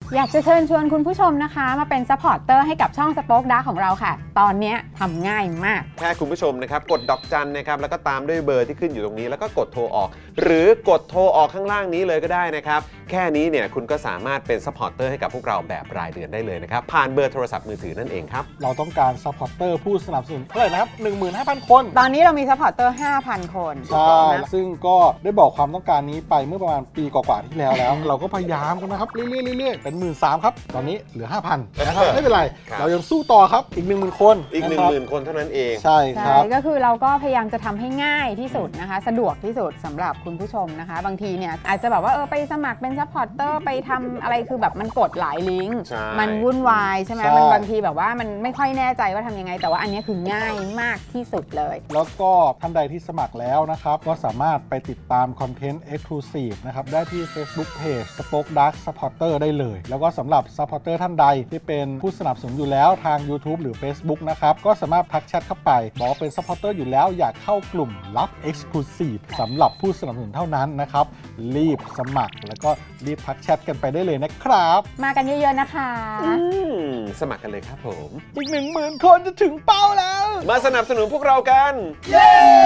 อยากจะเชิญชวนคุณผู้ชมนะคะมาเป็นซัพพอร์ตเตอร์ให้กับช่อง Spoke Dark ของเราค่ะตอนนี้ทำง่ายมากแค่คุณผู้ชมนะครับกดดอกจันนะครับแล้วก็ตามด้วยเบอร์ที่ขึ้นอยู่ตรงนี้แล้วก็กดโทรออกหรือกดโทรออกข้างล่างนี้เลยก็ได้นะครับแค่นี้เนี่ยคุณก็สามารถเป็นซัพพอร์ตเตอร์ให้กับพวกเราแบบรายเดือนได้เลยนะครับผ่านเบอร์โทรศัพท์มือถือนั่นเองครับเราต้องการซัพพอร์ตเตอร์ผู้สนับสนุนเท่าไหร่นะครับ 15,000 คนตอนนี้เรามีซัพพอร์ตเตอร์ 5,000 คนใช่ซึ่งก็ได้บอกความต้องการนี้ไปเมื่อประมาณปีกว่าๆที่แล้ว เราก็พยายามกันนะครับเรื่อยๆเป็น 13,000 ครับตอนนี้เหลือ 5,000 นะครับไม่เป็นไรเรายังสู้ต่อครับอีก 10,000 คนอีก 10,000 คนเท่านั้นเองใช่ครับก็คือเราก็พยายามจะทำให้ง่ายที่สุดนะคะสะดวกที่สุดสำหรับคุณผู้ชมนะคะบางทีเนี่ยอาจจะแบบว่าไปสมัครเป็นซัพพอร์ตเตอร์ไปทำอะไรคือแบบมันกดหลายลิงก์มันวุ่นวายใช่ไหมมันบางทีแบบว่ามันไม่ค่อยแน่ใจว่าทำยังไงแต่ว่าอันนี้คือง่ายมากที่สุดเลยแล้วก็ท่านใดที่สมัครแล้วนะครับก็สามารถไปติดตามคอนเทนต์ Exclusive นะครับได้ที่ Facebook Page Spoke Dark Supporter ได้เลยแล้วก็สำหรับ Supporter ท่านใดที่เป็นผู้สนับสนุนอยู่แล้วทาง YouTube หรือ Facebook นะครับก็สามารถทักแชทเข้าไปบอกว่าเป็น Supporter อยู่แล้วอยากเข้ากลุ่มลับ Exclusive สำหรับผู้สนับสนุนเท่านั้นนะครับรีบสมัครแล้วก็รีบทักแชทกันไปได้เลยนะครับมากันเยอะๆนะคะสมัครกันเลยครับผมอีก 10,000 คนจะถึงเป้าแล้วมาสนับสนุนพวกเรากันเย้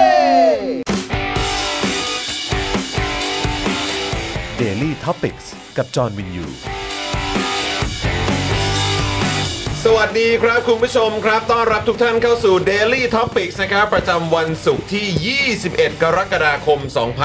Daily Topics กับจอห์นวินยูสวัสดีครับคุณผู้ชมครับต้อนรับทุกท่านเข้าสู่ Daily Topics นะครับประจำวันศุกร์ที่ 21 กรกฎาคม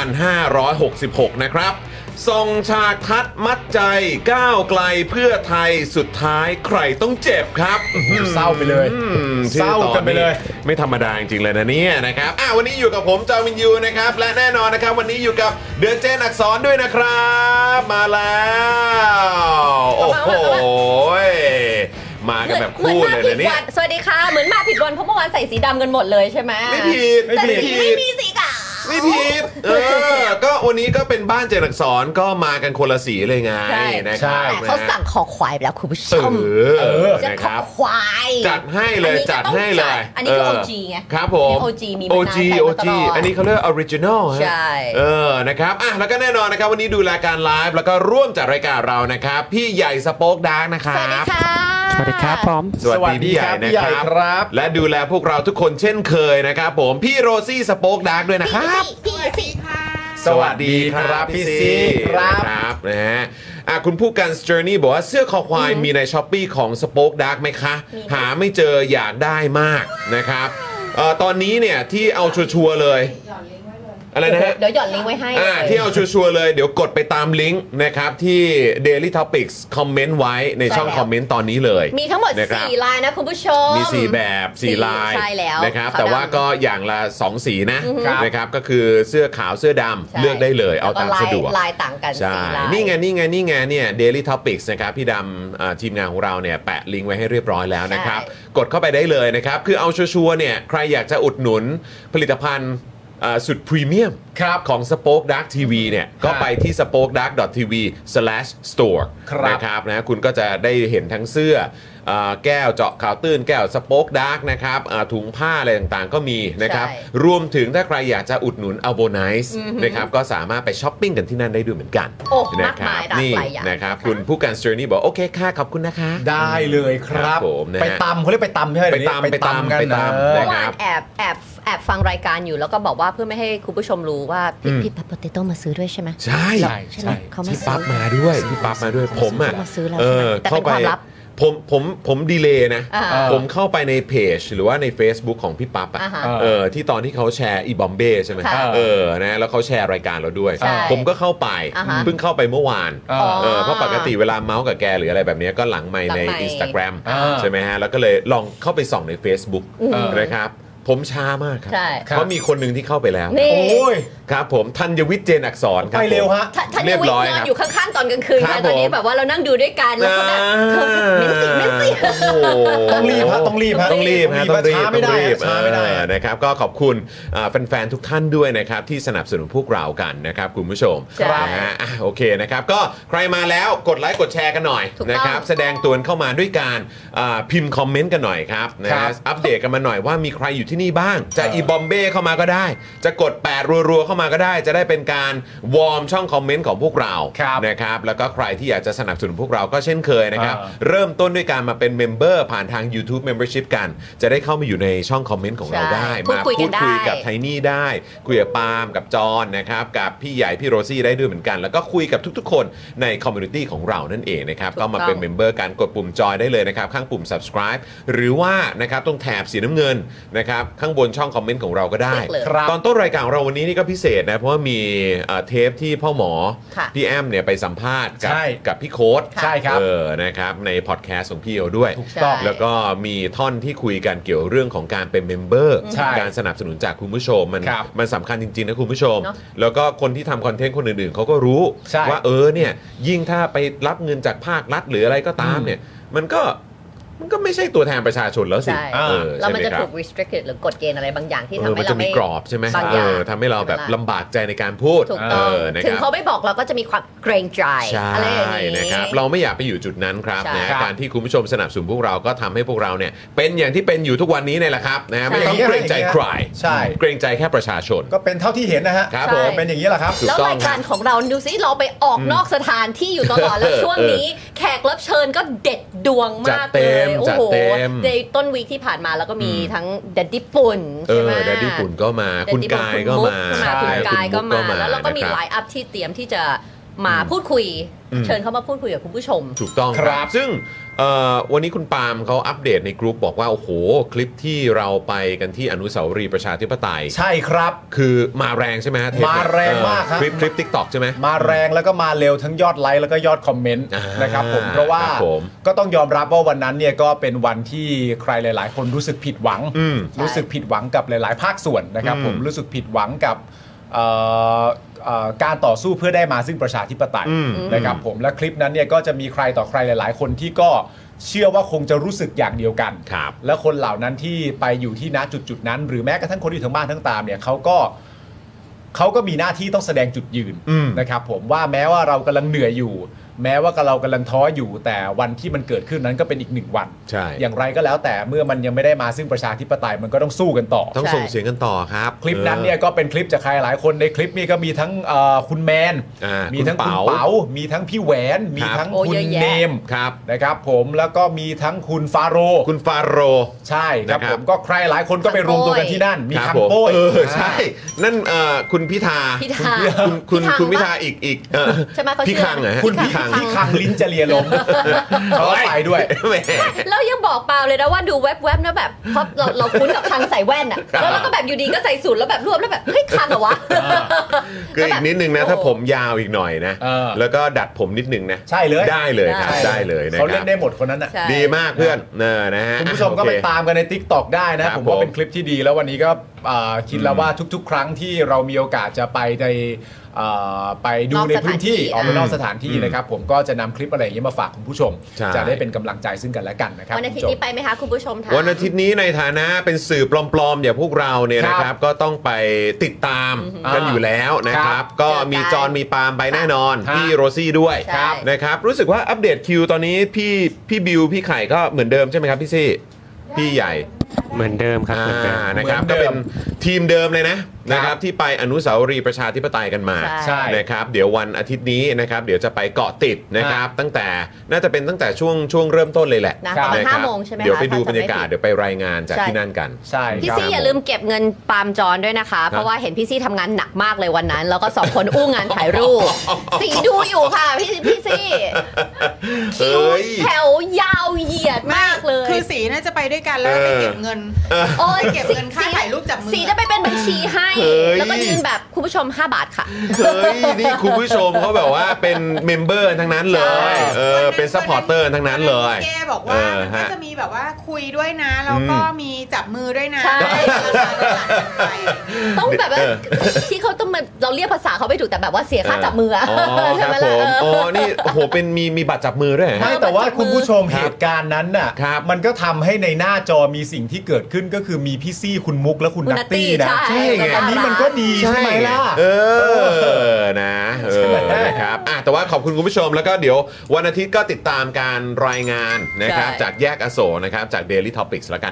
2566 นะครับส่งฉากทัดมัดใจก้าวไกลเพื่อไทยสุดท้ายใครต้องเจ็บครับเศร้าไปเลยเศร้ากันไปเลยไม่ธรรมดาจริงๆเลยนะเนี่ยนะครับวันนี้อยู่กับผมจอห์นวินยูนะครับและแน่นอนนะครับวันนี้อยู่กับเดือนเจนอักษรด้วยนะครับมาแล้วโอ้โหมากันแบบคู่เลยนะเนี่ยสวัสดีค่ะเหมือนมาผิดวันเพราะเมื่อวานใส่สีดำกันหมดเลยใช่ไหมไม่ผิดแต่สีไม่มีสีขาวไม่ผิดก็วันนี้ก็เป็นบ้านเจนอักษรก็มากันคนละสีเลยไงนะครับเขาสั่งคอควายแล้วคุณผู้ชมจะคอควายจัดให้เลยจัดให้เลยอันนี้คือ OG ไงครับผม OG มีมานานใช้มาตลอดอันนี้เขาเรียก Original ใช่นะครับแล้วก็แน่นอนนะครับวันนี้ดูรายการไลฟ์แล้วก็ร่วมจัดรายการเรานะครับพี่ใหญ่สป็อกดาร์กนะครับสวัสดีค่ะสวัสดีครับพร้อมสวัสดีพี่ใหญ่นะครับและดูแลพวกเราทุกคนเช่นเคยนะครับผมพี่โรซี่สป็อกดาร์กด้วยนะครับพี่ซีค่ะสวัสดีครับพี่ซีครับนะฮะคุณผู้กัน Journey บอกว่าเสื้อคอควายมีใน Shopee ของ Spoke Dark ไหมคะหาไม่เจออยากได้มากนะครับตอนนี้เนี่ยที่เอาชัวร์เลยอะไรนะฮะเดี๋ยวหย่อนลิงก์ไว้ให้ที่เอาชัวร์เลยเดี๋ยวกดไปตามลิงก์นะครับที่ Daily Topics คอมเมนต์ไว้ในช่องคอมเมนต์ตอนนี้เลยมีทั้งหมด4ลายนะคุณผู้ชมมี4แบบ4ลายใช่แล้วนะครับแต่ว่าก็อย่างละ2สีนะครับก็คือเสื้อขาวเสื้อดำเลือกได้เลยเอาตามสะดวกลายต่างกันใช่นี่ไงเนี่ย Daily Topics นะครับพี่ดำทีมงานของเราเนี่ยแปะลิงก์ไว้ให้เรียบร้อยแล้วนะครับกดเข้าไปได้เลยนะครับคือเอาชัวร์เนี่ยใครอยากจะอุดหนุนผลิตภัณฑ์สุดพรีเมียมของ Spoke Dark TV เนี่ยก็ไปที่ spokedark.tv/store นะครับนะคุณก็จะได้เห็นทั้งเสื้อแก้วเจาะข่าวตื้นแก้ว Spoke Dark นะครับถุงผ้าอะไรต่างๆก็มีนะครับรวมถึงถ้าใครอยากจะอุดหนุน Albonize นะครับก็สามารถไปช้อปปิ้งกันที่นั่นได้ด้วยเหมือนกันนะครับนี่นะครับคุณผู้การ Journey บอกโอเคค่ะขอบคุณนะคะได้เลยครับไปตำเขาเรียกไปตำใช่ไหมไปตำกันนะครับแอบฟังรายการอยู่แล้วก็บอกว่าเพื่อไม่ให้คุณผู้ชมรู้ว่าพี่ปั๊บโปเตโต้มาซื้อด้วยใช่ไหมใช่เขาพี่ปั๊บมาด้วยผมอ่ะแต่เป็นความลับผมดีเลย์นะผมเข้าไปในเพจหรือว่าใน Facebook ของพี่ปั๊บที่ตอนที่เขาแชร์อีบอมเบ้ใช่ไหมนะแล้วเขาแชร์รายการเราด้วยผมก็เข้าไปเพิ่งเข้าไปเมื่อวานเพราะปกติเวลาเมาส์กับแกหรืออะไรแบบนี้ก็หลังไมค์ใน Instagram ใช่ไหมฮะแล้วก็เลยลองเข้าไปส่องใน Facebook นะครับผมช้ามากครับเพราะมีคนหนึ่งที่เข้าไปแล้วโอ้ยครับผมธัญวิทย์เจนอักษรครับไปเร็วฮะเรียบร้อยครับอยู่ข้างๆตอนกลางคืนตอนนี้แบบว่าเรานั่งดูด้วยกันแล้วก็แบบเม้นสิต้องรีบฮะต้องรีบช้าไม่ได้นะครับก็ขอบคุณแฟนๆทุกท่านด้วยนะครับที่สนับสนุนพวกเรากันนะครับคุณผู้ชมโอเคนะครับก็ใครมาแล้วกดไลค์กดแชร์กันหน่อยนะครับแสดงตัวเข้ามาด้วยการพิมพ์คอมเมนต์กันหน่อยครับนะอัปเดตกันมาหน่อยว่ามีใครอยู่ที่นี่บ้างจะอีบอมเบ้เข้ามาก็ได้จะกด8รัวๆเข้าามาก็ได้จะได้เป็นการวอร์มช่องคอมเมนต์ของพวกเรานะครับแล้วก็ใครที่อยากจะสนับสนุนพวกเราก็เช่นเคยนะครับเริ่มต้นด้วยการมาเป็นเมมเบอร์ผ่านทาง YouTube Membership กันจะได้เข้ามาอยู่ในช่องคอมเมนต์ของเราได้มาพูดคุยกับไทนี่ได้คุยกับปาล์มกับจอนนะครับกับพี่ใหญ่พี่โรซี่ได้ด้วยเหมือนกันแล้วก็คุยกับทุกๆคนในคอมมูนิตี้ของเรานั่นเองนะครับก็มาเป็นเมมเบอร์กันกดปุ่มจอยได้เลยนะครับข้างปุ่ม subscribe หรือว่านะครับตรงแถบสีน้ำเงินนะครับข้างบนช่องคอมเมนต์ของเราก็ได้ตอนต้นรายการของเราวันนี้นี่ก็พิเศษนะเพราะว่ามีเทปที่พ่อหมอพี่แอมเนี่ยไปสัมภาษณ์กับพี่โค้ดใช่ครับนะครับในพอดแคสต์ของพี่เขาด้วยแล้วก็มีท่อนที่คุยกันเกี่ยวเรื่องของการเป็นเมมเบอร์การสนับสนุนจากคุณผู้ชมมันสำคัญจริงๆนะคุณผู้ชมแล้วก็คนที่ทำคอนเทนต์คนอื่นๆเขาก็รู้ว่าเนี่ยยิ่งถ้าไปรับเงินจากภาครัฐหรืออะไรก็ตามเนี่ยมันก็ไม่ใช่ตัวแทนประชาชนแล้วสิแล้วมันจะถูก restricted หรือกฎเกณฑ์อะไรบางอย่างที่ทำให้เราไม่กรอบใช่ไหมทำให้เราแบบลำบากใจในการพูดถูกต้องถึงเขาไม่บอกเราก็จะมีความเกรงใจอะไรอย่างนี้นะครับเราไม่อยากไปอยู่จุดนั้นครับนะการที่คุณผู้ชมสนับสนุนพวกเราก็ทำให้พวกเราเนี่ยเป็นอย่างที่เป็นอยู่ทุกวันนี้เนี่ยแหละครับนะไม่ต้องเกรงใจใครเกรงใจแค่ประชาชนก็เป็นเท่าที่เห็นนะฮะเป็นอย่างนี้แหละครับแล้วรายการของเราดูสิเราไปออกนอกสถานที่อยู่ตลอดแล้วช่วงนี้แขกรับเชิญก็เด็ดดวงมากเลยโอ้โหในต้นวีคที่ผ่านมาแล้วก็มีทั้งแดดดี้ปุ่นใช่ไหมแดดดี้ปุ่นก็มาคุณกายก็มาคุณกายก็มาแล้วก็มีไลน์อัพที่เตรียมที่จะมาพูดคุยเชิญเขามาพูดคุยกับคุณผู้ชมถูกต้องครับซึ่งวันนี้คุณปาล์มเขาอัปเดตในกรุ๊ปบอกว่าโอ้โหคลิปที่เราไปกันที่อนุสาวรีย์ประชาธิปไตยใช่ครับคือมาแรงใช่ไหมมาแรงมากครับคลิป TikTok ใช่ไหมมาแรงแล้วก็มาเร็วทั้งยอดไลค์แล้วก็ยอดคอมเมนต์นะครับผมเพราะว่าก็ต้องยอมรับว่าวันนั้นเนี่ยก็เป็นวันที่ใครหลายๆคนรู้สึกผิดหวังกับหลายๆภาคส่วนนะครับผมรู้สึกผิดหวังกับการต่อสู้เพื่อได้มาซึ่งประชาธิปไตยนะครับผมและคลิปนั้นเนี่ยก็จะมีใครต่อใครหลายๆคนที่ก็เชื่อว่าคงจะรู้สึกอย่างเดียวกันและคนเหล่านั้นที่ไปอยู่ที่ณจุดนั้นหรือแม้กระทั่งคนที่ทั้งบ้านทั้งตามเนี่ยเขาก็มีหน้าที่ต้องแสดงจุดยืนนะครับผมว่าแม้ว่าเรากำลังเหนื่อยอยู่แม้ว่าเรากำลังท้ออยู่แต่วันที่มันเกิดขึ้นนั้นก็เป็นอีกหนึ่งวันอย่างไรก็แล้วแต่เมื่อมันยังไม่ได้มาซึ่งประชาธิปไตยมันก็ต้องสู้กันต่อต้องส่งเสียงกันต่อครับคลิปนั้นเนี่ยก็เป็นคลิปจากใครหลายคนในคลิปนี้ก็มีทั้งคุณแมนมีทั้งคุณเป๋ามีทั้งพี่แหวนมีทั้งคุณเนมนะครับผมแล้วก็มีทั้งคุณฟาโรใช่ครับผมก็ใครหลายคนก็ไปรวมตัวกันที่นั่นมีคัมโป้ใช่นั่นคุณพิธาคุณพิธาอีกพี่คังเหรอคุณพี่คังลิ้นจะเลียล้มเขาไปด้วยแล้วยังบอกเปล่าเลยนะว่าดูแวบๆนะแบบเพราะเราคุ้นกับคังใส่แว่นอ่ะแล้วเราก็แบบอยู่ดีก็ใส่สูทแล้วแบบรวบแล้วแบบเฮ้ยคังเหรอวะคืออีกนิดนึงนะถ้าผมยาวอีกหน่อยนะแล้วก็ดัดผมนิดนึงนะใช่เลยได้เลยครับได้เลยนะครับเขาเล่นได้หมดคนนั้นอ่ะดีมากเพื่อนนะฮะคุณผู้ชมก็ไปตามกันใน TikTok ได้นะผมว่าเป็นคลิปที่ดีแล้ววันนี้ก็คิดแล้วว่าทุกๆครั้งที่เรามีโอกาสจะไปดูในพื้นที่ออกไปนอกสถานที่นะครับผมก็จะนำคลิปอะไรอย่างนี้มาฝากคุณผู้ชมจะได้เป็นกำลังใจซึ่งกันและกันนะครับวันอาทิตย์นี้ไปไหมคะคุณผู้ชมวันอาทิตย์นี้ในฐานะเป็นสื่อปลอมๆอย่างพวกเราเนี่ยนะครับก็ต้องไปติดตามกันอยู่แล้วนะครับก็มีจอนมีปาล์มไปแน่นอนพี่โรซี่ด้วยนะครับรู้สึกว่าอัปเดตคิวตอนนี้พี่บิวพี่ไข่ก็เหมือนเดิมใช่ไหมครับพี่ซี่พี่ใหญ่เหมือนเดิมครับนะครับก็เป็นทีมเดิมเลยนะครับที่ไปอนุสาวรีย์ประชาธิปไตยกันมานะครับเดี๋ยววันอาทิตย์นี้นะครับเดี๋ยวจะไปเกาะติดนะครับตั้งแต่น่าจะเป็นตั้งแต่ช่วงเริ่มต้นเลยแหละนะครับ5 โมงใช่ไหมคะเดี๋ยวไปดูบรรยากาศเดี๋ยวไปรายงานจากที่นั่นกันพี่ซี่อย่าลืมเก็บเงินปาล์มจอนด้วยนะคะเพราะว่าเห็นพี่ซี่ทำงานหนักมากเลยวันนั้นแล้วก็2 คนอู้งานถ่ายรูปสีดูอยู่ค่ะพี่ซี่คิวแถวยาวเหยียดมากเลยคือสีน่าจะไปด้วยกันแล้วไปเก็บเงินเก็บเงินค่าถ่ายรูปจับมือสีจะไปเป็นบัญชีให้แล้วก็ยืนแบบคุณผู้ชม5 บาทค่ะเฮ้ยนี่คุณผู้ชมเขาแบบว่าเป็นเมมเบอร์ทั้งนั้นเลยเป็นซัพพอร์เตอร์ทั้งนั้นเลยแกบอกว่าก็จะมีแบบว่าคุยด้วยนะแล้วก็มีจับมือด้วยนะต้องแบบว่าที่เขาต้องเราเรียกภาษาเขาไม่ถูกแต่แบบว่าเสียค่าจับมือใช่ไหมล่ะอ๋อนี่โอ้โหเป็นมีบัตรจับมือด้วยไม่แต่ว่าคุณผู้ชมเหตุการณ์นั้นน่ะมันก็ทำให้ในหน้าจอมีสิ่งที่เกิดขึ้นก็คือมีพี่ซี่คุณมุกและคุณนัตตี้นะใช่ไงอันนี้มันก็ดีใช่ไหมล่ะนะครับแต่ว่าขอบคุณคุณผู้ชมแล้วก็เดี๋ยววันอาทิตย์ก็ติดตามการรายงานนะครับจากแยกอโศกนะครับจาก Daily Topics แล้วกันเนาะ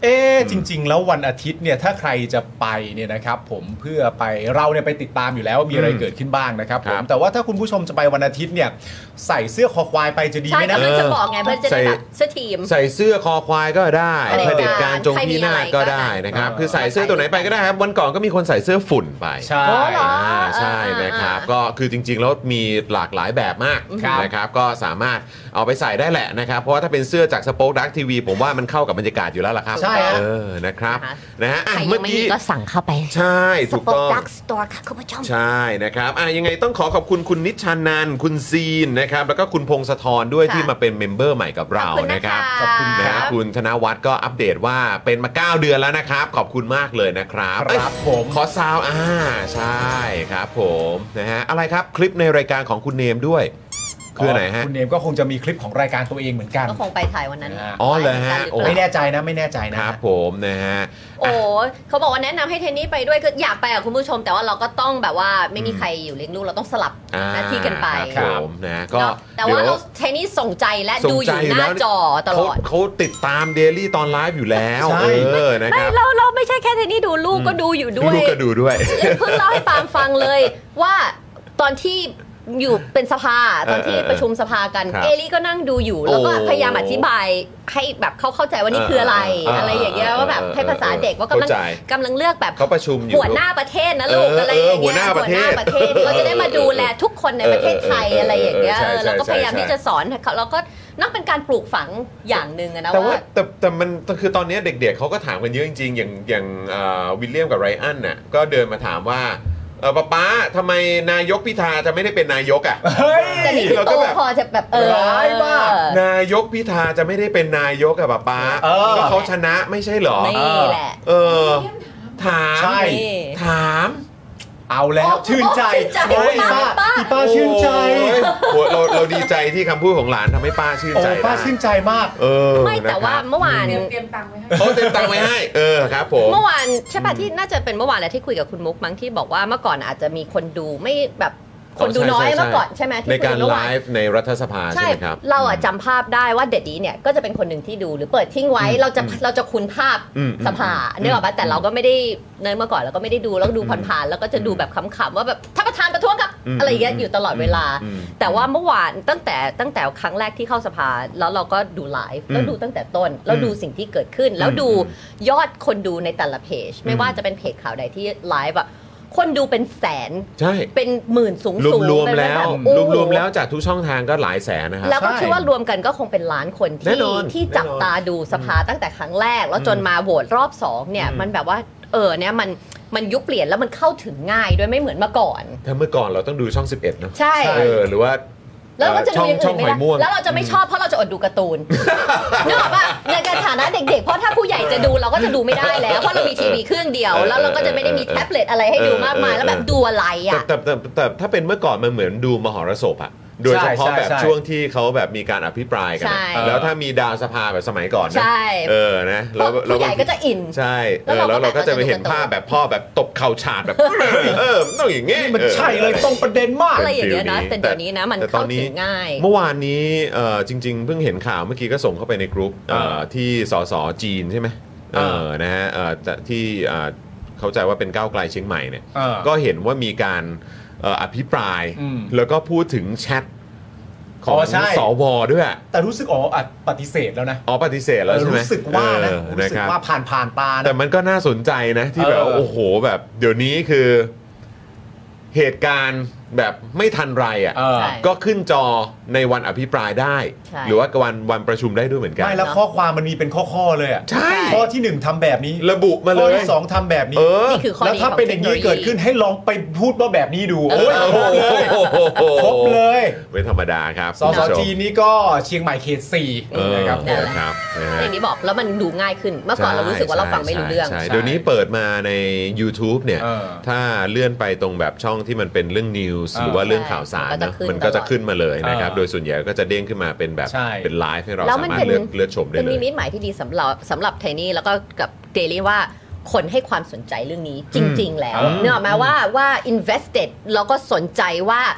จริงๆแล้ววันอาทิตย์เนี่ยถ้าใครจะไปเนี่ยนะครับผมเพื่อไปเราเนี่ยไปติดตามอยู่แล้วว่ามีอะไรเกิดขึ้นบ้างนะครับผมแต่ว่าถ้าคุณผู้ชมจะไปวันอาทิตย์เนี่ยใส่เสื้อคอควายไปจะดีไหมนะใช่ก็จะบอกไงเพื่อจะได้แบบเสื้อทีมใส่เสื้อคอควายก็ได้เผด็จการจงพินาศก็ได้นะครับคือใส่เสื้อตัวไหนไปก็ได้ครับวันก่อนก็มีคนใส่เสื้อฝุ่นไปใช่ใช่นะครับก็คือจริงๆแล้วมีหลากหลายแบบมากนะครับก็สามารถเอาไปใส่ได้แหละนะครับเพราะว่าถ้าเป็นเสื้อจากสป็อคดักทีวีผมว่ามันเข้ากับบรรยากาศอยู่แล้วล่ะครับใช่นะครับนะฮะเมื่อกี้ก็สั่งเข้าไปใช่ถูกต้อง Spoke Dark Store ค่ะคุณผู้ชมใช่นะครับยังไงต้องขอบคุณคุณนิชชานันท์คุณซีนนะครับแล้วก็คุณพงศธรด้วยที่มาเป็นเมมเบอร์ใหม่กับเรานะครับขอบคุณนะคุณธนวัฒน์ก็อัปเดตว่าเป็นมา9เดือนแล้วนะครับขอบคุณมากเลยนะครับครับผมขอซาวใช่ครับผมนะฮะอะไรครับคลิปในรายการของคุณเนมด้วยคือไหนฮะคุณเนมก็คงจะมีคลิปของรายการตัวเองเหมือนกันก็คงไปถ่ายวันนั้นเลยฮะไม่แน่ใจนะครับผมนะฮะโอ้เขาบอกว่าแนะนำให้เทนนี่ไปด้วยคืออยากไปกับคุณผู้ชมแต่ว่าเราก็ต้องแบบว่าไม่มีใครอยู่เลี้ยงลูกเราต้องสลับหน้าที่กันไปครับนะก็แต่ว่าเราเทนนี่ส่งใจและดูอยู่หน้าจอตลอดเขาติดตามเดลี่ตอนไลฟ์อยู่แล้วนะครับไม่เราไม่ใช่แค่เทนนี่ดูลูกก็ดูอยู่ด้วยลูกก็ดูด้วยเพิ่งเล่าให้ปาล์มฟังเลยว่าตอนที่อยู่เป็นสภาตอนที่ประชุมสภากันเอลี่ก็นั่งดูอยู่แล้วก็พยายามอธิบายให้แบบเขาเข้าใจว่านี่คืออะไรอย่างเงี้ยว่าแบบให้ภาษาเด็กว่ากำลังเลือกแบบเขาประชุมอยู่หัวหน้าประเทศนะลูกอะไรอย่างเงี้ยหัวหน้าประเทศเขาจะได้มาดูแลทุกคนในประเทศไทยอะไรอย่างเงี้ยแล้วก็พยายามที่จะสอนแล้วก็นับเป็นการปลูกฝังอย่างนึงนะว่าแต่มันคือตอนนี้เด็กๆเขาก็ถามกันเยอะจริงๆอย่างวิลเลียมกับไรอันน่ะก็เดินมาถามว่าป๊าทำไมนายกพิธาจะไม่ได้เป็นนายกแต่นี่เราก็แบบพอจะแบบร้ายมากนายกพิธาจะไม่ได้เป็นนายกอะป๊าก็เขาชนะไม่ใช่หรอนี่แหละถามเอาแล้วชื่นใจป้าชื่นใจเราดีใจที่คำพูดของหลานทำให้ป้าชื่นใจป้าชื่นใจมากไม่แต่ว่าเมื่อวานเตรียมตังค์ไว้ให้เตรียมตังค์ไว้ให้ครับผมเมื่อวานใช่ป่ะที่น่าจะเป็นเมื่อวานแหละที่คุยกับคุณมุกมั้งที่บอกว่าเมื่อก่อนอาจจะมีคนดูไม่แบบคนดูน้อยเมื่อก่อนใช่ไหมในการไลฟ์ในรัฐสภาใช่ไหมครับเราจำภาพได้ว่าเด็ดดีเนี่ยก็จะเป็นคนหนึ่งที่ดูหรือเปิดทิ้งไว้เราจะคุ้นภาพสภาเนี่ยหรอปะแต่เราก็ไม่ได้เมื่อก่อนเราก็ไม่ได้ดูแล้วดูผ่านๆแล้วก็จะดูแบบขำๆว่าแบบท่านประธานประท้วงครับอะไรอย่างเงี้ยอยู่ตลอดเวลาแต่ว่าเมื่อวานตั้งแต่ครั้งแรกที่เข้าสภาแล้วเราก็ดูไลฟ์แล้วดูตั้งแต่ต้นแล้วดูสิ่งที่เกิดขึ้นแล้วดูยอดคนดูในแต่ละเพจไม่ว่าจะเป็นเพจข่าวใดที่ไลฟ์อะคนดูเป็นแสนใช่เป็นหมื่นสูงรวมแล้วจากทุกช่องทางก็หลายแสนนะครับแล้วก็คิดว่ารวมกันก็คงเป็นล้านคนที่จับตาดูสภาตั้งแต่ครั้งแรกแล้วจนมาโหวตรอบ2เนี่ยมันแบบว่าเนี่ยมันยุคเปลี่ยนแล้วมันเข้าถึงง่ายด้วยไม่เหมือนเมื่อก่อนถ้าเมื่อก่อนเราต้องดูช่อง11เนาะใช่หรือว่าแล้วก็จะดูอย่างอื่นไม่ได้แล้วเราจะไม่ชอบเพราะเราจะอดดูการ์ตูนนึกออกป่ะในการฐานะเด็กๆเพราะถ้าผู้ใหญ่จะดูเราก็จะดูไม่ได้แล้วเพราะเรามีทีวีเครื่องเดียวแล้วเราก็จะไม่ได้มีแท็บเล็ตอะไรให้ดูมากมายแล้วแบบดูอะไรอ่ะแต่ถ้าเป็นเมื่อก่อนมันเหมือนดูมหรสพอะโดยเฉพาะแบบช่วงที่เขาแบบมีการอภิปรายกันแล้วถ้ามีดาวสภาแบบสมัยก่อนนะนะแล้วผู้ใหญ่ก็จะอินใช่แล้วเราก็จะไปเห็นภาพแบบพ่อแบบตบเข่าฉาดแบบต้องอย่างงี้มันใช่เลยตรงประเด็นมากอะไรอย่างเงี้ยนะแต่เดี๋ยวนี้นะมันเข้าถึงง่ายเมื่อวานนี้จริงๆเพิ่งเห็นข่าวเมื่อกี้ก็ส่งเข้าไปในกรุ๊ปที่สสจีนใช่ไหมนะฮะที่เข้าใจว่าเป็นก้าวไกลเชียงใหม่เนี่ยก็เห็นว่ามีการอภิปรายแล้วก็พูดถึงแชทของสวด้วยแต่รู้สึกปฏิเสธแล้วนะปฏิเสธแล้วใช่ไหมรู้สึกว่านะรู้สึกว่าผ่านตาแต่มันก็น่าสนใจนะที่แบบโอ้โหแบบเดี๋ยวนี้คือเหตุการณ์แบบไม่ทันไรอ่ะก็ขึ้นจอในวันอภิปรายได้หรือว่าวันประชุมได้ด้วยเหมือนกันไม่แล้วข้อความมันมีเป็นข้อเลยอ่ะใช่ข้อที่1ทำแบบนี้ระบุมาเลยข้อที่2ทำแบบนี้แล้วถ้าเป็นอย่างนี้เกิดขึ้นให้ลองไปพูดว่าแบบนี้ดูโอ้ยครบเลยไม่ธรรมดาครับสสจีนนี้ก็เชียงใหม่เขต4นะครับอย่างนี้บอกแล้วมันดูง่ายขึ้นเมื่อก่อนเรารู้สึกว่าเราฟังไม่รู้เรื่องเดี๋ยวนี้เปิดมาใน YouTube เนี่ยถ้าเลื่อนไปตรงแบบช่องที่มันเป็นเรื่องนิวส์หรือว่าเรื่องข่าวสารนะมันก็จะขึ้นมาเลยนะครับโดยส่วนใหญ่ก็จะเด้งขึ้นมาเป็นแบบเป็นไลฟ์ให้เราสามารถเลือกชมได้เลยเป็นนิมิตหมายที่ดีสำหรับไทนี่แล้วก็กับเดลี่ว่าคนให้ความสนใจเรื่องนี้จริงๆแล้วเนอะแม้ว่า invested แล้วก็สนใจว่า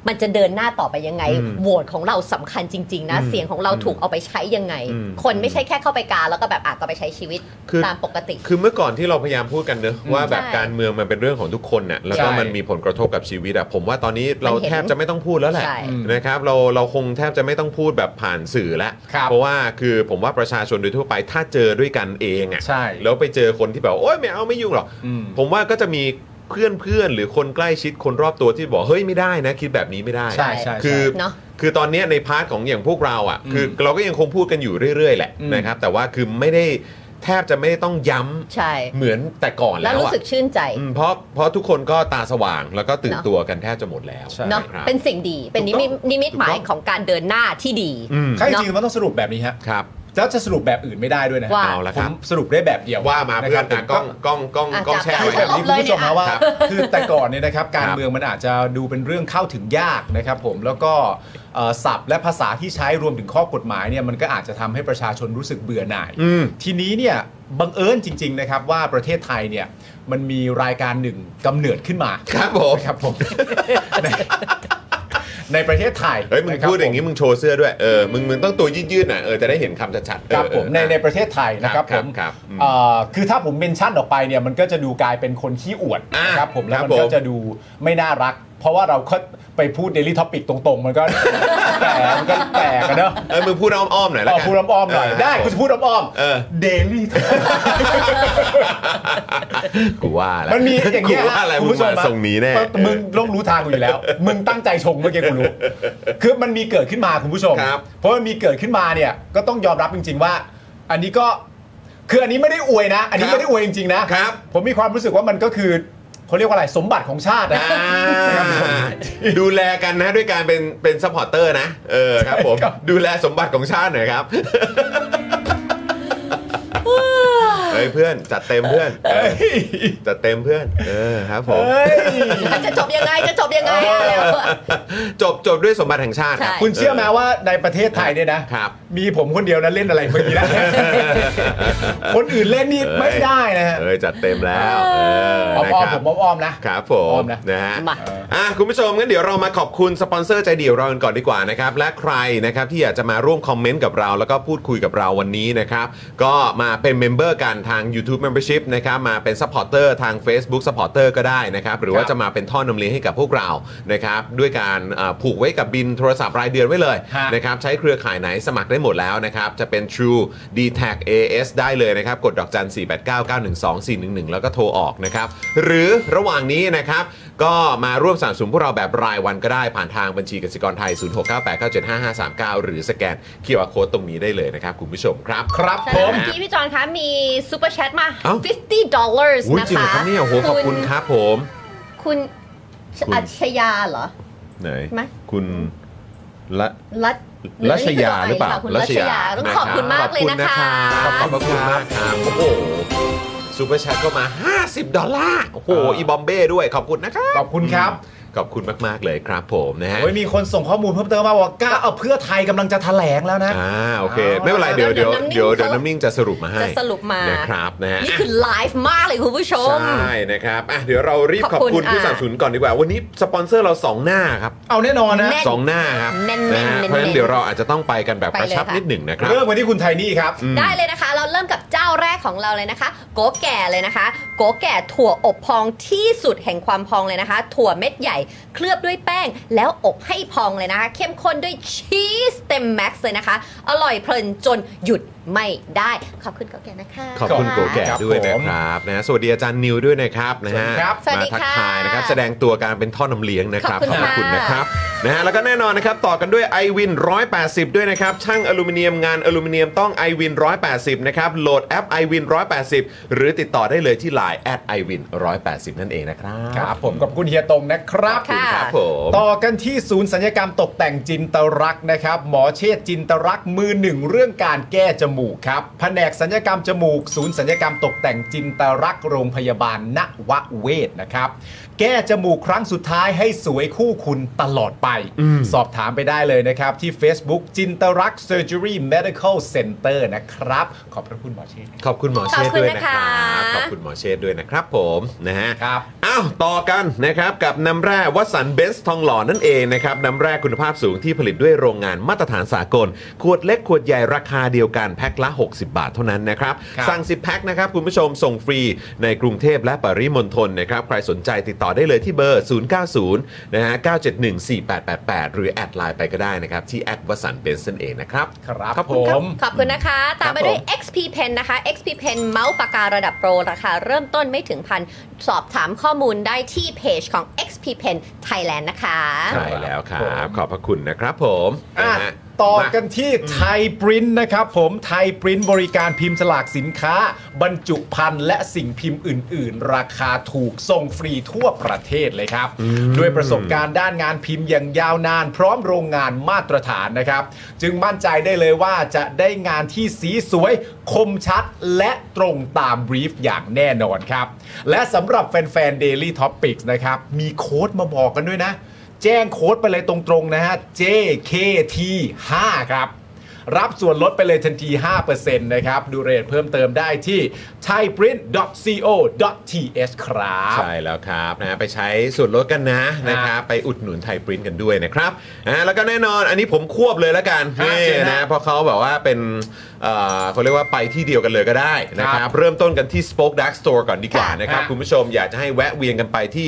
มันจะเดินหน้าต่อไปยังไงโหวตของเราสำคัญจริงๆนะเสียงของเราถูกเอาไปใช้ยังไงคนไม่ใช่แค่เข้าไปกาแล้วก็แบบก็ไปใช้ชีวิตตามปกติคือเมื่อก่อนที่เราพยายามพูดกันเนอะว่าแบบการเมืองมันเป็นเรื่องของทุกคนน่ะแล้วก็มันมีผลกระทบกับชีวิตอะผมว่าตอนนี้เราแทบจะไม่ต้องพูดแล้วแหละนะครับเราคงแทบจะไม่ต้องพูดแบบผ่านสื่อแล้วเพราะว่าคือผมว่าประชาชนโดยทั่วไปถ้าเจอด้วยกันเองอะแล้วไปเจอคนที่แบบโอ๊ยไม่เอาไม่ยุ่งหรอกผมว่าก็จะมีเพื่อนหรือคนใกล้ชิดคนรอบตัวที่บอกเฮ้ยไม่ได้นะคิดแบบนี้ไม่ได้คือตอนนี้ในพาร์ทของอย่างพวกเราอ่ะคือเราก็ยังคงพูดกันอยู่เรื่อยๆแหละนะครับแต่ว่าคือไม่ได้แทบจะไม่ต้องย้ำเหมือนแต่ก่อนแล้วรู้สึกชื่นใจเพราะทุกคนก็ตาสว่างแล้วก็ตื่นตัวกันแทบจะหมดแล้วเนาะเป็นสิ่งดีเป็นนิมิตหมายของการเดินหน้าที่ดีใช่จริงๆมันต้องสรุปแบบนี้ครับแล้วจะสรุปแบบอื่นไม่ได้ด้วยนะผมสรุปได้แบบเดียวว่ามาเพื่อนกล้องแชร์แบบนี้คุณผู้ชมนะว่าคือแต่ก่อนเนี่ยนะครับการเมืองมันอาจจะดูเป็นเรื่องเข้าถึงยากนะครับผมแล้วก็ศัพท์และภาษาที่ใช้รวมถึงข้อกฎหมายเนี่ยมันก็อาจจะทำให้ประชาชนรู้สึกเบื่อหน่ายทีนี้เนี่ยบังเอิญจริงๆนะครับว่าประเทศไทยเนี่ยมันมีรายการหนึ่งกำเนิดขึ้นมาครับผมในประเทศไทยเฮ้ยมึงพูดอย่างนี้มึงโชว์เสื้อด้วยมึงต้องตัวยืดๆหน่อยจะได้เห็นคำชัดๆครับผมในประเทศไทยนะครับผมคือถ้าผมเมนชั่นออกไปเนี่ยมันก็จะดูกลายเป็นคนขี้อวดนะครับผมแล้วมันก็จะดูไม่น่ารักเพราะว่าเราก็ไปพูด Daily Topic ตรงๆมันก็แปลกกันเนอะมึงพูดอ้อมๆหน่อยแล้วกันพูดอ้อมๆหน่อยได้กูจะพูดอ้อมๆ Daily กูว่าแล้วมันมีอย่างเงี้ยคุณผู้ชมส่งนี้แน่มึงต้องรู้ทางกูอยู่แล้วมึงตั้งใจชงเมื่อกี้กูรู้คือมันมีเกิดขึ้นมาคุณผู้ชมเพราะมันมีเกิดขึ้นมาเนี่ยก็ต้องยอมรับจริงๆว่าอันนี้ก็คืออันนี้ไม่ได้อวยนะอันนี้ไม่ได้อวยจริงๆนะผมมีความรู้สึกว่ามันก็คือเขาเรียกว่าอะไรสมบัติของชาตินะดูแลกันนะด้วยการเป็นซัพพอร์ตเตอร์นะครับผมดูแลสมบัติของชาติหน่อยครับเฮ้ยเพื่อนจัดเต็มเพื่อนจัดเต็มเพื่อนครับผมจะจบยังไงจบด้วยสมบัติแห่งชาติคุณเชื่อไหมว่าในประเทศไทยเนี่ยนะมีผมคนเดียวนั้นเล่นอะไรเมื่อกี้นะคนอื่นเล่นนี่ไม่ได้นะฮะจัดเต็มแล้วผมอ้อมนะครับผมนะฮะคุณผู้ชมงั้นเดี๋ยวเรามาขอบคุณสปอนเซอร์ใจดีเรากันก่อนดีกว่านะครับและใครนะครับที่อยากจะมาร่วมคอมเมนต์กับเราแล้วก็พูดคุยกับเราวันนี้นะครับก็มาเป็นเมมเบอร์กันทาง YouTube Membership นะครับมาเป็น Supporter ทาง Facebook Supporter ก็ได้นะครับหรือว่าจะมาเป็นท่อนำเลี้ยงให้กับพวกเรานะครับด้วยการผูกไว้กับบินโทรศัพท์รายเดือนไว้เลยนะครับใช้เครือข่ายไหนสมัครได้หมดแล้วนะครับจะเป็น True D-Tag AS ได้เลยนะครับกดดอกจัน 489912411 แล้วก็โทรออกนะครับหรือระหว่างนี้นะครับก็มาร่วมสนับสนุนพวกเราแบบรายวันก็ได้ผ่านทางบัญชีกสิกรไทย 0698975539 หรือสแกน QR Code ตรงนี้ได้เลยนะครับคุณผู้ชมครับครับผมที่พี่จอนคะมีซุปเปอร์แชทมา$50นะคะจริงเหรอครับเนี่ยโหขอบคุณครับผมคุณอัจฉยาเหรอไหนคุณรัชยาหรือเปล่ารัชยาต้องขอบคุณมากเลยนะคะขอบคุณมากครับโอ้โหซูเปอร์แชทก็มา$50โอ้โหอีบอมเบ้ด้วยขอบคุณนะครับขอบคุณครับขอบคุณมากๆเลยครับผมนะฮะมีคนส่งข้อมูลเพิ่มเติมมาว่าเพื่อไทยกำลังจะแถลงแล้วนะโอเคไม่เป็นไรเดี๋ยวน้ำนิ่งจะสรุปมาให้นะครับนะฮะนี่คือไลฟ์มากเลยคุณผู้ชมใช่นะครับเดี๋ยวเรารีบขอบคุณผู้สนับสนุนก่อนดีกว่าวันนี้สปอนเซอร์เรา2หน้าครับเอาแน่นอนนะ 2หน้าครับเพราะฉะนั้นเดี๋ยวเราอาจจะต้องไปกันแบบกระชับนิดหนึ่งนะครับเริ่มวันที่คุณไทนี่ครับได้เลยนะคะเราเริ่มกับเจ้าแรกของเราเลยนะคะโกแก่เลยนะคะโกแก่ถั่วอบพองที่สุดแห่งความพองเลยนะคะถั่วเม็ดใหญ่เคลือบด้วยแป้งแล้วอบให้พองเลยนะคะเข้มข้นด้วยชีสเต็มแม็กซ์เลยนะคะอร่อยเพลินจนหยุดไม่ได้ขอบคุณโกแก่นะคะขอบคุณโกแก่ด้วยนะครับนะสวัสดีอาจารย์นิวด้วยนะครับนะฮะมาทักทายนะครับแสดงตัวการเป็นท่อนำเลี้ยงนะครับขอบคุณนะครับนะฮะแล้วก็แน่นอนนะครับต่อกันด้วย iWin 180ด้วยนะครับช่างอลูมิเนียมงานอลูมิเนียมต้อง iWin 180นะครับโหลดแอป iWin 180หรือติดต่อได้เลยที่ Line @iWin 180นั่นเองนะครับครับผมขอบคุณเฮียตงนะครับครับผมต่อกันที่ศูนย์ศัลยกรรมตกแต่งจินตรักษ์นะครับหมอเชษจินตรักษ์มือหนึ่งเรื่องการแก้จมูกครับแผนกศัลยกรรมจมูกศูนย์ศัลยกรรมตกแต่งจินตรักษ์โรงพยาบาลนวเวศนะครับแก้จมูกครั้งสุดท้ายให้สวยคู่คุณตลอดไปสอบถามไปได้เลยนะครับที่ Facebook จินตรักษ์ Surgery Medical Center นะครับขอบพระคุณหมอเชษขอบคุณหมอเชษด้วยนะครับขอบคุณหมอเชษศด้วยนะครับผมนะฮะครับอ้าวต่อกันนะครับกับน้ำแร่วสันต์เบนซ์ทองหล่อนั่นเองนะครับน้ำแร่คุณภาพสูงที่ผลิตด้วยโรงงานมาตรฐานสากลขวดเล็กขวดใหญ่ราคาเดียวกันแพ็คละ60 บาทเท่านั้นนะครับสั่ง10แพ็คนะครับคุณผู้ชมส่งฟรีในกรุงเทพและปริมณฑลนะครับใครสนใจติดต่อได้เลยที่เบอร์ 090 นะฮะ 9714888 หรือแอดไลน์ไปก็ได้นะครับที่แอดวสันต์เบนซ์นั่นเองนะครับครับครับผผมมขอบคุณนะคะ ตามมาด้วยผม XP Pen นะคะ XP Pen เมาส์ปากการะดับโปรราคาเริ่มต้นไม่ถึงพันสอบถามข้อมูลได้ที่เพจของ XP Pen Thailand นะคะใช่แล้วครับขอบพระคุณนะครับผมนะฮะต่อกันที่ไทยปริ้นนะครับผมไทยปริ้นบริการพิมพ์สลากสินค้า บรรจุภัณฑ์และสิ่งพิมพ์อื่น ๆ ราคาถูกส่งฟรีทั่วประเทศเลยครับด้วยประสบการณ์ด้านงานพิมพ์อย่างยาวนานพร้อมโรงงานมาตรฐานนะครับจึงมั่นใจได้เลยว่าจะได้งานที่สีสวยคมชัดและตรงตามบรีฟอย่างแน่นอนครับและสำหรับแฟนๆ Daily Topics นะครับมีโค้ดมาบอกกันด้วยนะแจ้งโค้ดไปเลยตรงๆนะฮะ JKT5 ครับรับส่วนลดไปเลยทันที 5% นะครับดูรายละเอียดเพิ่มเติมได้ที่ thaiprint.co.th ครับใช่แล้วครับนะไปใช้ส่วนลดกันนะครับไปอุดหนุนไทยปริ้นกันด้วยนะครับแล้วก็แน่นอนอันนี้ผมควบเลยแล้วกันนี่นะเพราะเขาแบบว่าเป็นเขาเรียกว่าไปที่เดียวกันเลยก็ได้นะครับเริ่มต้นกันที่ Spoke Dark Store ก่อนดีกว่านะครับคุณผู้ชมอยากจะให้แวะเวียนกันไปที่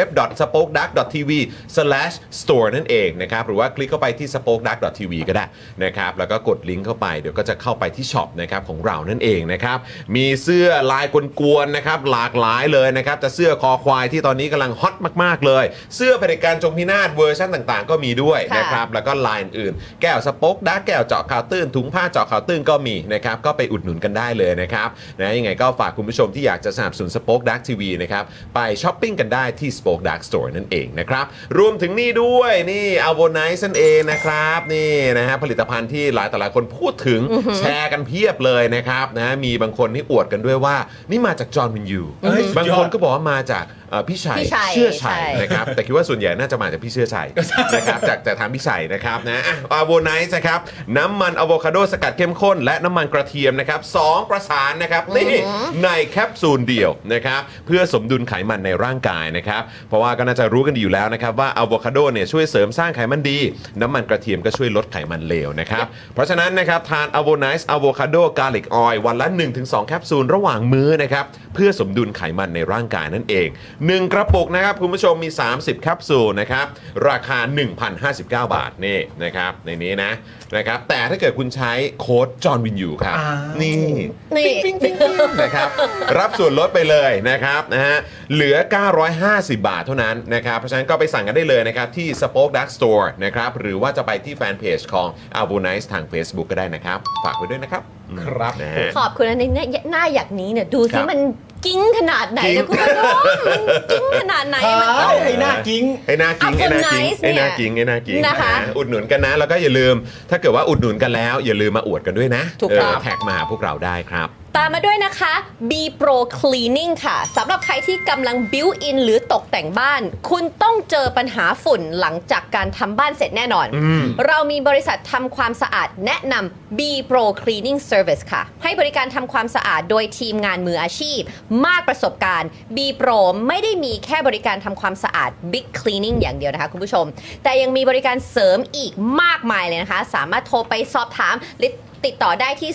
www.spokedark.tv/store นั่นเองนะครับหรือว่าคลิกเข้าไปที่ spokedark.tv ก็ได้นะครับแล้วก็กดลิงก์เข้าไปเดี๋ยวก็จะเข้าไปที่ช็อปนะครับของเรานั่นเองนะครับมีเสื้อลายกวนๆนะครับหลากหลายเลยนะครับจะเสื้อคอควายที่ตอนนี้กำลังฮอตมากๆเลยเสื้อเผด็จการจงพินาศเวอร์ชันต่างๆก็มีด้วยนะครับแล้วก็ลายอื่นแก้วสป็อกดาร์กแก้วเจาะข่าวตื้นถุงผ้าเจาะข่าวตื้นก็มีนะครับก็ไปอุดหนุนกันได้เลยนะครับนะยังไงก็ฝากคุณผู้ชมที่อยากจะสนับสนุน Spoke Dark TV นะครับไปช้อปปิ้งกันได้ที่ Spoke Dark Store นั่นเองนะครับรวมถึงนี่ด้วยนี่ Alvonice นั่นเองนะครับนี่นะฮะผลิตภัณฑ์ที่หลายต่อหลายคนพูดถึงแชร์กันเพียบเลยนะครับนะมีบางคนนี่อวดกันด้วยว่านี่มาจากจอห์นวินยูบางคนก็บอกว่ามาจากพี่ชัยเชื่อชัยนะครับแต่คิดว่าส่วนใหญ่น่าจะมาจากพี่เชื่อชัยนะครับจากทางพี่ชัยนะครับนะอะโวไนซ์นะครับน้ำมันอะโวคาโดสกัดเข้มข้นและน้ำมันกระเทียมนะครับ2ประสานนะครับนี่ในแคปซูลเดียวนะครับเพื่อสมดุลไขมันในร่างกายนะครับเพราะว่าก็น่าจะรู้กันดีอยู่แล้วนะครับว่าอะโวคาโดเนี่ยช่วยเสริมสร้างไขมันดีน้ำมันกระเทียมก็ช่วยลดไขมันเลวนะครับเพราะฉะนั้นนะครับทานอะโวไนซ์อะโวคาโดกาลิกออยล์วันละ 1-2 แคปซูลระหว่างมื้อนะครับเพื่อสมดุลไขมันในร่างกายนั่นเอง1กระปุกนะครับคุณผู้ชมมี30แคปซูลนะครับราคา 1,059 บาทนี่นะครับในนี้นะครับแต่ถ้าเกิดคุณใช้โค้ดจอห์นวินยูครับนี่นะครับรับส่วนลดไปเลยนะครับนะฮะเหลือ950 บาทเท่านั้นนะครับเพราะฉะนั้นก็ไปสั่งกันได้เลยนะครับที่ Spoke Dark Store นะครับหรือว่าจะไปที่แฟนเพจของ Alvonice ทาง Facebook ก็ได้นะครับฝากไว้ด้วยนะครับครับนะฮะขอบคุณนะในหน้าอย่างนี้เนี่ยดูสิมันกิ้งขนาดไหนนะคุณผู้ชมมันกิ้งขนาดไหนมันต้องไอ้หน้ากิ้งนะคะอุดหนุนกันนะแล้วก็อย่าลืมถ้าเกิดว่าอุดหนุนกันแล้วอย่าลืมมาอวดกันด้วยนะแท็กมาหาพวกเราได้ครับตามมาด้วยนะคะ B Pro Cleaning ค่ะสำหรับใครที่กำลัง build in หรือตกแต่งบ้านคุณต้องเจอปัญหาฝุ่นหลังจากการทำบ้านเสร็จแน่นอนเรามีบริษัททำความสะอาดแนะนำ B Pro Cleaning Service ค่ะให้บริการทำความสะอาดโดยทีมงานมืออาชีพมากประสบการณ์ B Pro ไม่ได้มีแค่บริการทำความสะอาด Big Cleaning อย่างเดียวนะคะคุณผู้ชมแต่ยังมีบริการเสริมอีกมากมายเลยนะคะสามารถโทรไปสอบถามติดต่อได้ที่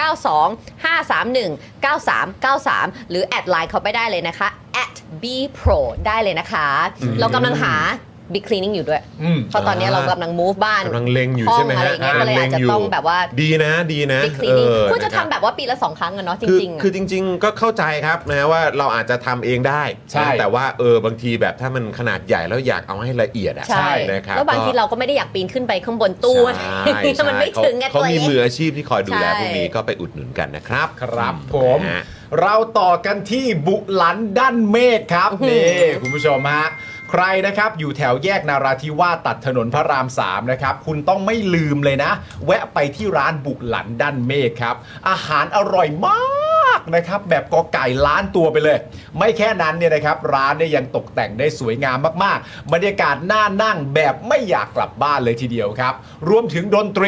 092-531-9393 หรือแอดไลน์เขาไปได้เลยนะคะ @bpro ได้เลยนะคะเรากำลังหา Big Cleaning อยู่ด้วยเพราะตอนนี้เรากำลัง move บ้านกำลังเล็งอยู่ใช่ไหมฮะก็เลยอาจจะต้องแบบว่าดีนะ Big Cleaning คุณจะทำแบบว่าปีละ2ครั้งอะเนาะจริงๆคือจริงๆก็เข้าใจครับนะว่าเราอาจจะทำเองได้แต่ว่าบางทีแบบถ้ามันขนาดใหญ่แล้วอยากเอาให้ละเอียดอ่ะใช่นะครับแล้วบางทีเราก็ไม่ได้อยากปีนขึ้นไปข้างบนตู้มันไม่ถึงไงเขามีมืออาชีพที่คอยดูแลพวกนี้ก็ไปอุดหนุนกันนะครับครับผมเราต่อกันที่บุหลันด้านเมฆครับนี่คุณผู้ชมฮะใครนะครับอยู่แถวแยกนาราธิวาสตัดถนนพระราม3นะครับคุณต้องไม่ลืมเลยนะแวะไปที่ร้านบุหลันด้านเมฆครับอาหารอร่อยมากนะครับแบบกอไก่ล้านตัวไปเลยไม่แค่นั้นเนี่ยนะครับร้านเนี่ยยังตกแต่งได้สวยงามมากๆบรรยากาศน่านั่งแบบไม่อยากกลับบ้านเลยทีเดียวครับรวมถึงดนตรี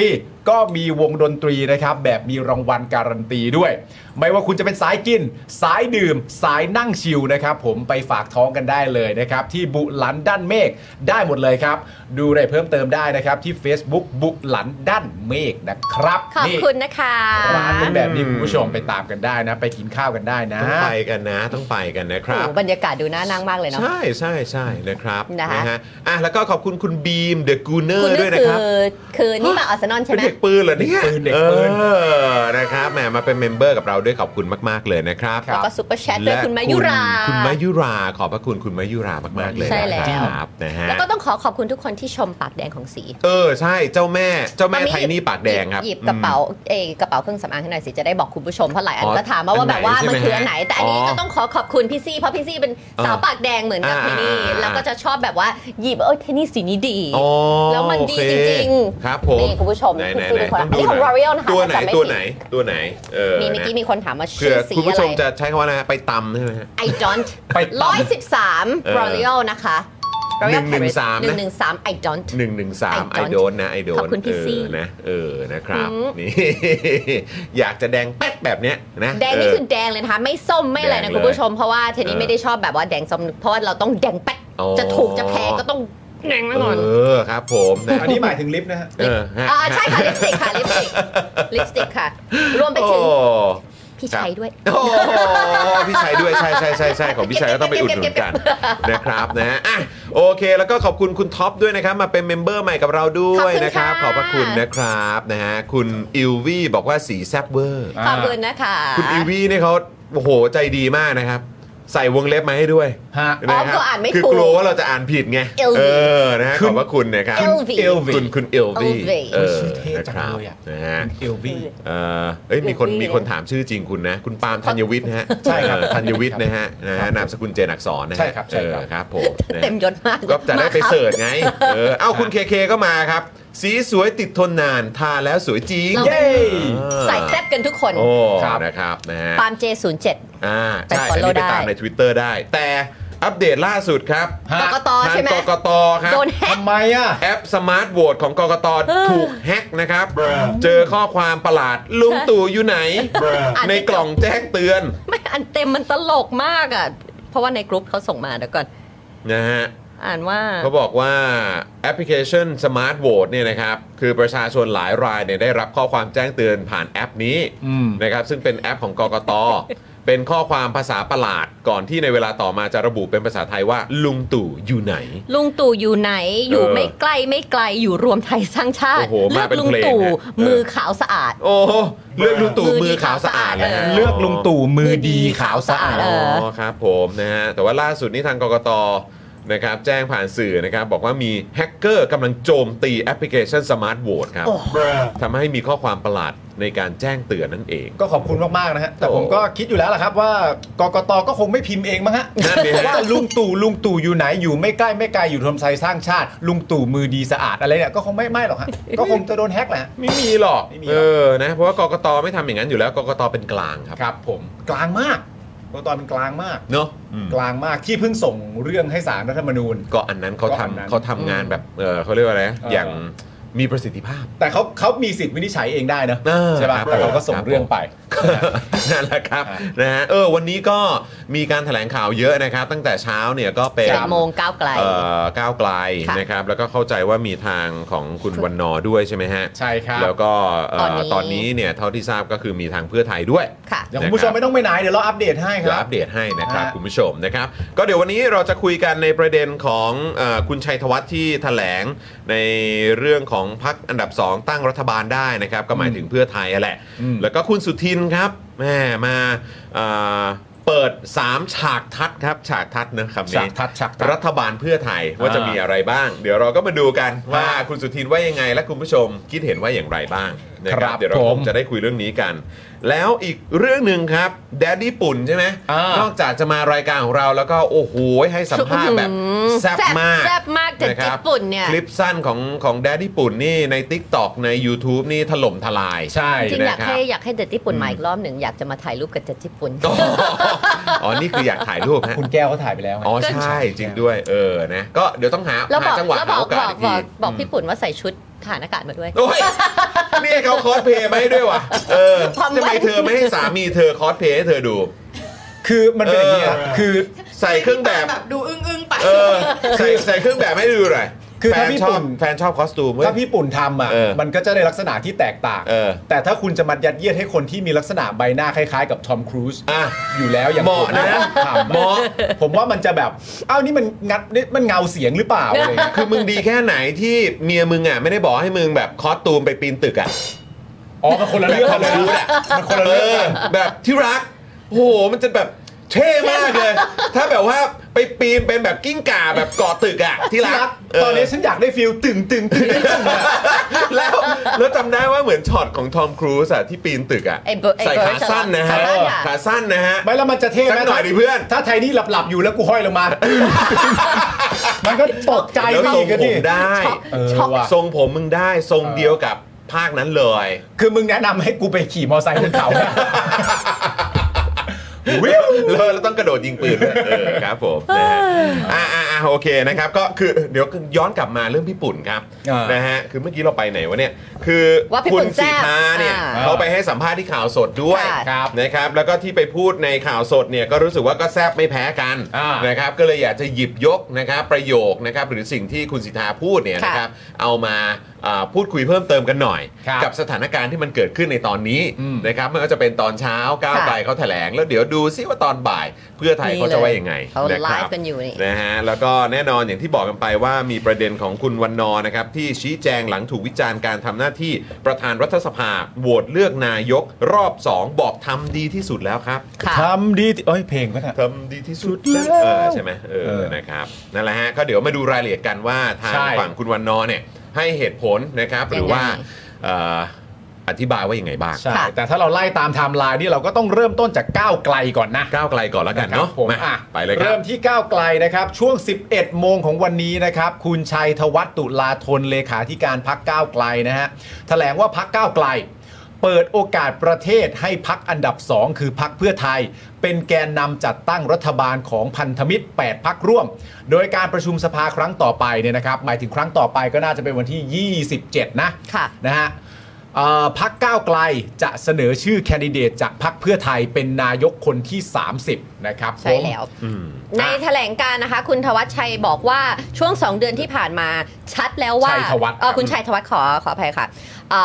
ก็มีวงดนตรีนะครับแบบมีรางวัลการันตีด้วยไม่ว่าคุณจะเป็นสายกินสายดื่มสายนั่งชิลนะครับผมไปฝากท้องกันได้เลยนะครับที่บุหลันด้านเมฆได้หมดเลยครับดูรายเพิ่มเติมได้นะครับที่ Facebook บุหลันด้านเมฆนะครับขอบคุณนะคะร้านเป็นแบบนี้คุณผู้ชมไปตามกันได้นะไปกินข้าวกันได้นะต้องไปกันนะครับบรรยากาศดูน่านั่งมากเลยเนาะใช่นะครับนะฮะแล้วก็ขอบคุณคุณบีมเดอะกูเนอร์ด้วยนะครับคือนี่มาอาร์เซนอลใช่ไหมเป็นเด็กปืนเหรอเนี่ยเด็กปืนนะครับแหมมาเป็นเมมเบอร์กับเราด้วยขอบคุณมากๆเลยนะครับแล้วก็ซุปเปอร์แชทด้วยคุณมายุราขอบพระคุณคุณมายุรามากๆเลยใช่แล้วครับนะฮะแล้วก็ต้องขอบคุณทุกคนที่ชมปากแดงของสีใช่เจ้าแม่ไทนี่ปากแดงครับหยิบกระเป๋าเครื่องสำอางให้หน่อยสิจะได้บอกคุณผู้ชมเพราะหลายอันก็ถามว่าแบบว่ามันคืออันไหนแต่อันนี้ก็ต้องขอบคุณพี่ซี่เพราะพี่ซี่เป็นสาวปากแดงเหมือนกับเทนนี่แล้วก็จะชอบแบบว่าหยิบเทนนี่สีนี้ดีแล้วมันดีจริงๆครับผมนี่คุณผู้ชมนี่ของ L'Oreal นะคะตัวไหนตัวไหนเมื่อกี้มีคนถามว่าชื่อสีอะไรคุณผู้ชมจะใช้คำว่าอะไรไปตำใช่ไหม I don't 113 L'Oreal นะคะ113 I don't 113 I don't นะ I don't ขอบคุณพี่ซี่นะนะครับนี่อยากจะแดงแป๊ดแบบเนี้ยนะแดงนี่คือแดงเลยนะคะไม่ส้มไม่อะไรนะคุณผู้ชมเพราะว่าเทนนี่ไม่ได้ชอบแบบว่าแดงส้มเพราะว่าเราต้องแดงแป๊ดจะถูกจะแพงก็ต้องแดงมาก่อนครับผมนะอันนี้หมายถึงลิปนะฮะใช่ค่ะลิปสติกค่ะรวมไปถึงพี่ชัยด้วยพี่ชัยด้วยใช่ของพี่ชัยก็ต้องไปอุดหนุนกันนะครับนะโอเคแล้วก็ขอบคุณคุณท็อปด้วยนะครับมาเป็นเมมเบอร์ใหม่กับเราด้วยนะครับขอบพระคุณนะครับนะฮะคุณอิลวี่บอกว่าสีแซ่บเวอร์ขอบคุณนะคะคุณอิลวี่นี่เขาโอ้โหใจดีมากนะครับใส่วงเล็บมาให้ด้วยนะครับคือกลัวว่าเราจะอ่านผิดไงนะฮะขอบพระคุณนะครับคุณเอลวีนะครับนะฮะเอลวีมีคนถามชื่อจริงคุณนะคุณปาล์มธัญวิทย์นะฮะใช่ครับธัญวิทย์นะฮะนามสกุลเจนอักษรนะฮะใช่ครับครับผมเต็มยศมากก็จะได้ไปเสิร์ชไงคุณเคก็มาครับสีสวยติดทนนานทาแล้วสวยจริงเย้ใส่แซ่บกันทุกคนนะครับนะฮะปาล์ม J07 ใช่อันนี้ไปตามใน Twitter ได้แต่อัปเดตล่าสุดครับกกตใช่ไหมกกตครับโดนแฮกทำไมแอปสมาร์ทโหวตของกกตถูกแฮกนะครับเจอข้อความประหลาดลุงตู่อยู่ไหนในกล่องแจ้งเตือนไม่อันเต็มมันตลกมากอ่ะเพราะว่าในกรุ๊ปเขาส่งมาเดี๋ยวก่อนนะฮะอ่านว่าเขาบอกว่าแอปพลิเคชัน Smart Vote เนี่ยนะครับคือประชาชนหลายรายเนี่ยได้รับข้อความแจ้งเตือนผ่านแอปนี้นะครับซึ่งเป็นแอปของกกต เป็นข้อความภาษาประหลาดก่อนที่ในเวลาต่อมาจะระบุเป็นภาษาไทยว่าลุงตู่อยู่ไหนลุงตู่อยู่ไหนอยู่ไม่ใกล้ไม่ไกลอยู่รวมไทยสร้างชาติเลือกลุงตู่มือขาวสะอาดโอ้เลือกลุงตู่มือขาวสะอาดนะเลือกลุงตู่มือดีขาวสะอาดครับผมนะฮะแต่ว่าล่าสุดนี้ทางกกตนะครับแจ้งผ่านสื่อนะครับบอกว่ามีแฮกเกอร์กำลังโจมตีแอปพลิเคชัน Smart Vote ครับทำให้มีข้อความประหลาดในการแจ้งเตือนนั่นเองก็ขอบคุณมากๆนะฮะแต่ผมก็คิดอยู่แล้วล่ะครับว่ากกตก็คงไม่พิมพ์เองมั้งฮะว่าลุงตู่อยู่ไหนอยู่ไม่ใกล้ไม่ไกลอยู่รวมไทยสร้างชาติลุงตู่มือดีสะอาดอะไรเนี่ยก็คงไม่หรอกฮะก็คงจะโดนแฮกแหละไม่มีหรอกนะเพราะว่ากกตไม่ทำอย่างนั้นอยู่แล้วกกตเป็นกลางครับครับผมกลางมากกกตเป็นกลางมากเนาะกลางมากที่เพิ่งส่งเรื่องให้ศาลรัฐธรรมนูญก็อันนั้นเขาทำงานแบบเขาเรียกว่าอะไรอย่างมีประสิทธิภาพแต่เขามีสิทธิ์วินิจฉัยเองได้นะใช่ป่ะแต่เราก็ส่งเรื่องไปนั่นแหละครับนะฮะวันนี้ก็มีการแถลงข่าวเยอะนะครับตั้งแต่เช้าเนี่ยก็เป็น 10 โมงก้าวไกลนะครับแล้วก็เข้าใจว่ามีทางของคุณวันนอด้วยใช่ไหมฮะใช่ครับแล้วก็ตอนนี้เนี่ยเท่าที่ทราบก็คือมีทางเพื่อไทยด้วยเดี๋ยวคุณผู้ชมไม่ต้องไปไหนเดี๋ยวเราอัปเดตให้ครับอัปเดตให้นะครับคุณผู้ชมนะครับก็เดี๋ยววันนี้เราจะคุยกันในประเด็นของคุณชัยธวัฒน์ที่แถลงในเรื่องของพรรคอันดับ2ตั้งรัฐบาลได้นะครับก็หมายถึงเพื่อไทยแหละแล้วก็คุณสุทินครับแม่มาเปิด3ฉากทัศน์ครับฉากทัศน์นะคำนี้รัฐบาลเพื่อไทยว่าจะมีอะไรบ้างเดี๋ยวเราก็มาดูกันว่าคุณสุทินว่ายังไงและคุณผู้ชมคิดเห็นว่าอย่างไรบ้างนะครับเดี๋ยวเราคงจะได้คุยเรื่องนี้กันแล้วอีกเรื่องหนึ่งครับแดดดี้ปุ่นใช่ไหมนอกจากจะมารายการของเราแล้วก็โอ้โหให้สัมภาษณ์แบบแซ่บมากแต่จิ๊บปุ่นเนี่ยคลิปสั้นของแดดดี้ปุ่นนี่ใน TikTok ใน YouTube นี่ถล่มทลายใช่จริงอยากให้แดดดี้ปุ่นมาอีกรอบหนึ่งอยากจะมาถ่ายรูปกับแดดดี้ปุ่นอ๋อนี่คืออยากถ่ายรูปฮะคุณแก้วเขาถ่ายไปแล้วอ๋อใช่จริงด้วยนะก็เดี๋ยวต้องหาจังหวะโอกาสอีกทีบอกพี่ปุ่นว่าใส่ชุดฐานอากาศมาด้วยนี่เขาคอสเพลย์มาให้ด้วยว่ะทำไมเธอไม่ให้สามีเธอคอสเพลย์ให้เธอดูคือมันเป็นอย่างนี้คือใส่เครื่องแบบดูอึ้งๆไปใส่เครื่องแบบให้ดูหน่อยคือถ้าพี่ปุ่นแฟนชอบคอสตูมถ้าพี่ปุ่นทำอ่ะมันก็จะได้ลักษณะที่แตกต่างแต่ถ้าคุณจะมายัดเยียดให้คนที่มีลักษณะใบหน้าคล้ายๆกับทอมครูซอยู่แล้วอย่างเหมาะนะเหมาะผมว่ามันจะแบบอ้าวนี่มันงัดนี่มันเงาเสียงหรือเปล่าอะไรคือมึงดีแค่ไหนที่เมียมึงอ่ะไม่ได้บอกให้มึงแบบคอสตูมไปปีนตึกอ่ะมันคนละเรื่องเลยมันคนละเรื่องแบบที่รักโหมันจะแบบเท่มากเลยถ้าแบบว่าไปปีนเป็นแบบกิ้งก่าแบบเกาะตึกอะที่รักตอนนี้ฉันอยากได้ฟีลตึงแล้วจำได้ว่าเหมือนช็อตของทอมครูซอะที่ปีนตึกอะใส่ขาสั้นนะฮะขาสั้นนะฮะไม่แล้วมันจะเท่ไหมหน่อยดิเพื่อนถ้าไทนี่หลับอยู่แล้วกูห้อยลงมามันก็ตกใจไปอีกกันดิได้ทรงผมมึงได้ทรงเดียวกับภาคนั้นเลยคือมึงแนะนำให้กูไปขี่มอไซค์บนเขาแล้วต้องกระโดดยิงปืนครับผมนะฮะโอเคนะครับก็คือเดี๋ยวย้อนกลับมาเรื่องพี่ปุ่นครับนะฮะคือเมื่อกี้เราไปไหนวะเนี่ยคือคุณสีทาเนี่ยเขาไปให้สัมภาษณ์ที่ข่าวสดด้วยนะครับแล้วก็ที่ไปพูดในข่าวสดเนี่ยก็รู้สึกว่าก็แซ่บไม่แพ้กันนะครับก็เลยอยากจะหยิบยกนะครับประโยคนะครับหรือสิ่งที่คุณสีทาพูดเนี่ยนะครับเอามาพูดคุยเพิ่มเติมกันหน่อยกับสถานการณ์ที่มันเกิดขึ้นในตอนนี้นะครับไม่ว่าจะเป็นตอนเช้าก้าวไกลเขาแถลงแล้วเดี๋ยวดูซิว่าตอนบ่ายเพื่อไทยเขาจะว่ายังไงนะครับนะฮะแล้วก็แน่นอนอย่างที่บอกกันไปว่ามีประเด็นของคุณวันนอนะครับที่ชี้แจงหลังถูกวิจารณ์การทำหน้าที่ประธานรัฐสภาโหวตเลือกนายกรอบ2บอกทำดีที่สุดแล้วครับทำดีเพลงก็ทำดีที่สุดแล้วใช่ไหมนะครับนั่นแหละฮะก็เดี๋ยวมาดูรายละเอียดกันว่าทางฝั่งคุณวันนอเนี่ยให้เหตุผลนะครับหรือว่าอธิบายว่ายังไงบ้างใช่แต่ถ้าเราไล่ตามไทม์ไลน์นี่เราก็ต้องเริ่มต้นจากก้าวไกลก่อนนะก้าวไกลก่อนแล้วกันเนาะไปเลยครับเริ่มที่ก้าวไกลนะครับช่วง 11 โมงของวันนี้นะครับคุณชัยธวัฒน์ตุลาธนเลขาธิการพรรคก้าวไกลนะฮะแถลงว่าพรรคก้าวไกลเปิดโอกาสประเทศให้พรรคอันดับ2คือพรรคเพื่อไทยเป็นแกนนำจัดตั้งรัฐบาลของพันธมิตร8พรรคร่วมโดยการประชุมสภาครั้งต่อไปเนี่ยนะครับหมายถึงครั้งต่อไปก็น่าจะเป็นวันที่27นะฮะพรรคก้าวไกลจะเสนอชื่อแคนดิเดตจากพรรคเพื่อไทยเป็นนายกคนที่30นะครับใช่แล้วในแถลงการนะคะคุณธวัชชัยบอกว่าช่วง2เดือนที่ผ่านมาชัดแล้วว่าคุณชัยธวัฒน์ขออภัยค่ะ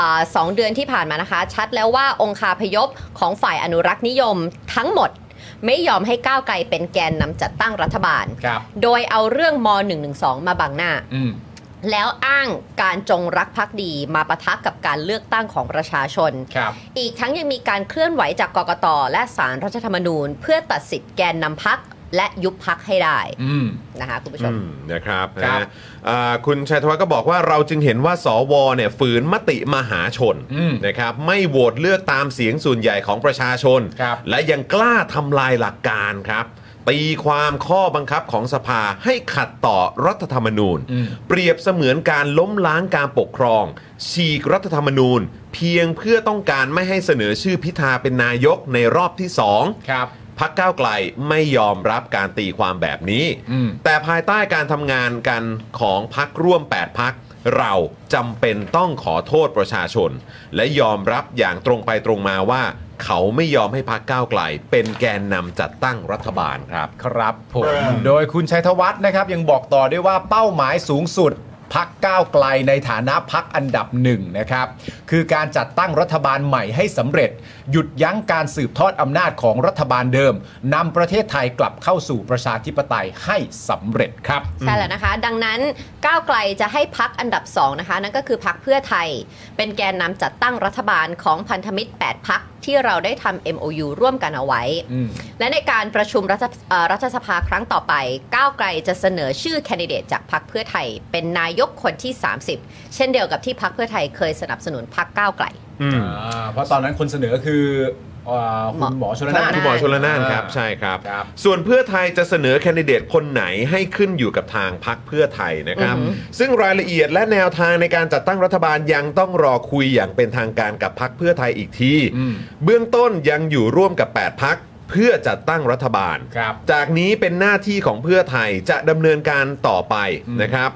2เดือนที่ผ่านมานะคะชัดแล้วว่าองคาพยพของฝ่ายอนุรักษ์นิยมทั้งหมดไม่ยอมให้ก้าวไกลเป็นแกนนำจัดตั้งรัฐบาลโดยเอาเรื่องม.112 มาบังหน้าแล้วอ้างการจงรักภักดีมาปะทะกับการเลือกตั้งของประชาชนอีกทั้งยังมีการเคลื่อนไหวจากกกต.และศาลรัฐธรรมนูญเพื่อตัดสิทธิ์แกนนำพรรคและยุบพรรคให้ได้นะคะคุณผู้ชมนะครับคุณชัยธวัฒน์ก็บอกว่าเราจึงเห็นว่าสวเนี่ยฝืนมติมหาชนนะครับไม่โหวตเลือกตามเสียงส่วนใหญ่ของประชาชนและยังกล้าทำลายหลักการครับตีความข้อบังคับของสภาให้ขัดต่อรัฐธรรมนูญเปรียบเสมือนการล้มล้างการปกครองฉีกรัฐธรรมนูญเพียงเพื่อต้องการไม่ให้เสนอชื่อพิธาเป็นนายกในรอบที่2ครับพรรคก้าวไกลไม่ยอมรับการตีความแบบนี้แต่ภายใต้การทำงานกันของพรรคร่วม8พรรคเราจำเป็นต้องขอโทษประชาชนและยอมรับอย่างตรงไปตรงมาว่าเขาไม่ยอมให้พรรคก้าวไกลเป็นแกนนำจัดตั้งรัฐบาลครับครับผมโดยคุณชัยธวัฒน์นะครับยังบอกต่อด้วยว่าเป้าหมายสูงสุดพรรคก้าวไกลในฐานะพรรคอันดับ1นะครับคือการจัดตั้งรัฐบาลใหม่ให้สำเร็จหยุดยั้งการสืบทอดอำนาจของรัฐบาลเดิมนำประเทศไทยกลับเข้าสู่ประชาธิปไตยให้สำเร็จครับใช่แล้วนะคะดังนั้นก้าวไกลจะให้พรรคอันดับ2นะคะนั่นก็คือพรรคเพื่อไทยเป็นแกนนำจัดตั้งรัฐบาลของพันธมิตร8พรรคที่เราได้ทำ MOU ร่วมกันเอาไว้และในการประชุมรัฐสภาครั้งต่อไปก้าวไกลจะเสนอชื่อแคนดิเดตจากพรรคเพื่อไทยเป็นนายกคนที่30เช่นเดียวกับที่พรรคเพื่อไทยเคยสนับสนุนพรรคก้าวไกลเพราะตอนนั้นคนเสนอคือคุณหมอชลน่านคุณหมอชลน่านครับใช่ครับส่วนเพื่อไทยจะเสนอแคนดิเดตคนไหนให้ขึ้นอยู่กับทางพรรคเพื่อไทยนะครับซึ่งรายละเอียดและแนวทางในการจัดตั้งรัฐบาลยังต้องรอคุยอย่างเป็นทางการกับพรรคเพื่อไทยอีกทีเบื้องต้นยังอยู่ร่วมกับ8พรรคเพื่อจัดตั้งรัฐบาลจากนี้เป็นหน้าที่ของเพื่อไทยจะดำเนินการต่อไปนะครับ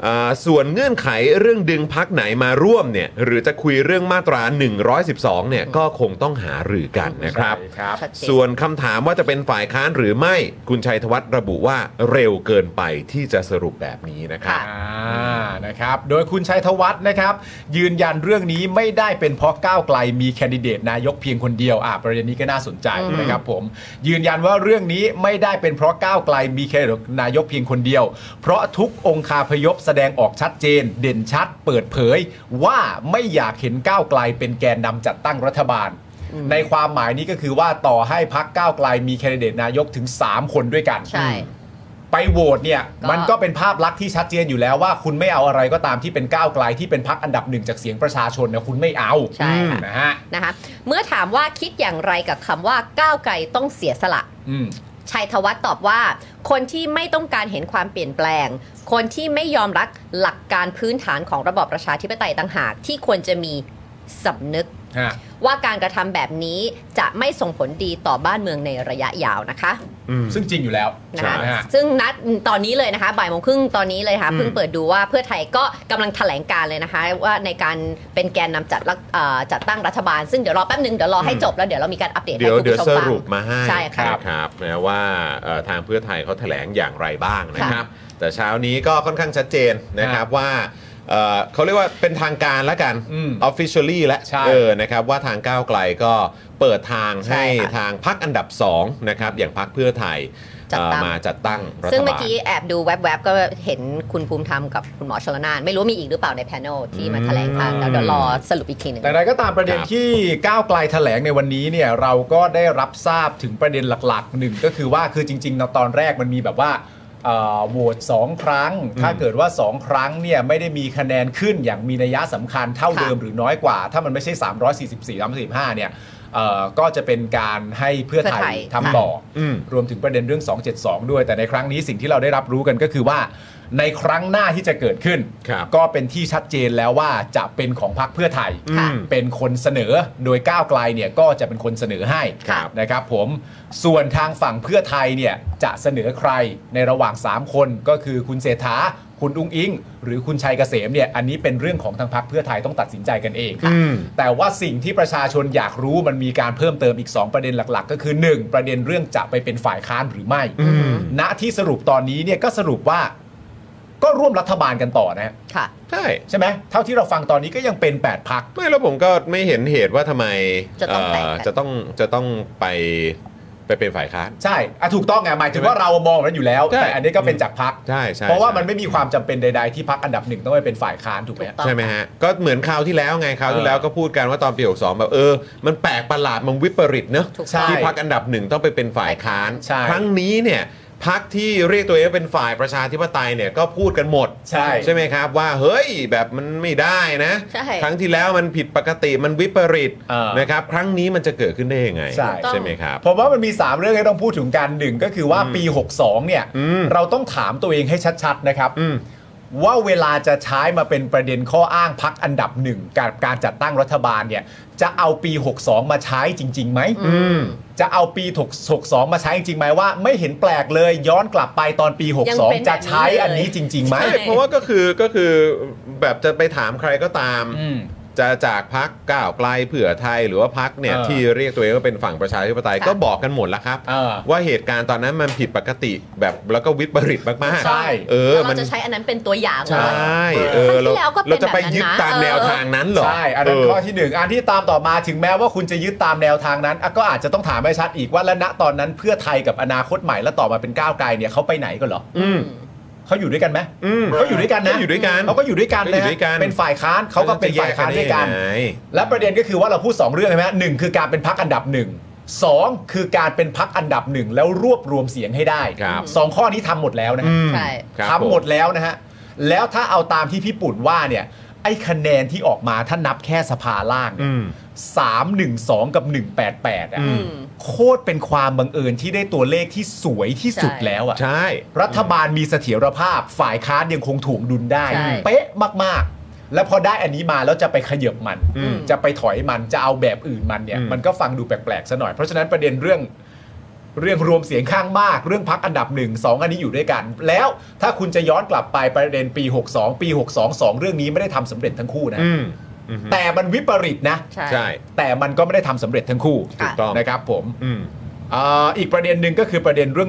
ส่วนเงื่อนไขเรื่องดึงพรรคไหนมาร่วมเนี่ยหรือจะคุยเรื่องมาตรา112เนี่ยก็คงต้องหารือกันนะครับ ส่วนคำถามว่าจะเป็นฝ่ายค้านหรือไม่คุณชัยธวัฒน์ระบุว่าเร็วเกินไปที่จะสรุปแบบนี้นะครับนะครับโดยคุณชัยธวัฒน์นะครับยืนยันเรื่องนี้ไม่ได้เป็นเพราะก้าวไกลมีแคนดิเดตนายกเพียงคนเดียวประเด็นนี้ก็น่าสนใจนะครับผมยืนยันว่าเรื่องนี้ไม่ได้เป็นเพราะก้าวไกลมีแคนดิเดตนายกเพียงคนเดียวเพราะทุกองคาพยพแสดงออกชัดเจนเด่นชัดเปิดเผยว่าไม่อยากเห็นก้าวไกลเป็นแกนนำจัดตั้งรัฐบาลในความหมายนี้ก็คือว่าต่อให้พรรคก้าวไกลมีแคนดิเดตนายกถึง3คนด้วยกันใช่ไปโหวตเนี่ยมันก็เป็นภาพลักษณ์ที่ชัดเจนอยู่แล้วว่าคุณไม่เอาอะไรก็ตามที่เป็นก้าวไกลที่เป็นพรรคอันดับหนึ่งจากเสียงประชาชนนะคุณไม่เอาใช่นะคะเมื่อถามว่าคิดอย่างไรกับคำว่าก้าวไกลต้องเสียสละชัยธวัฒน์ตอบว่าคนที่ไม่ต้องการเห็นความเปลี่ยนแปลงคนที่ไม่ยอมรับหลักการพื้นฐานของระบอบประชาธิปไตยต่างหากที่ควรจะมีสำนึกว่าการกระทำแบบนี้จะไม่ส่งผลดีต่อบ้านเมืองในระยะยาวนะคะซึ่งจริงอยู่แล้วนะคะซึ่งนัดตอนนี้เลยนะคะบ่ายโมงครึ่งตอนนี้เลยค่ะเพิ่งเปิดดูว่าเพื่อไทยก็กำลังแถลงการเลยนะคะว่าในการเป็นแกนนำจัดตั้งรัฐบาลซึ่งเดี๋ยวรอแป๊บนึงเดี๋ยวรอให้จบแล้วเดี๋ยวเรามีการอัปเดตให้คุณผู้ชมฟังสรุปมาให้ใช่ครับนะว่าทางเพื่อไทยเขาแถลงอย่างไรบ้างนะครับแต่เช้านี้ก็ค่อนข้างชัดเจนนะครับว่าเขาเรียกว่าเป็นทางการแล้วกัน officially และนะครับว่าทางก้าวไกลก็เปิดทางให้ทางพรรคอันดับ2นะครับอย่างพรรคเพื่อไทยมาจัดตั้งรัฐบาลซึ่งเมื่อกี้แอบดูแวบๆก็เห็นคุณภูมิธรรมกับคุณหมอชลนานไม่รู้มีอีกหรือเปล่าในแพนเนลที่มาแถลงข่าวแล้วเดี๋ยวรอสรุปอีกทีนึงแต่ใดก็ตามประเด็นที่ก้าวไกลแถลงในวันนี้เนี่ยเราก็ได้รับทราบถึงประเด็นหลักๆหนึ่งก็คือว่าคือจริงๆตอนแรกมันมีแบบว่าโหวต2ครั้งถ้าเกิดว่า2ครั้งเนี่ยไม่ได้มีคะแนนขึ้นอย่างมีนัยสำคัญเท่าเดิมหรือน้อยกว่าถ้ามันไม่ใช่344-345เนี่ยก็จะเป็นการให้เพื่อไทยทำต่อรวมถึงประเด็นเรื่อง272ด้วยแต่ในครั้งนี้สิ่งที่เราได้รับรู้กันก็คือว่าในครั้งหน้าที่จะเกิดขึ้นก็เป็นที่ชัดเจนแล้วว่าจะเป็นของพรรคเพื่อไทยเป็นคนเสนอโดยก้าวไกลเนี่ยก็จะเป็นคนเสนอให้นะครับผมส่วนทางฝั่งเพื่อไทยเนี่ยจะเสนอใครในระหว่าง3คนก็คือคุณเศรษฐาคุณอุ้งอิงหรือคุณชัยเกษมเนี่ยอันนี้เป็นเรื่องของทางพรรคเพื่อไทยต้องตัดสินใจกันเองแต่ว่าสิ่งที่ประชาชนอยากรู้มันมีการเพิ่มเติมอีก2ประเด็นหลักๆก็คือ1ประเด็นเรื่องจะไปเป็นฝ่ายค้านหรือไม่ณที่สรุปตอนนี้เนี่ยก็สรุปว่าก็ร่วมรัฐบาลกันต่อนะค่ะใช่ไหมเท่าที่เราฟังตอนนี้ก็ยังเป็น8พรรคไม่แล้วผมก็ไม่เห็นเหตุว่าทำไมจะต้องไปเป็นฝ่ายค้านใช่ถูกต้องไงหมายถึงว่าเรามองมันอยู่แล้วแต่อันนี้ก็เป็นจากพรรคใช่เพราะว่ามันไม่มีความจำเป็นใดๆที่พรรคอันดับ1ต้องไปเป็นฝ่ายค้านถูกไหมใช่ไหมฮะก็เหมือนคราวที่แล้วไงคราวที่แล้วก็พูดกันว่าตอนปี62แบบมันแปลกประหลาดมันวิปริตเนอะที่พรรคอันดับ1ต้องไปเป็นฝ่ายค้านครั้งนี้เนี่ยพรรคที่เรียกตัวเองเป็นฝ่ายประชาธิปไตยเนี่ยก็พูดกันหมดใช่ไหมครับว่าเฮ้ยแบบมันไม่ได้นะครั้งที่แล้วมันผิดปกติมันวิปริตนะครับครั้งนี้มันจะเกิดขึ้นได้ยังไงใช่ไหมครับผมว่ามันมี3เรื่องให้ต้องพูดถึงกันหนึ่งก็คือว่าปี62เนี่ยเราต้องถามตัวเองให้ชัดๆนะครับว่าเวลาจะใช้มาเป็นประเด็นข้ออ้างพรรคอันดับ1กับการจัดตั้งรัฐบาลเนี่ยจะเอาปี62มาใช้จริงๆไหมจะเอาปี62มาใช้จริงๆไหมว่าไม่เห็นแปลกเลยย้อนกลับไปตอนปี62จะใช้อันนี้จริงๆไหมเพราะว่าก็คือแบบจะไปถามใครก็ตามจะจากพรรคก้าวไกลเผื่อไทยหรือว่าพรรคเนี่ยที่เรียกตัวเองว่าเป็นฝั่งประชาธิปไตยก็บอกกันหมดแล้วครับว่าเหตุการณ์ตอนนั้นมันผิดปกติแบบแล้วก็วิปริตมากๆใช่เราจะใช้อันนั้นเป็นตัวอย่างใช่เราจะไปยึดตามแนวทางนั้นหรอใช่อันนั้นข้อที่1อันที่ตามต่อมาถึงแม้ว่าคุณจะยึดตามแนวทางนั้นก็อาจจะต้องถามให้ชัดอีกว่าแล้วณตอนนั้นเพื่อไทยกับอนาคตใหม่แล้วต่อมาเป็นก้าวไกลเนี่ยเขาไปไหนกันหรอเขาอยู่ด้วยกันไหมเขาอยู่ด้วยกันนะเขาก็อยู่ด้วยกันนะเป็นฝ่ายค้านเขาก็เป็นฝ่ายค้านด้วยกันและประเด็นก็คือว่าเราพูด2เรื่องใช่ไหม1คือการเป็นพรรคอันดับ1 2คือการเป็นพรรคอันดับ1แล้วรวบรวมเสียงให้ได้2ข้อนี้ทำหมมดแล้วนะทำหมดแล้วนะฮะแล้วถ้าเอาตามที่พี่ปุ่นว่าเนี่ยไอ้คะแนนที่ออกมาถ้านับแค่สภาล่าง312กับ188โคตรเป็นความบังเอิญที่ได้ตัวเลขที่สวยที่สุดแล้วอ่ะใช่รัฐบาลมีเสถียรภาพฝ่ายค้านยังคงถ่วงดุลได้เป๊ะมากๆแล้วพอได้อันนี้มาแล้วจะไปขยับมันจะไปถอยมันจะเอาแบบอื่นมันเนี่ยมันก็ฟังดูแปลกๆซะหน่อยเพราะฉะนั้นประเด็นเรื่องเรื่องรวมเสียงข้างมากเรื่องพรรคอันดับ1 2อันนี้อยู่ด้วยกันแล้วถ้าคุณจะย้อนกลับไปประเด็นปี62ปี62 2เรื่องนี้ไม่ได้ทำสำเร็จทั้งคู่นะแต่มันวิปริตนะใช่แต่มันก็ไม่ได้ทำสำเร็จทั้งคู่ถูกต้องนะครับผมอีกประเด็นหนึ่งก็คือประเด็นเรื่อง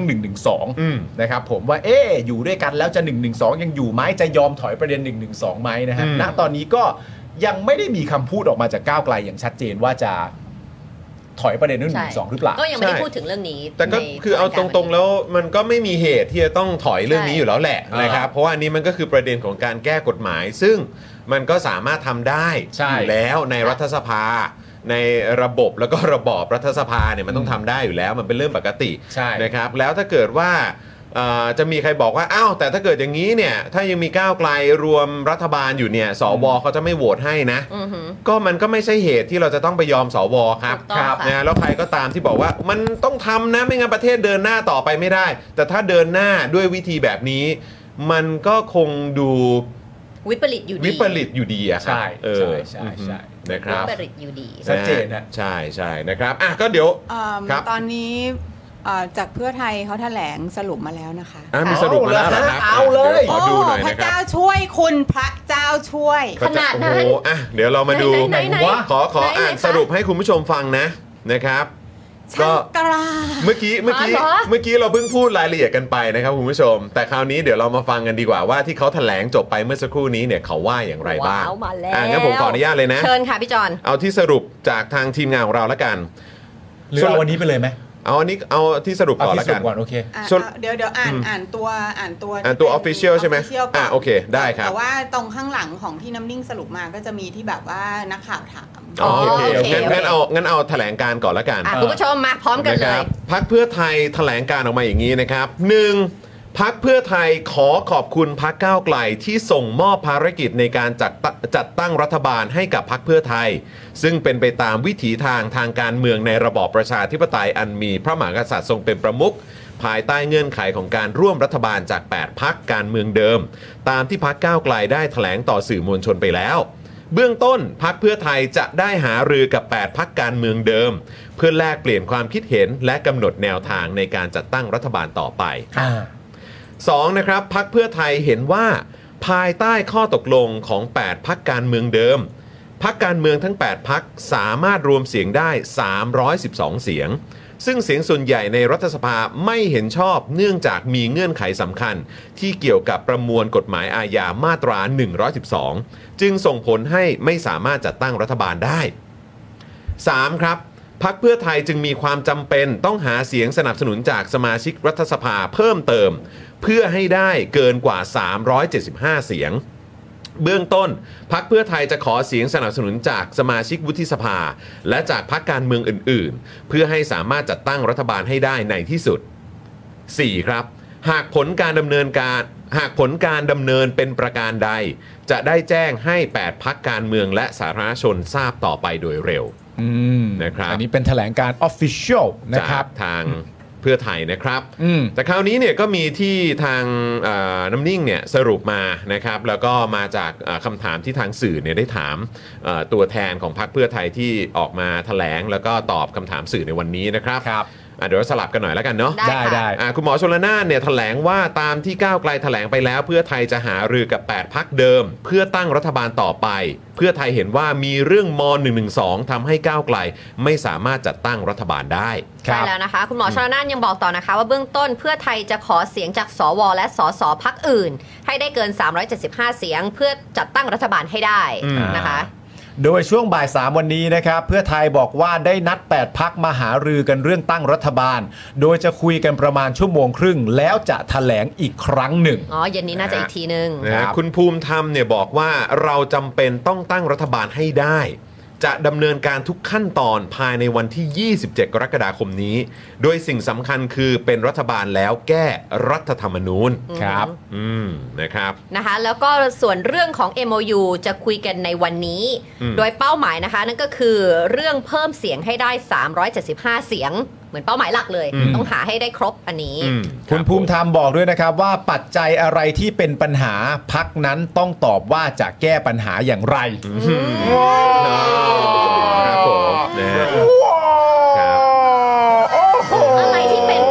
112นะครับผมว่าอยู่ด้วยกันแล้วจะ112ยังอยู่ไหมจะยอมถอยประเด็น112ไหมนะฮะณตอนนี้ก็ยังไม่ได้มีคำพูดออกมาจากก้าวไกลอย่างชัดเจนว่าจะถอยประเด็นเรื่อง112หรือเปล่าก็ยังไม่ได้พูดถึงเรื่องนี้แต่ก็คือเอาตรงๆแล้วมันก็ไม่มีเหตุที่จะต้องถอยเรื่องนี้อยู่แล้วแหละนะครับเพราะว่าอันนี้มันก็คือประเด็นของการแก้กฎหมายซึ่งมันก็สามารถทำได้อยู่แล้วในรัฐสภาในระบบแล้วก็ระบอบรัฐสภาเนี่ยมันต้องทำได้อยู่แล้วมันเป็นเรื่องปกตินะครับแล้วถ้าเกิดว่าจะมีใครบอกว่าอ้าวแต่ถ้าเกิดอย่างนี้เนี่ยถ้ายังมีก้าวไกลรวมรัฐบาลอยู่เนี่ยสวเขาจะไม่โหวตให้นะก็มันก็ไม่ใช่เหตุที่เราจะต้องไปยอมสวครับนะแล้วใครก็ตามที่บอกว่ามันต้องทำนะไม่งั้นประเทศเดินหน้าต่อไปไม่ได้แต่ถ้าเดินหน้าด้วยวิธีแบบนี้มันก็คงดูวิปริตอยู่ดีอะครับใช่นะครับวิปริตอยู่ดีชัดเจนนะใช่นะครับอ่ะก็เดี๋ยวตอนนี้จากเพื่อไทยเขาแถลงสรุปมาแล้วนะคะมีสรุปมาแล้วนะครับเอาเลยขอดูหน่อยนะครับพระเจ้าช่วยคุณพระเจ้าช่วยขนาดนั้นโอ้โหอ่ะเดี๋ยวเรามาดูขออ่านสรุปให้คุณผู้ชมฟังนะครับก็เมื่อกี้เราเพิ่งพูดรายละเอียดกันไปนะครับคุณผู้ชมแต่คราวนี้เดี๋ยวเรามาฟังกันดีกว่าว่าที่เขาแถลงจบไปเมื่อสักครู่นี้เนี่ยเขาว่าอย่างไรบ้างงั้นผมขออนุญาตเลยนะเชิญค่ะพี่จอนเอาที่สรุปจากทางทีมงานของเราแล้วกันหรือเอาวันนี้ไปเลยไหมเอาอันนี้เอาที่สรุปก่อนแล้วกันโอเคเดี๋ยวอ่านตัว official ใช่ไหมโอเคได้ครับแต่ว่าตรงข้างหลังของที่น้ำนิ่งสรุปมาก็จะมีที่แบบว่านักข่าวถามโอเคงั้นเอาแถลงการก่อนแล้วกันคุณผู้ชมมาพร้อมกันเลยพรรคเพื่อไทยแถลงการออกมาอย่างนี้นะครับ1พรรคเพื่อไทยขอบคุณพรรคก้าวไกลที่ส่งมอบภารกิจในการจัดตั้งรัฐบาลให้กับพรรคเพื่อไทยซึ่งเป็นไปตามวิถีทางการเมืองในระบอบประชาธิปไตยอันมีพระมหากษัตริย์ทรงเป็นประมุขภายใต้เงื่อนไขของการร่วมรัฐบาลจาก8พรรคการเมืองเดิมตามที่พรรคก้าวไกลได้แถลงต่อสื่อมวลชนไปแล้วเบื้องต้นพรรคเพื่อไทยจะได้หารือกับ8พรรคการเมืองเดิมเพื่อแลกเปลี่ยนความคิดเห็นและกำหนดแนวทางในการจัดตั้งรัฐบาลต่อไป2นะครับพรรคเพื่อไทยเห็นว่าภายใต้ข้อตกลงของ8พรรคการเมืองเดิมพรรคการเมืองทั้ง8พรรคสามารถรวมเสียงได้312เสียงซึ่งเสียงส่วนใหญ่ในรัฐสภาไม่เห็นชอบเนื่องจากมีเงื่อนไขสำคัญที่เกี่ยวกับประมวลกฎหมายอาญามาตรา112จึงส่งผลให้ไม่สามารถจัดตั้งรัฐบาลได้3ครับพรรคเพื่อไทยจึงมีความจำเป็นต้องหาเสียงสนับสนุนจากสมาชิกรัฐสภาเพิ่มเติมเพื่อให้ได้เกินกว่า375เสียงเบื้องต้นพรรคเพื่อไทยจะขอเสียงสนับสนุนจากสมาชิกวุฒิสภาและจากพรรคการเมืองอื่นๆเพื่อให้สามารถจัดตั้งรัฐบาลให้ได้ในที่สุด4ครับหากผลการดำเนินเป็นประการใดจะได้แจ้งให้8พรรคการเมืองและสาธารณชนทราบต่อไปโดยเร็วนะครับอันนี้เป็นแถลงการ Official นะครับทางเพื่อไทยนะครับแต่คราวนี้เนี่ยก็มีที่ทางน้ำนิ่งเนี่ยสรุปมานะครับแล้วก็มาจากคำถามที่ทางสื่อเนี่ยได้ถามตัวแทนของพรรคเพื่อไทยที่ออกมาแถลงแล้วก็ตอบคำถามสื่อในวันนี้นะครับเดี๋ยวสลับกันหน่อยแล้วกันเนาะได้คุณหมอชลนานเนี่ยแถลงว่าตามที่ก้าวไกลแถลงไปแล้วเพื่อไทยจะหารือกับ8พรรคเดิมเพื่อตั้งรัฐบาลต่อไปเพื่อไทยเห็นว่ามีเรื่องม.112 ทำให้ก้าวไกลไม่สามารถจัดตั้งรัฐบาลได้ใช่แล้วนะคะคุณหมอชลนานยังบอกต่อนะคะว่าเบื้องต้นเพื่อไทยจะขอเสียงจากสวและสสพรรคอื่นให้ได้เกิน375เสียงเพื่อจัดตั้งรัฐบาลให้ได้นะคะโดยช่วงบ่าย3วันนี้นะครับเพื่อไทยบอกว่าได้นัด8พรรคมาหารือกันเรื่องตั้งรัฐบาลโดยจะคุยกันประมาณ1.5 ชั่วโมงแล้วจะแถลงอีกครั้งหนึ่งเย็นนี้น่าจะอีกทีนึงคุณภูมิธรรมเนี่ยบอกว่าเราจำเป็นต้องตั้งรัฐบาลให้ได้จะดำเนินการทุกขั้นตอนภายในวันที่27กรกฎาคมนี้โดยสิ่งสำคัญคือเป็นรัฐบาลแล้วแก้รัฐธรรมนูญครับนะครับนะคะแล้วก็ส่วนเรื่องของ MOU จะคุยกันในวันนี้โดยเป้าหมายนะคะนั่นก็คือเรื่องเพิ่มเสียงให้ได้375เสียงเหมือนเป้าหมายหลักเลยต้องหาให้ได้ครบอันนี้คุณภูมิธรรมบอกด้วยนะครับว่าปัจจัยอะไรที่เป็นปัญหาพรรคนั้นต้องตอบว่าจะแก้ปัญหาอย่างไรครับผมอะไรที่เป็น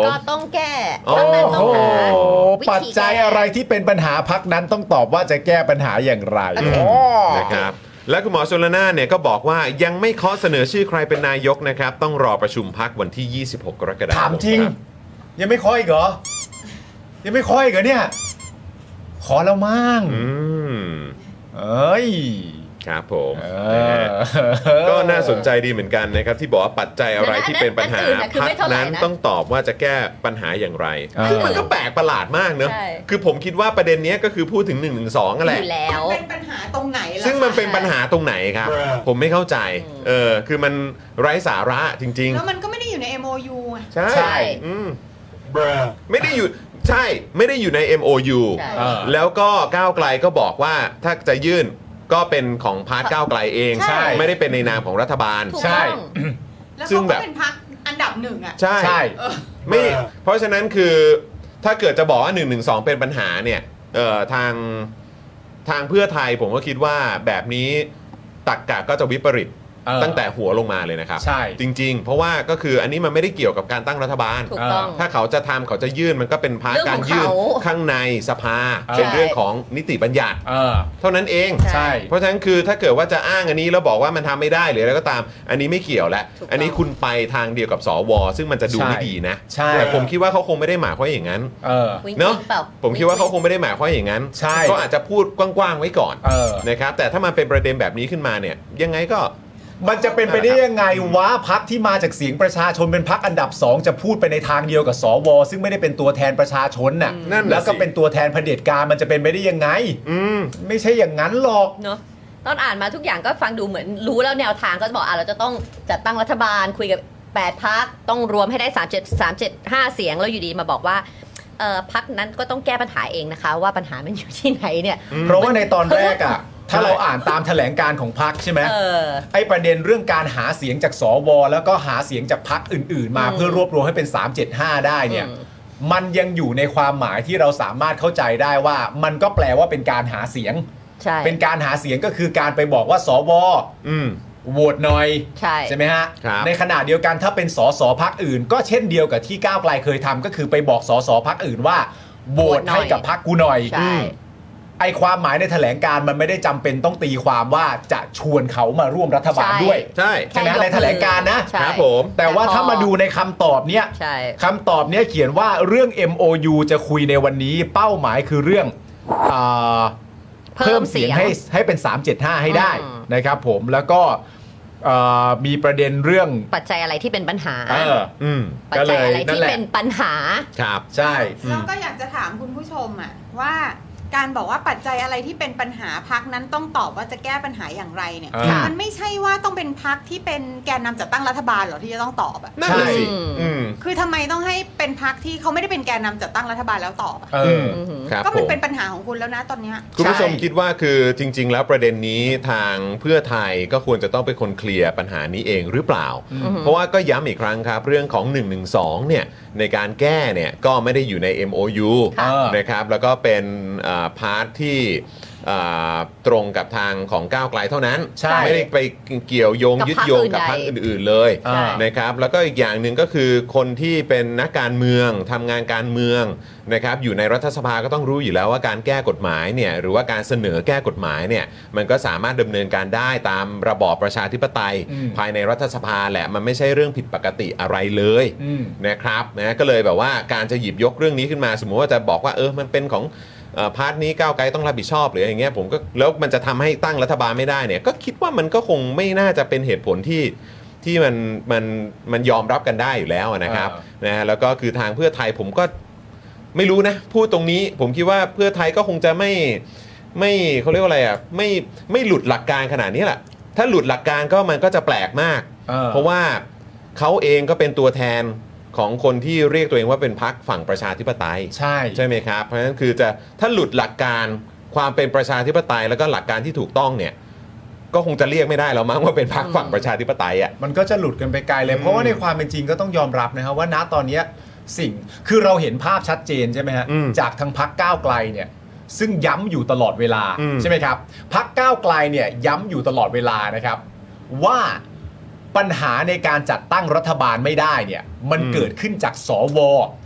ก็ต้องแก้ดังนั้นต้องหาวิธีปัจจัยอะไรที่เป็นปัญหาพรรคนั้นต้องตอบว่าจะแก้ปัญหาอย่างไรนะครับและคุณหมอชลนานเนี่ยก็บอกว่ายังไม่เคาะเสนอชื่อใครเป็นนายกนะครับต้องรอประชุมพรรควันที่ 26 กรกฎาคมถามจริง ยังไม่ขออีกเหรอยังไม่ขออีกเหรอเนี่ยขอแล้วมั้งเอ้ยครับผมก็น่าสนใจดีเหมือนกันนะครับที่บอกว่าปัจจัยอะไรที่เป็นปัญหาพรรคนั้นต้องตอบว่าจะแก้ปัญหาอย่างไรซึ่งมันก็แปลกประหลาดมากเนอะคือผมคิดว่าประเด็นนี้ก็คือพูดถึง112นั่นแหละมันเป็นปัญหาตรงไหนล่ะซึ่งมันเป็นปัญหาตรงไหนครับผมไม่เข้าใจคือมันไร้สาระจริงๆแล้วมันก็ไม่ได้อยู่ใน MOU ใช่ไม่ได้อยู่ใช่ไม่ได้อยู่ใน MOU แล้วก็ก้าวไกลก็บอกว่าถ้าจะยื่นก็เป็นของพรรคก้าวไกลเองไม่ได้เป็นในนามของรัฐบาลใช่แล้วเขาก็เป็นพรรคอันดับหนึ่งอ่ะใช่ไม่เพราะฉะนั้นคือถ้าเกิดจะบอกว่า112เป็นปัญหาเนี่ยทางเพื่อไทยผมก็คิดว่าแบบนี้ตรรกะก็จะวิปริตตั้งแต่หัวลงมาเลยนะครับใช่จริงๆเพราะว่าก็คืออันนี้มันไม่ได้เกี่ยวกับการตั้งรัฐบาลถ้าเขาจะทำเขาจะยื่นมันก็เป็นพาร์ทการยื่นข้างในสภาเป็นเรื่องของนิติบัญญัติเท่านั้นเองใช่เพราะฉะนั้นคือถ้าเกิดว่าจะอ้างอันนี้แล้วบอกว่ามันทำไม่ได้หรืออะไรก็ตามอันนี้ไม่เกี่ยวแล้วอันนี้คุณไปทางเดียวกับสวซึ่งมันจะดูไม่ดีนะแต่ผมคิดว่าเขาคงไม่ได้หมายความอย่างนั้นเนาะผมคิดว่าเขาคงไม่ได้หมายความอย่างนั้นเขาอาจจะพูดกว้างๆไว้ก่อนนะครับแต่ถ้ามันเป็นประเด็นแบบนี้ขึ้นมาเนี่ยยังไงก็มันจะเป็นไปได้ยังไงวะพรรคที่มาจากเสียงประชาชนเป็นพรรคอันดับ2จะพูดไปในทางเดียวกับสวซึ่งไม่ได้เป็นตัวแทนประชาชนน่ะแล้วก็เป็นตัวแทนเผด็จการมันจะเป็นไปได้ยังไงไม่ใช่อย่างนั้นหรอกเนาะตอนอ่านมาทุกอย่างก็ฟังดูเหมือนรู้แล้วแนวทางก็จะบอกเราจะต้องจัดตั้งรัฐบาลคุยกับ8พรรคต้องรวมให้ได้375เสียงแล้วอยู่ดีมาบอกว่าพรรคนั้นก็ต้องแก้ปัญหาเองนะคะว่าปัญหามันอยู่ที่ไหนเนี่ยเพราะว่าในตอนแรกอ่ะถ้าเราอ่านตามแถลงการของพรรคใช่ไหมไอ้ประเด็นเรื่องการหาเสียงจากสวแล้วก็หาเสียงจากพรรคอื่นๆมาเพื่อรวบรวมให้เป็น375ได้เนี่ยมันยังอยู่ในความหมายที่เราสามารถเข้าใจได้ว่ามันก็แปลว่าเป็นการหาเสียงเป็นการหาเสียงก็คือการไปบอกว่าสวโหวตหน่อยใช่ไหมฮะในขณะเดียวกันถ้าเป็นสสพรรคอื่นก็เช่นเดียวกับที่ก้าวไกลเคยทำก็คือไปบอกสสพรรคอื่นว่าโหวตให้กับพรรคกูหน่อยไอความหมายในแถลงการมันไม่ได้จำเป็นต้องตีความว่าจะชวนเขามาร่วมรัฐบาลด้วยใช่ไหมในแถลงการนะครับผมแต่ว่าถ้ามาดูในคำตอบเนี้ยคำตอบเนี้ยเขียนว่าเรื่อง MOU จะคุยในวันนี้เป้าหมายคือเรื่องเพิ่มเสียงให้เป็น375ให้ได้นะครับผมแล้วก็มีประเด็นเรื่องปัจจัยอะไรที่เป็นปัญหาปัจจัยอะไรที่เป็นปัญหาครับใช่แล้วก็อยากจะถามคุณผู้ชมว่าการบอกว่าปัจจัยอะไรที่เป็นปัญหาพรรคนั้นต้องตอบว่าจะแก้ปัญหาอย่างไรเนี่ยมันไม่ใช่ว่าต้องเป็นพรรคที่เป็นแกนนำจัดตั้งรัฐบาลหรอที่จะต้องตอบนั่นสิคือทำไมต้องให้เป็นพรรคที่เขาไม่ได้เป็นแกนนำจัดตั้งรัฐบาลแล้วตอบก็มันเป็นปัญหาของคุณแล้วนะตอนนี้คุณผู้ชมคิดว่าคือจริงๆแล้วประเด็นนี้ทางเพื่อไทยก็ควรจะต้องเป็นคนเคลียร์ปัญหานี้เองหรือเปล่าเพราะว่าก็ย้ำอีกครั้งครับเรื่องของ112เนี่ยในการแก้เนี่ยก็ไม่ได้อยู่ใน MOU นะครับแล้วก็เป็นพาร์ทที่ตรงกับทางของก้าวไกลเท่านั้นไม่ได้ไปเกี่ยวโยงยึดโยงกับพรรคอื่นๆเลยนะครับแล้วก็อีกอย่างหนึ่งก็คือคนที่เป็นนักการเมืองทำงานการเมืองนะครับอยู่ในรัฐสภาก็ต้องรู้อยู่แล้วว่าการแก้กฎหมายเนี่ยหรือว่าการเสนอแก้กฎหมายเนี่ยมันก็สามารถดำเนินการได้ตามระบอบประชาธิปไตยภายในรัฐสภาแหละมันไม่ใช่เรื่องผิดปกติอะไรเลยนะครับนะก็เลยแบบว่าการจะหยิบยกเรื่องนี้ขึ้นมาสมมุติว่าจะบอกว่ามันเป็นของพาร์ทนี้ก้าวไกลต้องรับผิดชอบหรืออย่างเงี้ยผมก็แล้วมันจะทำให้ตั้งรัฐบาลไม่ได้เนี่ยก็คิดว่ามันก็คงไม่น่าจะเป็นเหตุผลที่มันยอมรับกันได้อยู่แล้วนะครับนะแล้วก็คือทางเพื่อไทยผมก็ไม่รู้นะพูดตรงนี้ผมคิดว่าเพื่อไทยก็คงจะไม่เขาเรียกว่าอะไรไม่หลุดหลักการขนาดนี้แหละถ้าหลุดหลักการก็มันก็จะแปลกมากเพราะว่าเขาเองก็เป็นตัวแทนของคนที่เรียกตัวเองว่าเป็นพรรคฝั่งประชาธิปไตยใช่ไหมครับเพราะฉะนั้นคือถ้าหลุดหลักการความเป็นประชาธิปไตยแล้วก็หลักการที่ถูกต้องเนี่ยก็คงจะเรียกไม่ได้แล้วมั้งว่าเป็นพรรคฝั่งประชาธิปไตยมันก็จะหลุดกันไปไกลเลยเพราะว่าในความเป็นจริงก็ต้องยอมรับนะครับว่าณตอนนี้คือเราเห็นภาพชัดเจนใช่ไหมฮะจากทางพรรคก้าวไกลเนี่ยซึ่งย้ำอยู่ตลอดเวลาใช่ไหมครับพรรคก้าวไกลเนี่ยย้ำอยู่ตลอดเวลานะครับว่าปัญหาในการจัดตั้งรัฐบาลไม่ได้เนี่ยมันเกิดขึ้นจากสว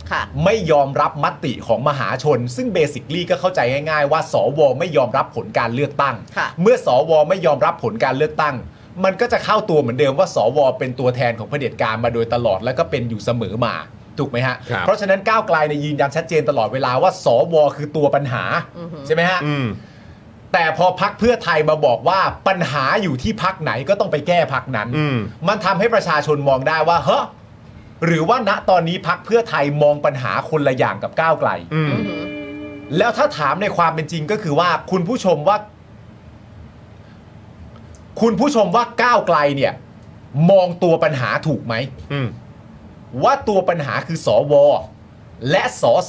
ไม่ยอมรับมติของมหาชนซึ่งเบสิคลี่ก็เข้าใจง่ายๆว่าสวไม่ยอมรับผลการเลือกตั้งเมื่อสวไม่ยอมรับผลการเลือกตั้งมันก็จะเข้าตัวเหมือนเดิมว่าสวเป็นตัวแทนของเผด็จการมาโดยตลอดแล้วก็เป็นอยู่เสมอมาถูกไหมฮะเพราะฉะนั้นก้าวไกลในยืนยันชัดเจนตลอดเวลาว่าสวคือตัวปัญหาใช่ไหมฮะแต่พอพรรคเพื่อไทยมาบอกว่าปัญหาอยู่ที่พรรคไหนก็ต้องไปแก้พรรคนั้นมันทำให้ประชาชนมองได้ว่าเฮ้อหรือว่าณตอนนี้พรรคเพื่อไทยมองปัญหาคนละอย่างกับก้าวไกลแล้วถ้าถามในความเป็นจริงก็คือว่าคุณผู้ชมว่าก้าวไกลเนี่ยมองตัวปัญหาถูกไหมว่าตัวปัญหาคือสวและสส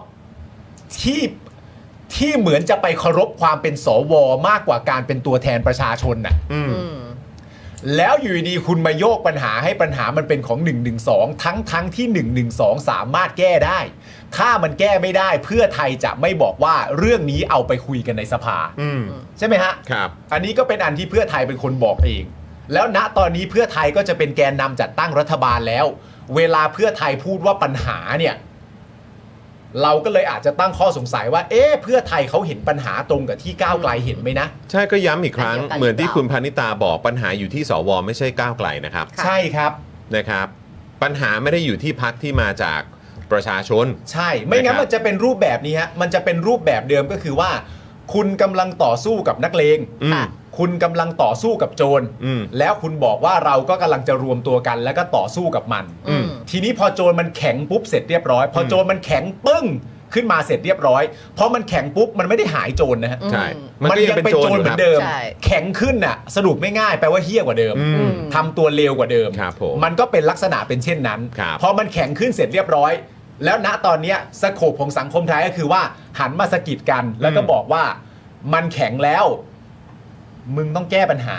ที่เหมือนจะไปเคารพความเป็นสวมากกว่าการเป็นตัวแทนประชาชนน่ะแล้วอยู่ดีคุณมาโยกปัญหาให้ปัญหามันเป็นของ112ทั้งที่112สามารถแก้ได้ถ้ามันแก้ไม่ได้เพื่อไทยจะไม่บอกว่าเรื่องนี้เอาไปคุยกันในสภาใช่ไหมฮะครับอันนี้ก็เป็นอันที่เพื่อไทยเป็นคนบอกเองแล้วณตอนนี้เพื่อไทยก็จะเป็นแกนนำจัดตั้งรัฐบาลแล้วเวลาเพื่อไทยพูดว่าปัญหาเนี่ยเราก็เลยอาจจะตั้งข้อสงสัยว่าเพื่อไทยเขาเห็นปัญหาตรงกับที่ก้าวไกลเห็นไหมนะใช่ก็ย้ำอีกครั้งเหมือนที่คุณพานิตาบอกปัญหาอยู่ที่สวไม่ใช่ก้าวไกลนะครับใช่ครับนะครับปัญหาไม่ได้อยู่ที่พรรคที่มาจากประชาชนใช่ไม่งั้นมันจะเป็นรูปแบบนี้ฮะมันจะเป็นรูปแบบเดิมก็คือว่าคุณกำลังต่อสู้กับนักเลงคุณกำลังต่อสู้กับโจรแล้วคุณบอกว่าเราก็กำลังจะรวมตัวกันแล้วก็ต่อสู้กับมันทีนี้พอโจรมันแข็งปุ๊บเสร็จเรียบร้อยพอโจรมันแข็งปึ้งขึ้นมาเสร็จเรียบร้อยพอมันแข็งปุ๊บมันไม่ได้หายโจรนะฮะใช่มันยังเป็นโจรเหมือนเดิมแข็งขึ้นน่ะสรุปไม่ง่ายแปลว่าเหี้ยกว่าเดิมทำตัวเลวกว่าเดิมมันก็เป็นลักษณะเป็นเช่นนั้นพอมันแข็งขึ้นเสร็จเรียบร้อยแล้วณตอนนี้สโคปของสังคมไทยก็คือว่าหันมาสะกิดกันแล้วก็บอกว่ามันแข็งแล้วมึงต้องแก้ปัญหา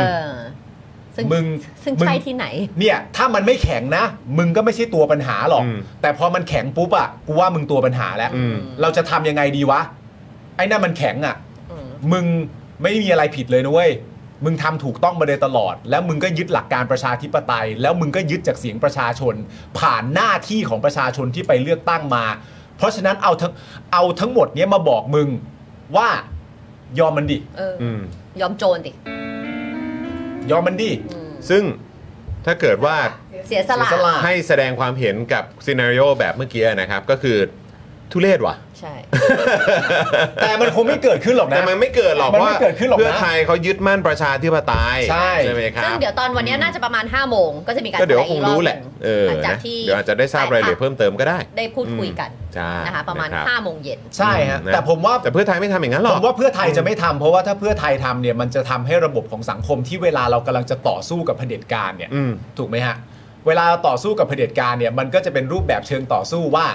ซึ่งใช่ที่ไหนเนี่ยถ้ามันไม่แข็งนะมึงก็ไม่ใช่ตัวปัญหาหรอกแต่พอมันแข็งปุ๊บอะกูว่ามึงตัวปัญหาแล้วเราจะทำยังไงดีวะไอ้นั่นมันแข็งอะมึงไม่มีอะไรผิดเลยนะเว้ยมึงทำถูกต้องมาโดยตลอดแล้วมึงก็ยึดหลักการประชาธิปไตยแล้วมึงก็ยึดจากเสียงประชาชนผ่านหน้าที่ของประชาชนที่ไปเลือกตั้งมาเพราะฉะนั้นเอาทั้งหมดเนี้ยมาบอกมึงว่ายอมมันดิยอมโจรดิยอมมันดิซึ่งถ้าเกิดว่าเสียสละให้แสดงความเห็นกับซีนาริโอแบบเมื่อกี้นะครับก็คือทุเรศว่ะใช่แต่มันคงไม่เกิดขึ้นหรอกนะแต่มันไม่เกิดหรอกว่าเพื่อไทยเขายึดมั่นประชาธิปไตยใช่ไหมครับซึ่งเดี๋ยวตอนวันนี้น่าจะประมาณ 5 โมงก็จะมีการเดี๋ยวคงรู้แหละหลังจากที่เดี๋ยวอาจจะได้ทราบรายละเอียดเพิ่มเติมก็ได้พูดคุยกันนะคะประมาณ 5 โมงเย็นใช่ฮะแต่ผมว่าแต่เพื่อไทยไม่ทำอย่างนั้นหรอกผมว่าเพื่อไทยจะไม่ทำเพราะว่าถ้าเพื่อไทยทำเนี่ยมันจะทำให้ระบบของสังคมที่เวลาเรากำลังจะต่อสู้กับเผด็จการเนี่ยถูกไหมฮะเวลาต่อสู้กับเผด็จการเนี่ยมันก็จะเป็นรูปแบบเชิงต่อสู้ว่า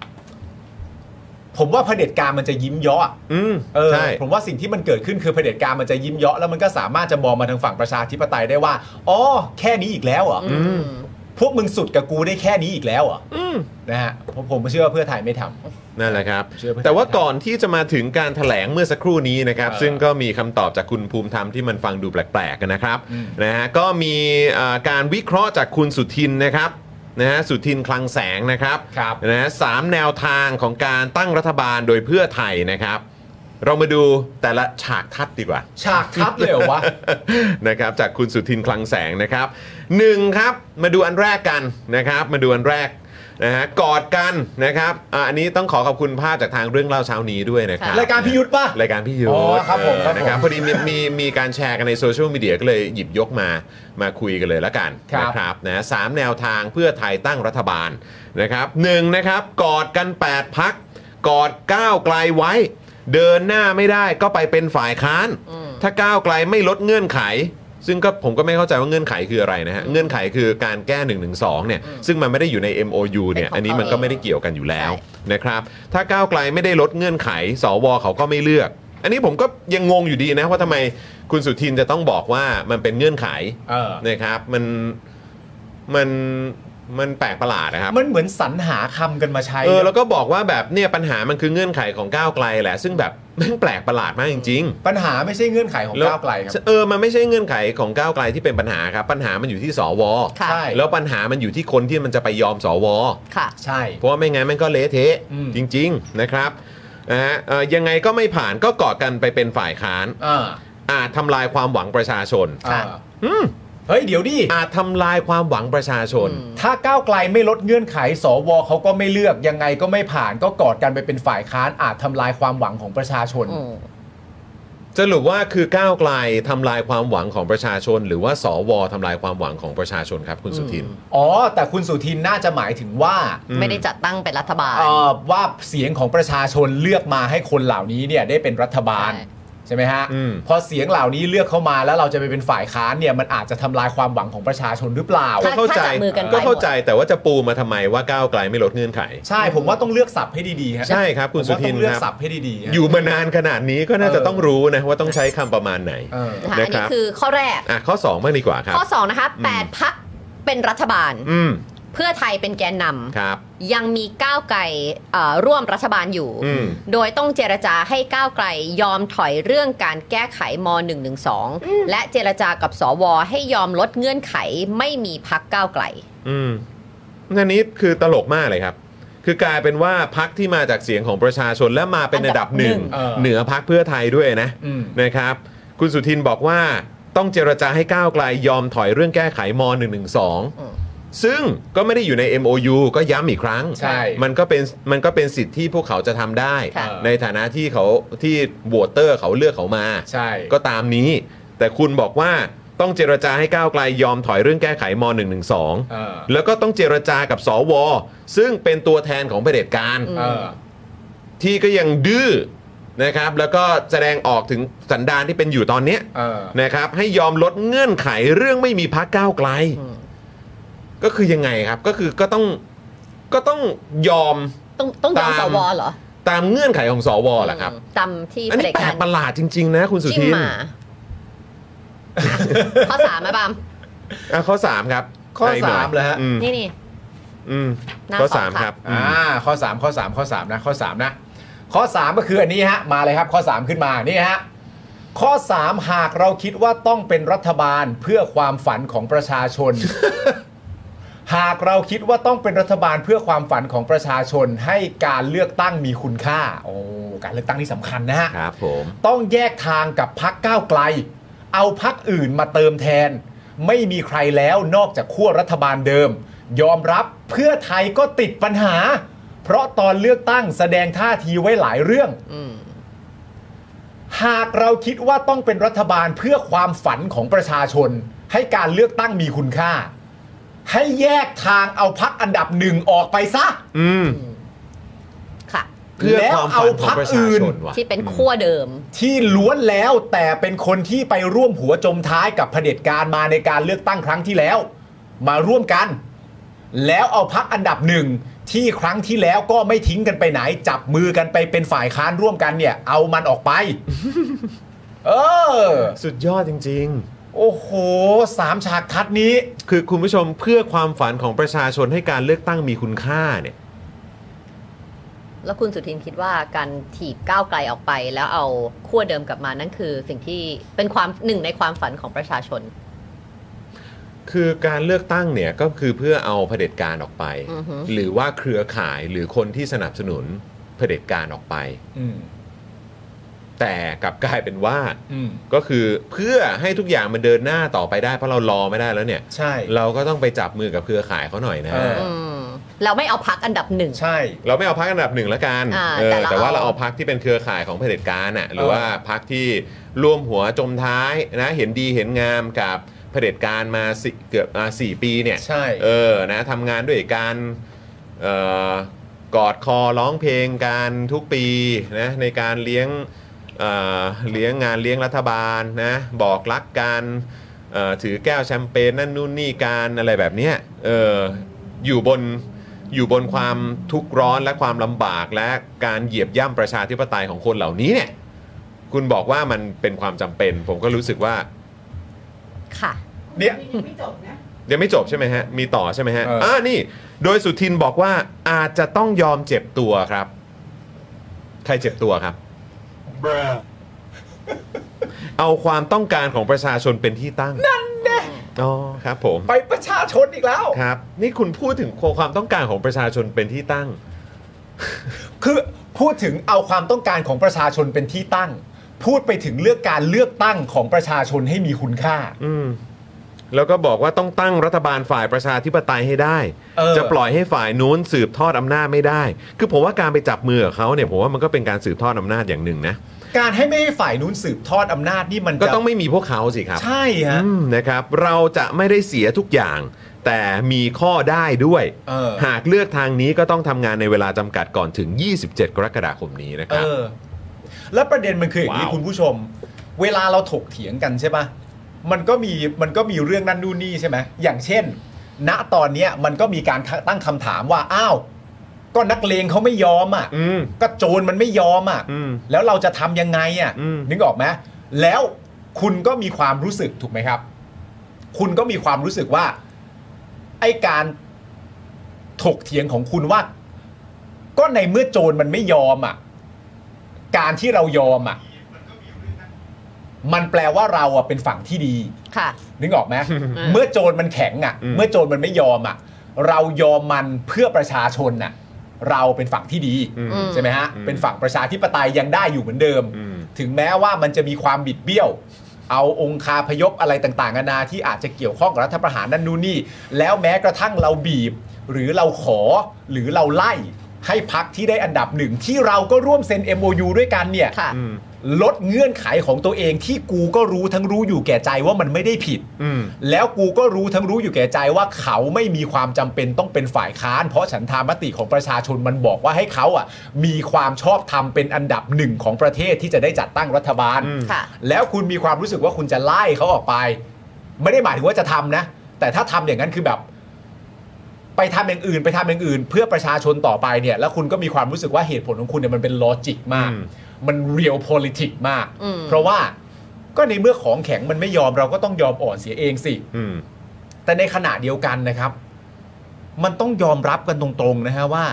ผมว่าเผด็จการมันจะยิ้มเยาะใช่ผมว่าสิ่งที่มันเกิดขึ้นคือเผด็จการมันจะยิ้มเยาะแล้วมันก็สามารถจะมองมาทางฝั่งประชาธิปไตยได้ว่าอ๋อแค่นี้อีกแล้วเหรอพวกมึงสุดกับกูได้แค่นี้อีกแล้วเหรอนะฮะผมเชื่อว่าเพื่อไทยไม่ทำนั่นแหละครับแต่ว่าก่อนที่จะมาถึงการแถลงเมื่อสักครู่นี้นะครับซึ่งก็มีคำตอบจากคุณภูมิธรรมที่มันฟังดูแปลกๆกันนะครับนะฮะก็มีการวิเคราะห์จากคุณสุทินนะครับนะฮะสุทินคลังแสงนะครับนะฮะ3แนวทางของการตั้งรัฐบาลโดยเพื่อไทยนะครับเรามาดูแต่ละฉากทัศน์ดีกว่าฉากทัศน์เลยเหรอวะนะครับจากคุณสุทินคลังแสงนะครับ1ครับมาดูอันแรกกันนะครับมาดูอันแรกนะฮะกอดกันนะครับอันนี้ต้องขอขอบคุณภาพจากทางเรื่องเล่าเช้านี้ด้วยนะครับรายการพี่ยุทธป่ะรายการพี่ยุทธครับผมนะครับพอดีมีการแชร์กันในโซเชียลมีเดียก็เลยหยิบยกมาคุยกันเลยละกันนะครับนะ3แนวทางเพื่อไทยตั้งรัฐบาลนะครับ1นะครับกอดกัน8พรรคกอดก้าวไกลไว้เดินหน้าไม่ได้ก็ไปเป็นฝ่ายค้านถ้าก้าวไกลไม่ลดเงื่อนไขซึ่งก็ผมก็ไม่เข้าใจว่าเงื่อนไขคืออะไรนะฮะเงื่อนไขคือการแก้112เนี่ยซึ่งมันไม่ได้อยู่ใน MOU เนี่ยอันนี้มันก็ไม่ได้เกี่ยวกันอยู่แล้วนะครับถ้าก้าวไกลไม่ได้ลดเงื่อนไขสวเขาก็ไม่เลือกอันนี้ผมก็ยังงงอยู่ดีนะว่าทำไมคุณสุทินจะต้องบอกว่ามันเป็นเงื่อนไขนะครับมันแปลกประหลาดนะครับมันเหมือนสรรหาคำกันมาใช้แล้วก็บอกว่าแบบเนี่ยปัญหามันคือเงื่อนไขของก้าวไกลแหละซึ่งแบบแม่งแปลกประหลาดมากจริงปัญหาไม่ใช่เงื่อนไขของก้าวไกลครับมันไม่ใช่เงื่อนไขของก้าวไกลที่เป็นปัญหาครับปัญหามันอยู่ที่สวใช่แล้วปัญหามันอยู่ที่คนที่มันจะไปยอมสวค่ะใช่เพราะว่าไม่งั้นมันก็เละเทะจริงๆนะครับยังไงก็ไม่ผ่านก็เกาะกันไปเป็นฝ่ายค้านทำลายความหวังประชาชนเฮ้ยเดี๋ยวดิอาจทำลายความหวังประชาชนถ้าก้าวไกลไม่ลดเงื่อนไขสวเขาก็ไม่เลือกยังไงก็ไม่ผ่านก็กอดกันไปเป็นฝ่ายค้านอาจทำลายความหวังของประชาชนสรุปว่าคือก้าวไกลทำลายความหวังของประชาชนหรือว่าสวทำลายความหวังของประชาชนครับคุณสุทินแต่คุณสุทินน่าจะหมายถึงว่าไม่ได้จัดตั้งเป็นรัฐบาลว่าเสียงของประชาชนเลือกมาให้คนเหล่านี้เนี่ยได้เป็นรัฐบาลใช่ไหมฮะพอเสียงเหล่านี้เลือกเข้ามาแล้วเราจะไปเป็นฝ่ายค้านเนี่ยมันอาจจะทำลายความหวังของประชาชนหรือเปล่าก็เข้าใจแต่ว่าจะปูมาทำไมว่าก้าวไกลไม่ลดเงื่อนไขใช่ผมว่าต้องเลือกศัพท์ให้ดีๆใช่ครับคุณสุทินต้องเลือกศัพท์ให้ดีๆอยู่มานานขนาดนี้ก็น่าจะต้องรู้นะว่าต้องใช้คำประมาณไหนอันนี้คือข้อแรกข้อ2บ้างดีกว่าครับข้อ2นะคะ8พรรคเป็นรัฐบาลเพื่อไทยเป็นแกนนำยังมีก้าวไกลร่วมรัฐบาลอยู่โดยต้องเจรจาให้ก้าวไกลยอมถอยเรื่องการแก้ไขม.112 และเจรจากับสวให้ยอมลดเงื่อนไขไม่มีพรรคก้าวไกลอันนี้คือตลกมากเลยครับคือกลายเป็นว่าพรรคที่มาจากเสียงของประชาชนและมาเป็นอันดับหนึ่งเหนือพรรคเพื่อไทยด้วยนะครับคุณสุทินบอกว่าต้องเจรจาให้ก้าวไกลยอมถอยเรื่องแก้ไขม.112ซึ่งก็ไม่ได้อยู่ใน MOU ก็ย้ำอีกครั้งมันก็เป็นสิทธิ์ที่พวกเขาจะทำได้ในฐานะที่โหวตเตอร์เขาเลือกเขามาก็ตามนี้แต่คุณบอกว่าต้องเจรจาให้ก้าวไกลยอมถอยเรื่องแก้ไขม.112 แล้วก็ต้องเจรจากับสวซึ่งเป็นตัวแทนของเผด็จการที่ก็ยังดื้อนะครับแล้วก็แสดงออกถึงสันดานที่เป็นอยู่ตอนนี้นะครับให้ยอมลดเงื่อนไขเรื่องไม่มีพรรคก้าวไกลก็คือยังไงครับก็คือก็ต้องยอมต้องยอมสวเหรอตามเงื่อนไขของสวแหละครับตามที่อันนี้แปลกประหลาดจริงๆนะคุณสุทินข้อ3ไหมบามข้อ3ครับข้อ3เลยฮะนี่ข้อ3ครับข้อ3นะข้อ3นะข้อ3ก็คืออันนี้ฮะมาเลยครับข้อ3ขึ้นมานี่ฮะข้อ3หากเราคิดว่าต้องเป็นรัฐบาลเพื่อความฝันของประชาชน หากเราคิดว่าต้องเป็นรัฐบาลเพื่อความฝันของประชาชนให้การเลือกตั้งมีคุณค่าการเลือกตั้งนี่สำคัญนะฮะครับผมต้องแยกทางกับพรรคก้าวไกลเอาพรรคอื่นมาเติมแทนไม่มีใครแล้วนอกจากขั้วรัฐบาลเดิมยอมรับเพื่อไทยก็ติดปัญหาเพราะตอนเลือกตั้งแสดงท่าทีไว้หลายเรื่องหากเราคิดว่าต้องเป็นรัฐบาลเพื่อความฝันของประชาชนให้การเลือกตั้งมีคุณค่าให้แยกทางเอาพรรคอันดับหนึ่งออกไปซะค่ะเพื่อความฝันของประชาชนที่เป็นขั้วเดิมที่ล้วนแล้วแต่เป็นคนที่ไปร่วมหัวจมท้ายกับเผด็จการมาในการเลือกตั้งครั้งที่แล้วมาร่วมกันแล้วเอาพรรคอันดับหนึ่งที่ครั้งที่แล้วก็ไม่ทิ้งกันไปไหนจับมือกันไปเป็นฝ่ายค้านร่วมกันเนี่ยเอามันออกไปสุดยอดจริงๆโอ้โห3ฉากทัศน์นี้คือคุณผู้ชมเพื่อความฝันของประชาชนให้การเลือกตั้งมีคุณค่าเนี่ยแล้วคุณสุทินคิดว่าการถีบก้าวไกลออกไปแล้วเอาขั้วเดิมกลับมานั่นคือสิ่งที่เป็นหนึ่งในความฝันของประชาชนคือการเลือกตั้งเนี่ยก็คือเพื่อเอาเผด็จการออกไปหรือว่าเครือข่ายหรือคนที่สนับสนุนเผด็จการออกไปแต่กลับกลายเป็นว่าก็คือเพื่อให้ทุกอย่างมันเดินหน้าต่อไปได้เพราะเรารอไม่ได้แล้วเนี่ยใช่เราก็ต้องไปจับมือกับเครือข่ายเขาหน่อยนะเราไม่เอาพรรคอันดับหนึ่งใช่เราไม่เอาพรรคอันดับหนึ่งละกันแต่ว่าเราเอาพรรคที่เป็นเครือข่ายของเผด็จการน่ะหรือว่าพรรคที่ร่วมหัวจมท้ายนะเห็นดีเห็นงามกับเผด็จการมาเกือบ4 ปีเนี่ยใช่นะทำงานด้วยการกอดคอร้องเพลงกันทุกปีนะในการเลี้ยงงานเลี้ยงรัฐบาลนะบอกรักกันถือแก้วแชมเปญนั่นนู่นนี่การอะไรแบบเนี้ยอยู่บนความทุกข์ร้อนและความลำบากและการเหยียบย่ำประชาธิปไตยของคนเหล่านี้เนี่ยคุณบอกว่ามันเป็นความจำเป็นผมก็รู้สึกว่าค่ะเนี่ยยังไม่จบใช่ไหมฮะมีต่อใช่ไหมฮะนี่โดยสุทินบอกว่าอาจจะต้องยอมเจ็บตัวครับใครเจ็บตัวครับเอาความต้องการของประชาชนเป็นที่ตั้งนั่นแน่อ๋อครับผมไปประชาชนอีกแล้วครับนี่คุณพูดถึงความต้องการของประชาชนเป็นที่ตั้งคือพูดถึงเอาความต้องการของประชาชนเป็นที่ตั้งพูดไปถึงเรื่องการเลือกตั้งของประชาชนให้มีคุณค่าแล้วก็บอกว่าต้องตั้งรัฐบาลฝ่ายประชาธิปไตยให้ได้จะปล่อยให้ฝ่ายนู้นสืบทอดอำนาจไม่ได้คือผมว่าการไปจับมือกับเขาเนี่ยผมว่ามันก็เป็นการสืบทอดอำนาจอย่างหนึ่งนะการให้ไม่ให้ฝ่ายนู้นสืบทอดอำนาจนี่มันก็ต้องไม่มีพวกเขาสิครับใช่ฮะนะครับเราจะไม่ได้เสียทุกอย่างแต่มีข้อได้ด้วยหากเลือกทางนี้ก็ต้องทำงานในเวลาจำกัดก่อนถึง27กรกฎาคมนี้นะครับแล้วประเด็นมันคืออย่างนี้คุณผู้ชมเวลาเราถกเถียงกันใช่ปะมันก็มีเรื่องนั่นนู่นนี่ใช่ไหมอย่างเช่นณตอนนี้มันก็มีการตั้งคำถามว่าอ้าวก็นักเลงเขาไม่ยอมก็โจรมันไม่ยอมแล้วเราจะทำยังไงนึกออกไหมแล้วคุณก็มีความรู้สึกถูกไหมครับคุณก็มีความรู้สึกว่าไอ้การถกเถียงของคุณว่าก็ในเมื่อโจรมันไม่ยอมการที่เรายอมมันแปลว่าเราเป็นฝั่งที่ดีค่ะนึกออกไหม เมื่อโจรมันแข็งเมื่อโจรมันไม่ยอมเรายอมมันเพื่อประชาชนเราเป็นฝั่งที่ดีใช่ไหมฮะเป็นฝั่งประชาธิปไตยยังได้อยู่เหมือนเดิมถึงแม้ว่ามันจะมีความบิดเบี้ยวเอาองคาพยพอะไรต่างๆนานาที่อาจจะเกี่ยวข้องกับรัฐประหารนั่นนู่นนี่แล้วแม้กระทั่งเราบีบหรือเราขอหรือเราไล่ให้พรรคที่ได้อันดับหนึ่งที่เราก็ร่วมเซ็น MOU ด้วยกันเนี่ยลดเงื่อนไขของตัวเองที่กูก็รู้ทั้งรู้อยู่แก่ใจว่ามันไม่ได้ผิดแล้วกูก็รู้ทั้งรู้อยู่แก่ใจว่าเขาไม่มีความจำเป็นต้องเป็นฝ่ายค้านเพราะฉันทามติของประชาชนมันบอกว่าให้เขามีความชอบธรรมเป็นอันดับหนึ่งของประเทศที่จะได้จัดตั้งรัฐบาลแล้วคุณมีความรู้สึกว่าคุณจะไล่เขาออกไปไม่ได้หมายถึงว่าจะทำนะแต่ถ้าทำอย่างนั้นคือแบบไปทำอย่างอื่นเพื่อประชาชนต่อไปเนี่ยแล้วคุณก็มีความรู้สึกว่าเหตุผลของคุณเนี่ยมันเป็นลอจิกมากมันเรียลโพลิติกมากเพราะว่าก็ในเมื่อของแข็งมันไม่ยอมเราก็ต้องยอมอ่อนเสียเองสิแต่ในขณะเดียวกันนะครับมันต้องยอมรับกันตรงๆนะฮะว่า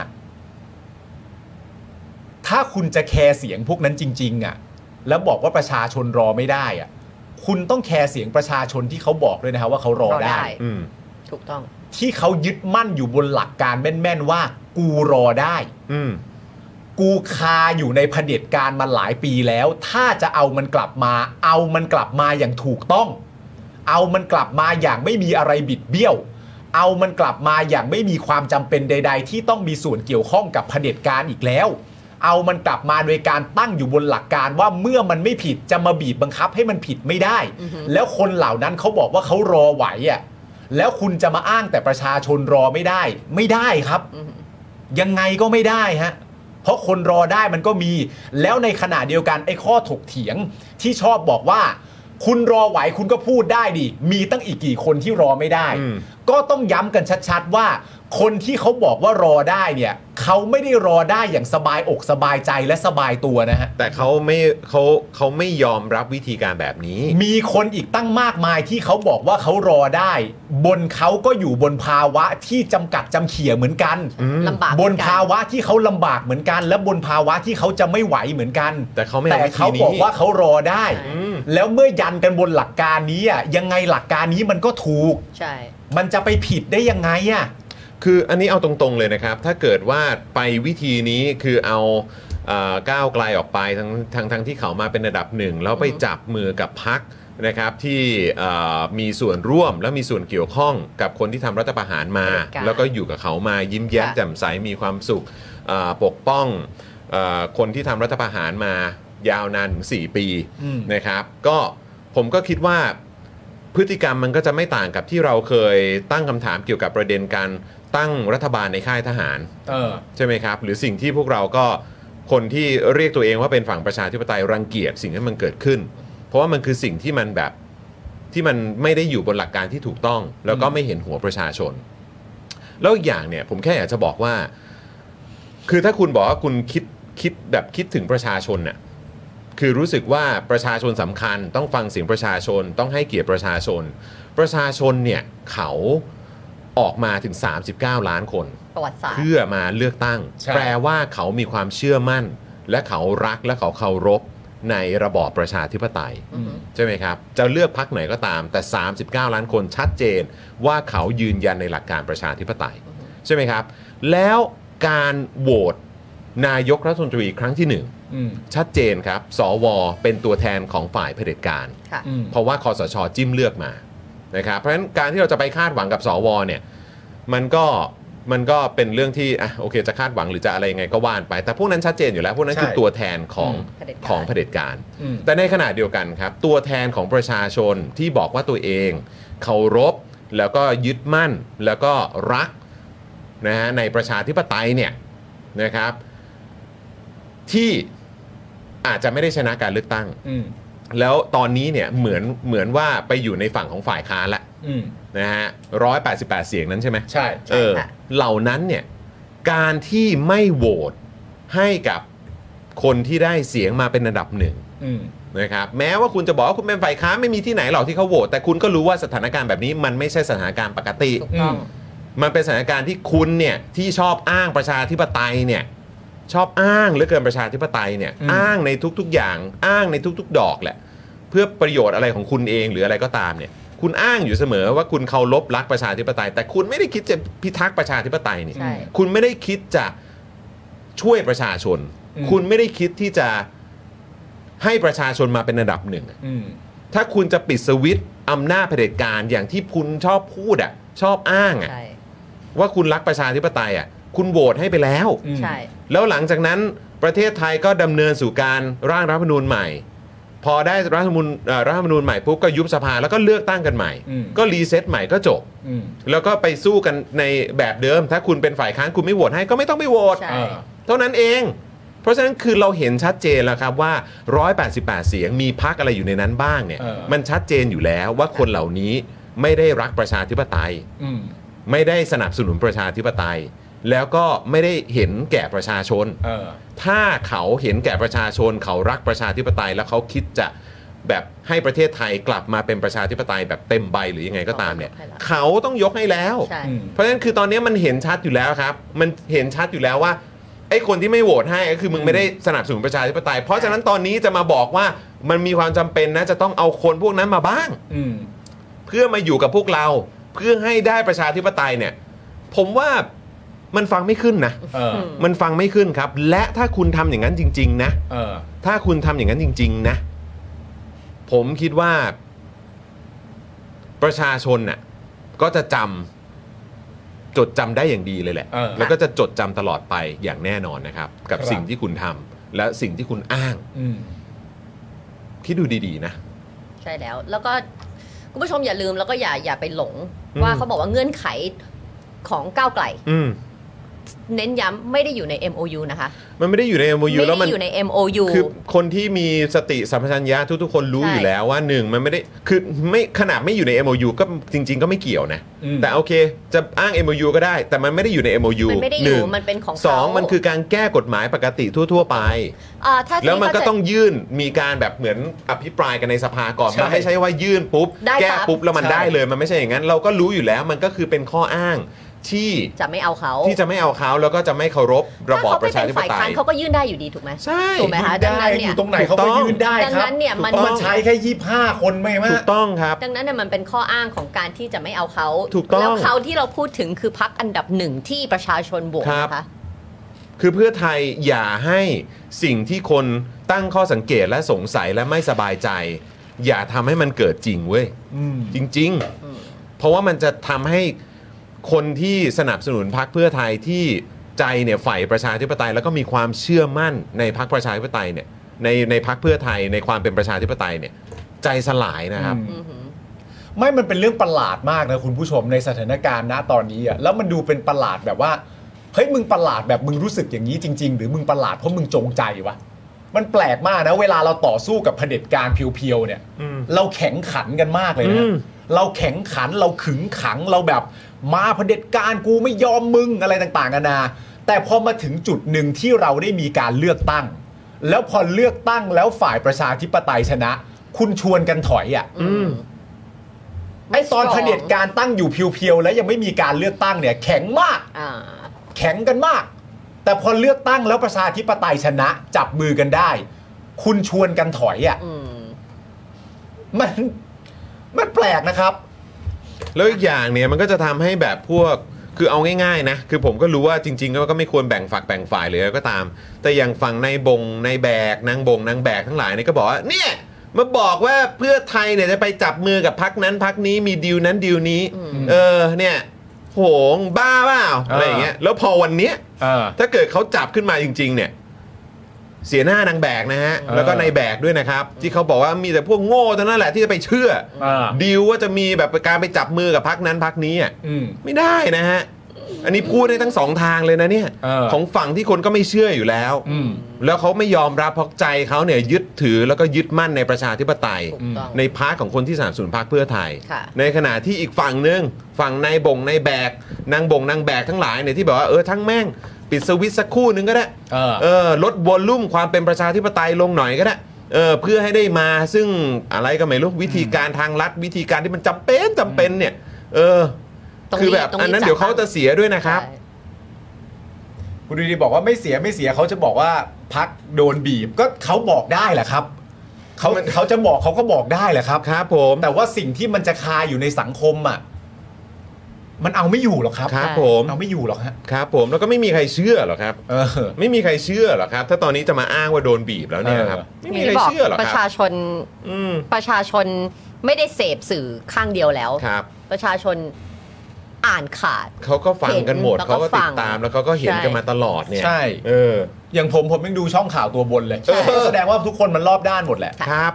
ถ้าคุณจะแคร์เสียงพวกนั้นจริงๆแล้วบอกว่าประชาชนรอไม่ได้คุณต้องแคร์เสียงประชาชนที่เขาบอกด้วยนะฮะว่าเขารอได้ถูกต้องที่เขายึดมั่นอยู่บนหลักการแม่นๆว่ากูรอได้กูคาอยู่ในเผด็จการมาหลายปีแล้วถ้าจะเอามันกลับมาเอามันกลับมาอย่างถูกต้องเอามันกลับมาอย่างไม่มีอะไรบิดเบี้ยวเอามันกลับมาอย่างไม่มีความจำเป็นใดๆที่ต้องมีส่วนเกี่ยวข้องกับเผด็จการอีกแล้วเอามันกลับมาโดยการตั้งอยู่บนหลักการว่าเมื่อมันไม่ผิดจะมาบีบบังคับให้มันผิดไม่ได้แล้วคนเหล่านั้นเขาบอกว่าเขารอไหวแล้วคุณจะมาอ้างแต่ประชาชนรอไม่ได้ครับยังไงก็ไม่ได้ฮะเพราะคนรอได้มันก็มีแล้วในขณะเดียวกันไอ้ข้อถกเถียงที่ชอบบอกว่าคุณรอไหวคุณก็พูดได้ดิมีตั้งอีกกี่คนที่รอไม่ได้ก็ต้องย้ำกันชัดๆว่าคนที่เขาบอกว่ารอได้เนี่ยเขาไม่ได้รอได้อย่างสบายอกสบายใจและสบายตัวนะฮะแต่เขาไม่ยอมรับวิธีการแบบนี้มีคนอีกตั้งมากมายที่เขาบอกว่าเขารอได้บนเขาก็อยู่บนภาวะที่จำกัดจำเขี่ยเหมือนกันลำบากบนภาวะที่เขาลำบากเหมือนกันและบนภาวะที่เขาจะไม่ไหวเหมือนกันแต่เขาบอกว่าเขารอได้แล้วเมื่อยันกันบนหลักการนี้ยังไงหลักการนี้มันก็ถูกใช่มันจะไปผิดได้ยังไงคืออันนี้เอาตรงๆเลยนะครับถ้าเกิดว่าไปวิธีนี้คือเอาก้าวไกลออกไปทั้งที่เขามาเป็นระดับหนึ่งแล้วไปจับมือกับพรรคนะครับที่มีส่วนร่วมและมีส่วนเกี่ยวข้องกับคนที่ทำรัฐประหารมาแล้วก็อยู่กับเขามายิ้มแย้มแจ่มใสมีความสุขปกป้องคนที่ทำรัฐประหารมายาวนานถึง4 ปีนะครับก็ผมก็คิดว่าพฤติกรรมมันก็จะไม่ต่างกับที่เราเคยตั้งคำถามเกี่ยวกับประเด็นการตั้งรัฐบาลในค่ายทหารใช่ไหมครับหรือสิ่งที่พวกเราก็คนที่เรียกตัวเองว่าเป็นฝั่งประชาธิปไตยรังเกียจสิ่งที่มันเกิดขึ้นเพราะว่ามันคือสิ่งที่มันแบบที่มันไม่ได้อยู่บนหลักการที่ถูกต้องแล้วก็ไม่เห็นหัวประชาชนแล้วอีกอย่างเนี่ยผมแค่อยากจะบอกว่าคือถ้าคุณบอกว่าคุณคิดถึงประชาชนเนี่ยคือรู้สึกว่าประชาชนสำคัญต้องฟังเสียงประชาชนต้องให้เกียรติประชาชนเนี่ยเขาออกมาถึง39 ล้านคนประวัติศาสตร์เพื่อมาเลือกตั้งแปลว่าเขามีความเชื่อมั่นและเขารักและเขาเคารพในระบอบประชาธิปไตยใช่ไหมครับจะเลือกพรรคไหนก็ตามแต่39ล้านคนชัดเจนว่าเขายืนยันในหลักการประชาธิปไตยใช่ไหมครับแล้วการโหวตนายกรัฐมนตรีครั้งที่1ชัดเจนครับสวเป็นตัวแทนของฝ่ายเผด็จการเพราะว่าคสช.จิ้มเลือกมานะครับเพราะฉะนั้นการที่เราจะไปคาดหวังกับสวเนี่ยมันก็เป็นเรื่องที่โอเคจะคาดหวังหรือจะอะไรยังไงก็ว่านไปแต่พวกนั้นชัดเจนอยู่แล้วพวกนั้นคือตัวแทนของเผด็จการแต่ในขณะเดียวกันครับตัวแทนของประชาชนที่บอกว่าตัวเองเคารพแล้วก็ยึดมั่นแล้วก็รักนะฮะในประชาธิปไตยเนี่ยนะครับที่อาจจะไม่ได้ชนะการเลือกตั้งแล้วตอนนี้เนี่ยเหมือนว่าไปอยู่ในฝั่งของฝ่ายค้านละนะฮะ188 เสียงนั้นใช่ไหมใช่เหล่านั้นเนี่ยการที่ไม่โหวตให้กับคนที่ได้เสียงมาเป็นอันดับหนึ่งนะครับแม้ว่าคุณจะบอกว่าคุณเป็นฝ่ายค้านไม่มีที่ไหนหรอกที่เขาโหวตแต่คุณก็รู้ว่าสถานการณ์แบบนี้มันไม่ใช่สถานการณ์ปกติมันเป็นสถานการณ์ที่คุณเนี่ยที่ชอบอ้างประชาธิปไตยเนี่ยชอบอ้างเหลือเกินประชาธิปไตยเนี่ยอ้างในทุกๆอย่างอ้างในทุกๆดอกแหละเพื่อประโยชน์อะไรของคุณเองหรืออะไรก็ตามเนี่ยคุณอ้างอยู่เสมอว่าคุณเคารพรักประชาธิปไตยแต่คุณไม่ได้คิดจะพิทักษ์ประชาธิปไตยนี่คุณไม่ได้คิดจะช่วยประชาชนคุณไม่ได้คิดที่จะให้ประชาชนมาเป็นอันดับหนึ่งถ้าคุณจะปิดสวิตช์อำนาจเผด็จการอย่างที่คุณชอบพูดชอบอ้างว่าคุณรักประชาธิปไตยคุณโหวตให้ไปแล้วแล้วหลังจากนั้นประเทศไทยก็ดำเนินสู่การร่างรัฐธรรมนูญใหม่พอได้รัฐธรรมนูญใหม่ปุ๊บก็ยุบสภาแล้วก็เลือกตั้งกันใหม่ก็รีเซ็ตใหม่ก็จบแล้วก็ไปสู้กันในแบบเดิมถ้าคุณเป็นฝ่ายค้านคุณไม่โหวตให้ก็ไม่ต้องไปโหวตเท่านั้นเองเพราะฉะนั้นคือเราเห็นชัดเจนแล้วครับว่า188 เสียงมีพรรคอะไรอยู่ในนั้นบ้างเนี่ยมันชัดเจนอยู่แล้วว่าคนเหล่านี้ไม่ได้รักประชาธิปไตยไม่ได้สนับสนุนประชาธิปไตยแล้วก็ไม่ได้เห็นแก่ประชาชนถ้าเขาเห็นแก่ประชาชนเขารักประชาธิปไตยแล้วเขาคิดจะแบบให้ประเทศไทยกลับมาเป็นประชาธิปไตยแบบเต็มใบหรือยังไงก็ตามเนี่ยเขาต้องยกให้แล้วเพราะฉะนั้นคือตอนนี้มันเห็นชัดอยู่แล้วครับมันเห็นชัดอยู่แล้วว่าไอ้คนที่ไม่โหวตให้ก็คือมึงไม่ได้สนับสนุนประชาธิปไตยเพราะฉะนั้นตอนนี้จะมาบอกว่ามันมีความจำเป็นนะจะต้องเอาคนพวกนั้นมาบ้างเพื่อมาอยู่กับพวกเราเพื่อให้ได้ประชาธิปไตยเนี่ยผมว่ามันฟังไม่ขึ้นนะมันฟังไม่ขึ้นครับและถ้าคุณทำอย่างนั้นจริงๆนะถ้าคุณทำอย่างนั้นจริงๆนะผมคิดว่าประชาชนน่ะก็จะจดจำได้อย่างดีเลยแหละแล้วก็จะจดจำตลอดไปอย่างแน่นอนนะครับกับสิ่งที่คุณทำและสิ่งที่คุณอ้างคิดดูดีๆนะใช่แล้วก็คุณผู้ชมอย่าลืมแล้วก็อย่าไปหลงว่าเขาบอกว่าเงื่อนไขของก้าวไกลเน้นย้ำไม่ได้อยู่ใน MOU นะคะมันไม่ได้อยู่ใน MOU แล้วมันอยู่ใน MOU คือคนที่มีสติสัมปชัญญะทุกๆคนรู้อยู่แล้วว่า1มันไม่ได้คือไม่ขนาดไม่อยู่ใน MOU ก็จริงๆก็ไม่เกี่ยวนะแต่โอเคจะอ้าง MOU ก็ได้แต่มันไม่ได้อยู่ใน MOU มันไม่ได้อยู่มันเป็นของเขา 2มันคือการแก้กฎหมายปกติทั่วๆไปแล้วมันก็ต้องยื่นมีการแบบเหมือนอภิปรายกันในสภาก่อนมันไม่ใช่ว่ายื่นปุ๊บแก้ปุ๊บแล้วมันได้เลยมันไม่ใช่อย่างนั้นเราก็รู้อยู่แล้วมันก็คือเป็นข้ออ้างที่จะไม่เอาเขาแล้วก็จะไม่เคารพระบอบประชาธิปไตยถ้าเขาเป็นฝ่ายค้านเขาก็ยื่นได้อยู่ดีถูกไหมใช่ถูกไหมคะดังนั้นเนี่ยอยู่ตรงไหนเขาก็ยื่นได้ครับดังนั้นเนี่ยมันใช้แค่25คนไม่มากถูกต้องครับดังนั้นเนี่ยมันเป็นข้ออ้างของการที่จะไม่เอาเขาถูกต้องแล้วเขาที่เราพูดถึงคือพรรคอันดับ1ที่ประชาชนโหวตนะคะคือเพื่อไทยอย่าให้สิ่งที่คนตั้งข้อสังเกตและสงสัยและไม่สบายใจอย่าทำให้มันเกิดจริงเว้ยจริงๆเพราะว่ามันจะทำให้คนที่สนับสนุนพรรคเพื่อไทยที่ใจเนี่ยใฝ่ประชาธิปไตยแล้วก็มีความเชื่อมั่นในพรรคประชาธิปไตยเนี่ยในพรรคเพื่อไทยในความเป็นประชาธิปไตยเนี่ยใจสลายนะครับไม่มันเป็นเรื่องประหลาดมากนะคุณผู้ชมในสถานการณ์ณตอนนี้อ่ะแล้วมันดูเป็นประหลาดแบบว่าเฮ้ยมึงประหลาดแบบมึงรู้สึกอย่างนี้จริงๆหรือมึงประหลาดเพราะมึงจงใจวะมันแปลกมากนะเวลาเราต่อสู้กับเผด็จการเพียวๆเนี่ยเราแข็งขันกันมากเลยนะเราแข็งขันเราขึงขังเราแบบมาเผด็จการกูไม่ยอมมึงอะไรต่างๆกันานาแต่พอมาถึงจุดหนึ่งที่เราได้มีการเลือกตั้งแล้วพอเลือกตั้งแล้วฝ่ายประชาธิปไตยชนะคุณชวนกันถอยอ่ะไอ้ตอนเผด็จการตั้งอยู่เพียวๆแล้วยังไม่มีการเลือกตั้งเนี่ยแข็งมากแข็งกันมากแต่พอเลือกตั้งแล้วประชาธิปไตยชนะจับมือกันได้คุณชวนกันถอยอ่ะมันแปลกนะครับแล้วอีกอย่างเนี่ยมันก็จะทำให้แบบพวกคือเอาง่ายๆนะคือผมก็รู้ว่าจริงๆก็ไม่ควรแบ่งฝักแบ่งฝ่ายเลยก็ตามแต่อย่างฝั่งนายแบกนางแบกทั้งหลายเนี่ยก็บอกว่าเนี่ยมาบอกว่าเพื่อไทยเนี่ยจะไปจับมือกับพรรคนั้นพรรคนี้มีดีลนั้นดีลนี้เนี่ยโหงบ้าเปล่าอะไรอย่างเงี้ยแล้วพอวันเนี้ยถ้าเกิดเขาจับขึ้นมาจริงๆเนี่ยเสียหน้านางแบกนะฮะแล้วก็นายแบกด้วยนะครับที่เขาบอกว่ามีแต่พวกโง่เท่านั้นแหละที่จะไปเชื่อดีลว่าจะมีแบบการไปจับมือกับพรรคนั้นพรรคนี้อ่ะไม่ได้นะฮะอันนี้พูดได้ทั้งสองทางเลยนะเนี่ยของฝั่งที่คนก็ไม่เชื่ออยู่แล้วแล้วเขาไม่ยอมรับเพราะใจเขาเนี่ยยึดถือแล้วก็ยึดมั่นในประชาธิปไตยในพาร์ทของคนที่สนับสนุนพรรคเพื่อไทยในขณะที่อีกฝั่งนึงฝั่งนายแบกนางแบกทั้งหลายเนี่ยที่บอกว่าทั้งแม่งปิดสวิตช์สักคู่นึงก็ได้ลดวอลลุ่มความเป็นประชาธิปไตยลงหน่อยก็ได้เพื่อให้ได้มาซึ่งอะไรก็ไม่รู้วิธีการทางลัดวิธีการที่มันจำเป็นเนี่ยคือแบบอันนั้นเดี๋ยวเขาจะเสียด้วยนะครับคุณดีบอกว่าไม่เสียเขาจะบอกว่าพรรคโดนบีบก็เขาบอกได้แหละครับเขาจะบอกเขาก็บอกได้แหละครับครับผมแต่ว่าสิ่งที่มันจะคาอยู่ในสังคมอ่ะมันเอาไม่อยู่หรอกครับครับผมเอาไม่อยู่หรอกฮะครับผมแล้วก็ไม่มีใครเชื่อหรอกครับไม่มีใครเชื่อหรอกครับถ้าตอนนี้จะมาอ้างว่าโดนบีบแล้วเนี่ยครับไม่มีใครเชื่อหรอกครับประชาชนไม่ได้เสพสื่อข้างเดียวแล้วประชาชนอ่านขาดเขาก็ฟังกันหมดเขาก็ติดตามแล้วเขาก็เห็นกันมาตลอดเนี่ยใช่อย่างผมยังดูช่องข่าวตัวบนเลยแสดงว่าทุกคนมันรอบด้านหมดแหละครับ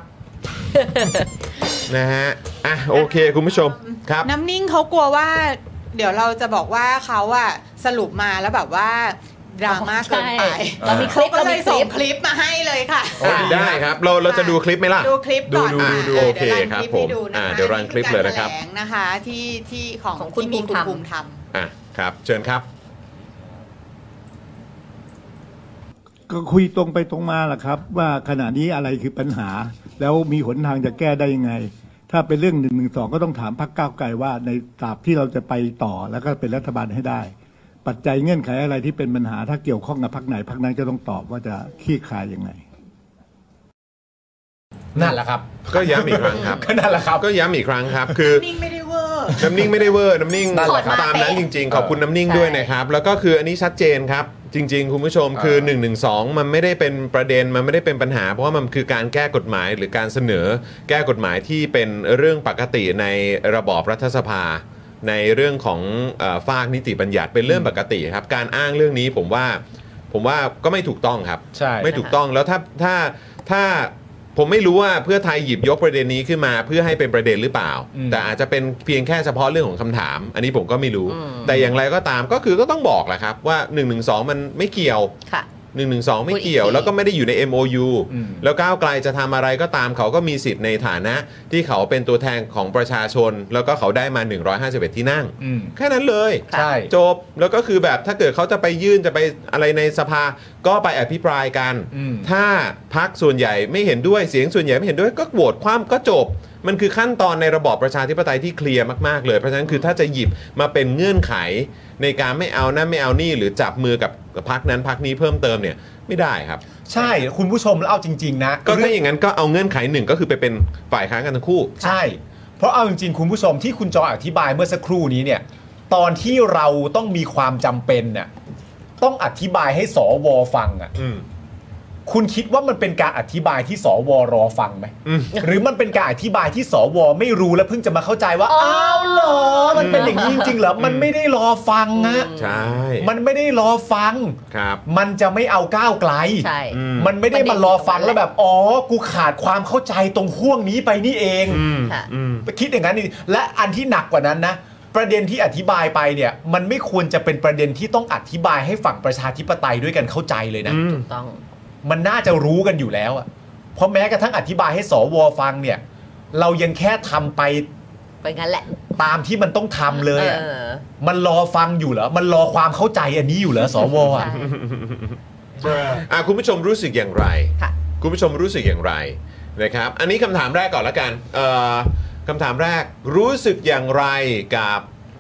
นะฮะโอเคคุณผู้ชมครับน้ำนิ่งเขากลัวว่าเดี๋ยวเราจะบอกว่าเขาอะสรุปมาแล้วแบบว่าดราม่าเกินไปเรามีคลิปก็เลยส่งคลิปมาให้เลยค่ะได้ครับเราจะดูคลิปไหมล่ะดูคลิปก่อนดูโอเคครับผมเดี๋ยวรันคลิปเลยนะครับนะคะที่ของคุณภูมิธรรมครับเชิญครับก็คุยตรงไปตรงมาแหละครับว่าขณะนี้อะไรคือปัญหาแล้วมีหนทางจะแก้ได้ยังไงถ้าเป็นเรื่อง112ก็ต้องถามพรรคก้าวไกลว่าในตราบที่เราจะไปต่อแล้วก็เป็นรัฐบาลให้ได้ปัจจัยเงื่อนไขอะไรที่เป็นปัญหาถ้าเกี่ยวข้องกับพรรคไหนพรรคนั้นก็ต้องตอบว่าจะคลี่คลายยังไงนั่นแหละครับก็ย้ำอีกครั้งครับก็นั่นแหละครับก็ย้ำอีกครั้งครับคือนิ่งไม่ได้เวอร์น้ำนิ่งตามนั้นจริงๆขอบคุณน้ำนิ่งด้วยนะครับแล้วก็คืออันนี้ชัดเจนครับจริงๆคุณผู้ชมคือ112มันไม่ได้เป็นประเด็นมันไม่ได้เป็นปัญหาเพราะว่ามันคือการแก้กฎหมายหรือการเสนอแก้กฎหมายที่เป็นเรื่องปกติในระบอบรัฐสภาในเรื่องของฝากนิติบัญญัติเป็นเรื่องปกติครับการอ้างเรื่องนี้ผมว่าก็ไม่ถูกต้องครับไม่ถูกต้องแล้วถ้าผมไม่รู้ว่าเพื่อไทยหยิบยกประเด็นนี้ขึ้นมาเพื่อให้เป็นประเด็นหรือเปล่าแต่อาจจะเป็นเพียงแค่เฉพาะเรื่องของคำถามอันนี้ผมก็ไม่รู้แต่อย่างไรก็ตามก็คือก็ต้องบอกแหละครับว่า112มันไม่เกี่ยว112ไม่เกี่ยวแล้วก็ไม่ได้อยู่ใน MOU แล้วก้าวไกลจะทำอะไรก็ตามเขาก็มีสิทธิ์ในฐานะที่เขาเป็นตัวแทนของประชาชนแล้วก็เขาได้มา151ที่นั่งแค่นั้นเลยจบแล้วก็คือแบบถ้าเกิดเขาจะไปยื่นจะไปอะไรในสภาก็ไปอภิปรายกันถ้าพรรคส่วนใหญ่ไม่เห็นด้วยเสียงส่วนใหญ่ไม่เห็นด้วยก็โหวตคว่ำก็จบมันคือขั้นตอนในระบอบประชาธิปไตยที่เคลียร์มากๆเลยเพราะฉะนั้นคือถ้าจะหยิบมาเป็นเงื่อนไขในการไม่เอานั่นไม่เอานี่หรือจับมือกับพรรคนั้นพรรคนี้เพิ่มเติมเนี่ยไม่ได้ครับใช่คุณผู้ชมแล้วเอาจริงๆนะก็ถ้าอย่างนั้นก็เอาเงื่อนไขหนึ่งก็คือไปเป็นฝ่ายค้านกันทั้งคู่ใช่เพราะเอาจริงๆคุณผู้ชมที่คุณจออธิบายเมื่อสักครู่นี้เนี่ยตอนที่เราต้องมีความจำเป็นเนี่ยต้องอธิบายให้สวฟังอ่ะคุณคิดว่ามันเป็นการอธิบายที่สวรอฟังไหมหรือมันเป็นการอธิบายที่สวไม่รู้แล้วเพิ่งจะมาเข้าใจว่าอ้าวเหรอมันเป็นอย่างนี้จริงๆเหรอมันไม่ได้รอฟังนะใช่มันไม่ได้รอฟังครับมันจะไม่เอาก้าวไกลใช่มันไม่ได้มารอฟังแล้วแบบอ๋อกูขาดความเข้าใจตรงห่วงนี้ไปนี่เองคิดอย่างนั้นนี่และอันที่หนักกว่านั้นนะประเด็นที่อธิบายไปเนี่ยมันไม่ควรจะเป็นประเด็นที่ต้องอธิบายให้ฝั่งประชาธิปไตยด้วยกันเข้าใจเลยนะถูกต้องมันน่าจะรู้กันอยู่แล้วอ่ะเพราะแม้กระทั่งอธิบายให้สวฟังเนี่ยเรายังแค่ทำไปงั้นแหละตามที่มันต้องทำเลยมันรอฟังอยู่เหรอมันรอความเข้าใจอันนี้อยู่เหรอสวอ่ะคุณผู้ชมรู้สึกอย่างไรคุณผู้ชมรู้สึกอย่างไรนะครับอันนี้คำถามแรกก่อนละกันคำถามแรกรู้สึกอย่างไรกับ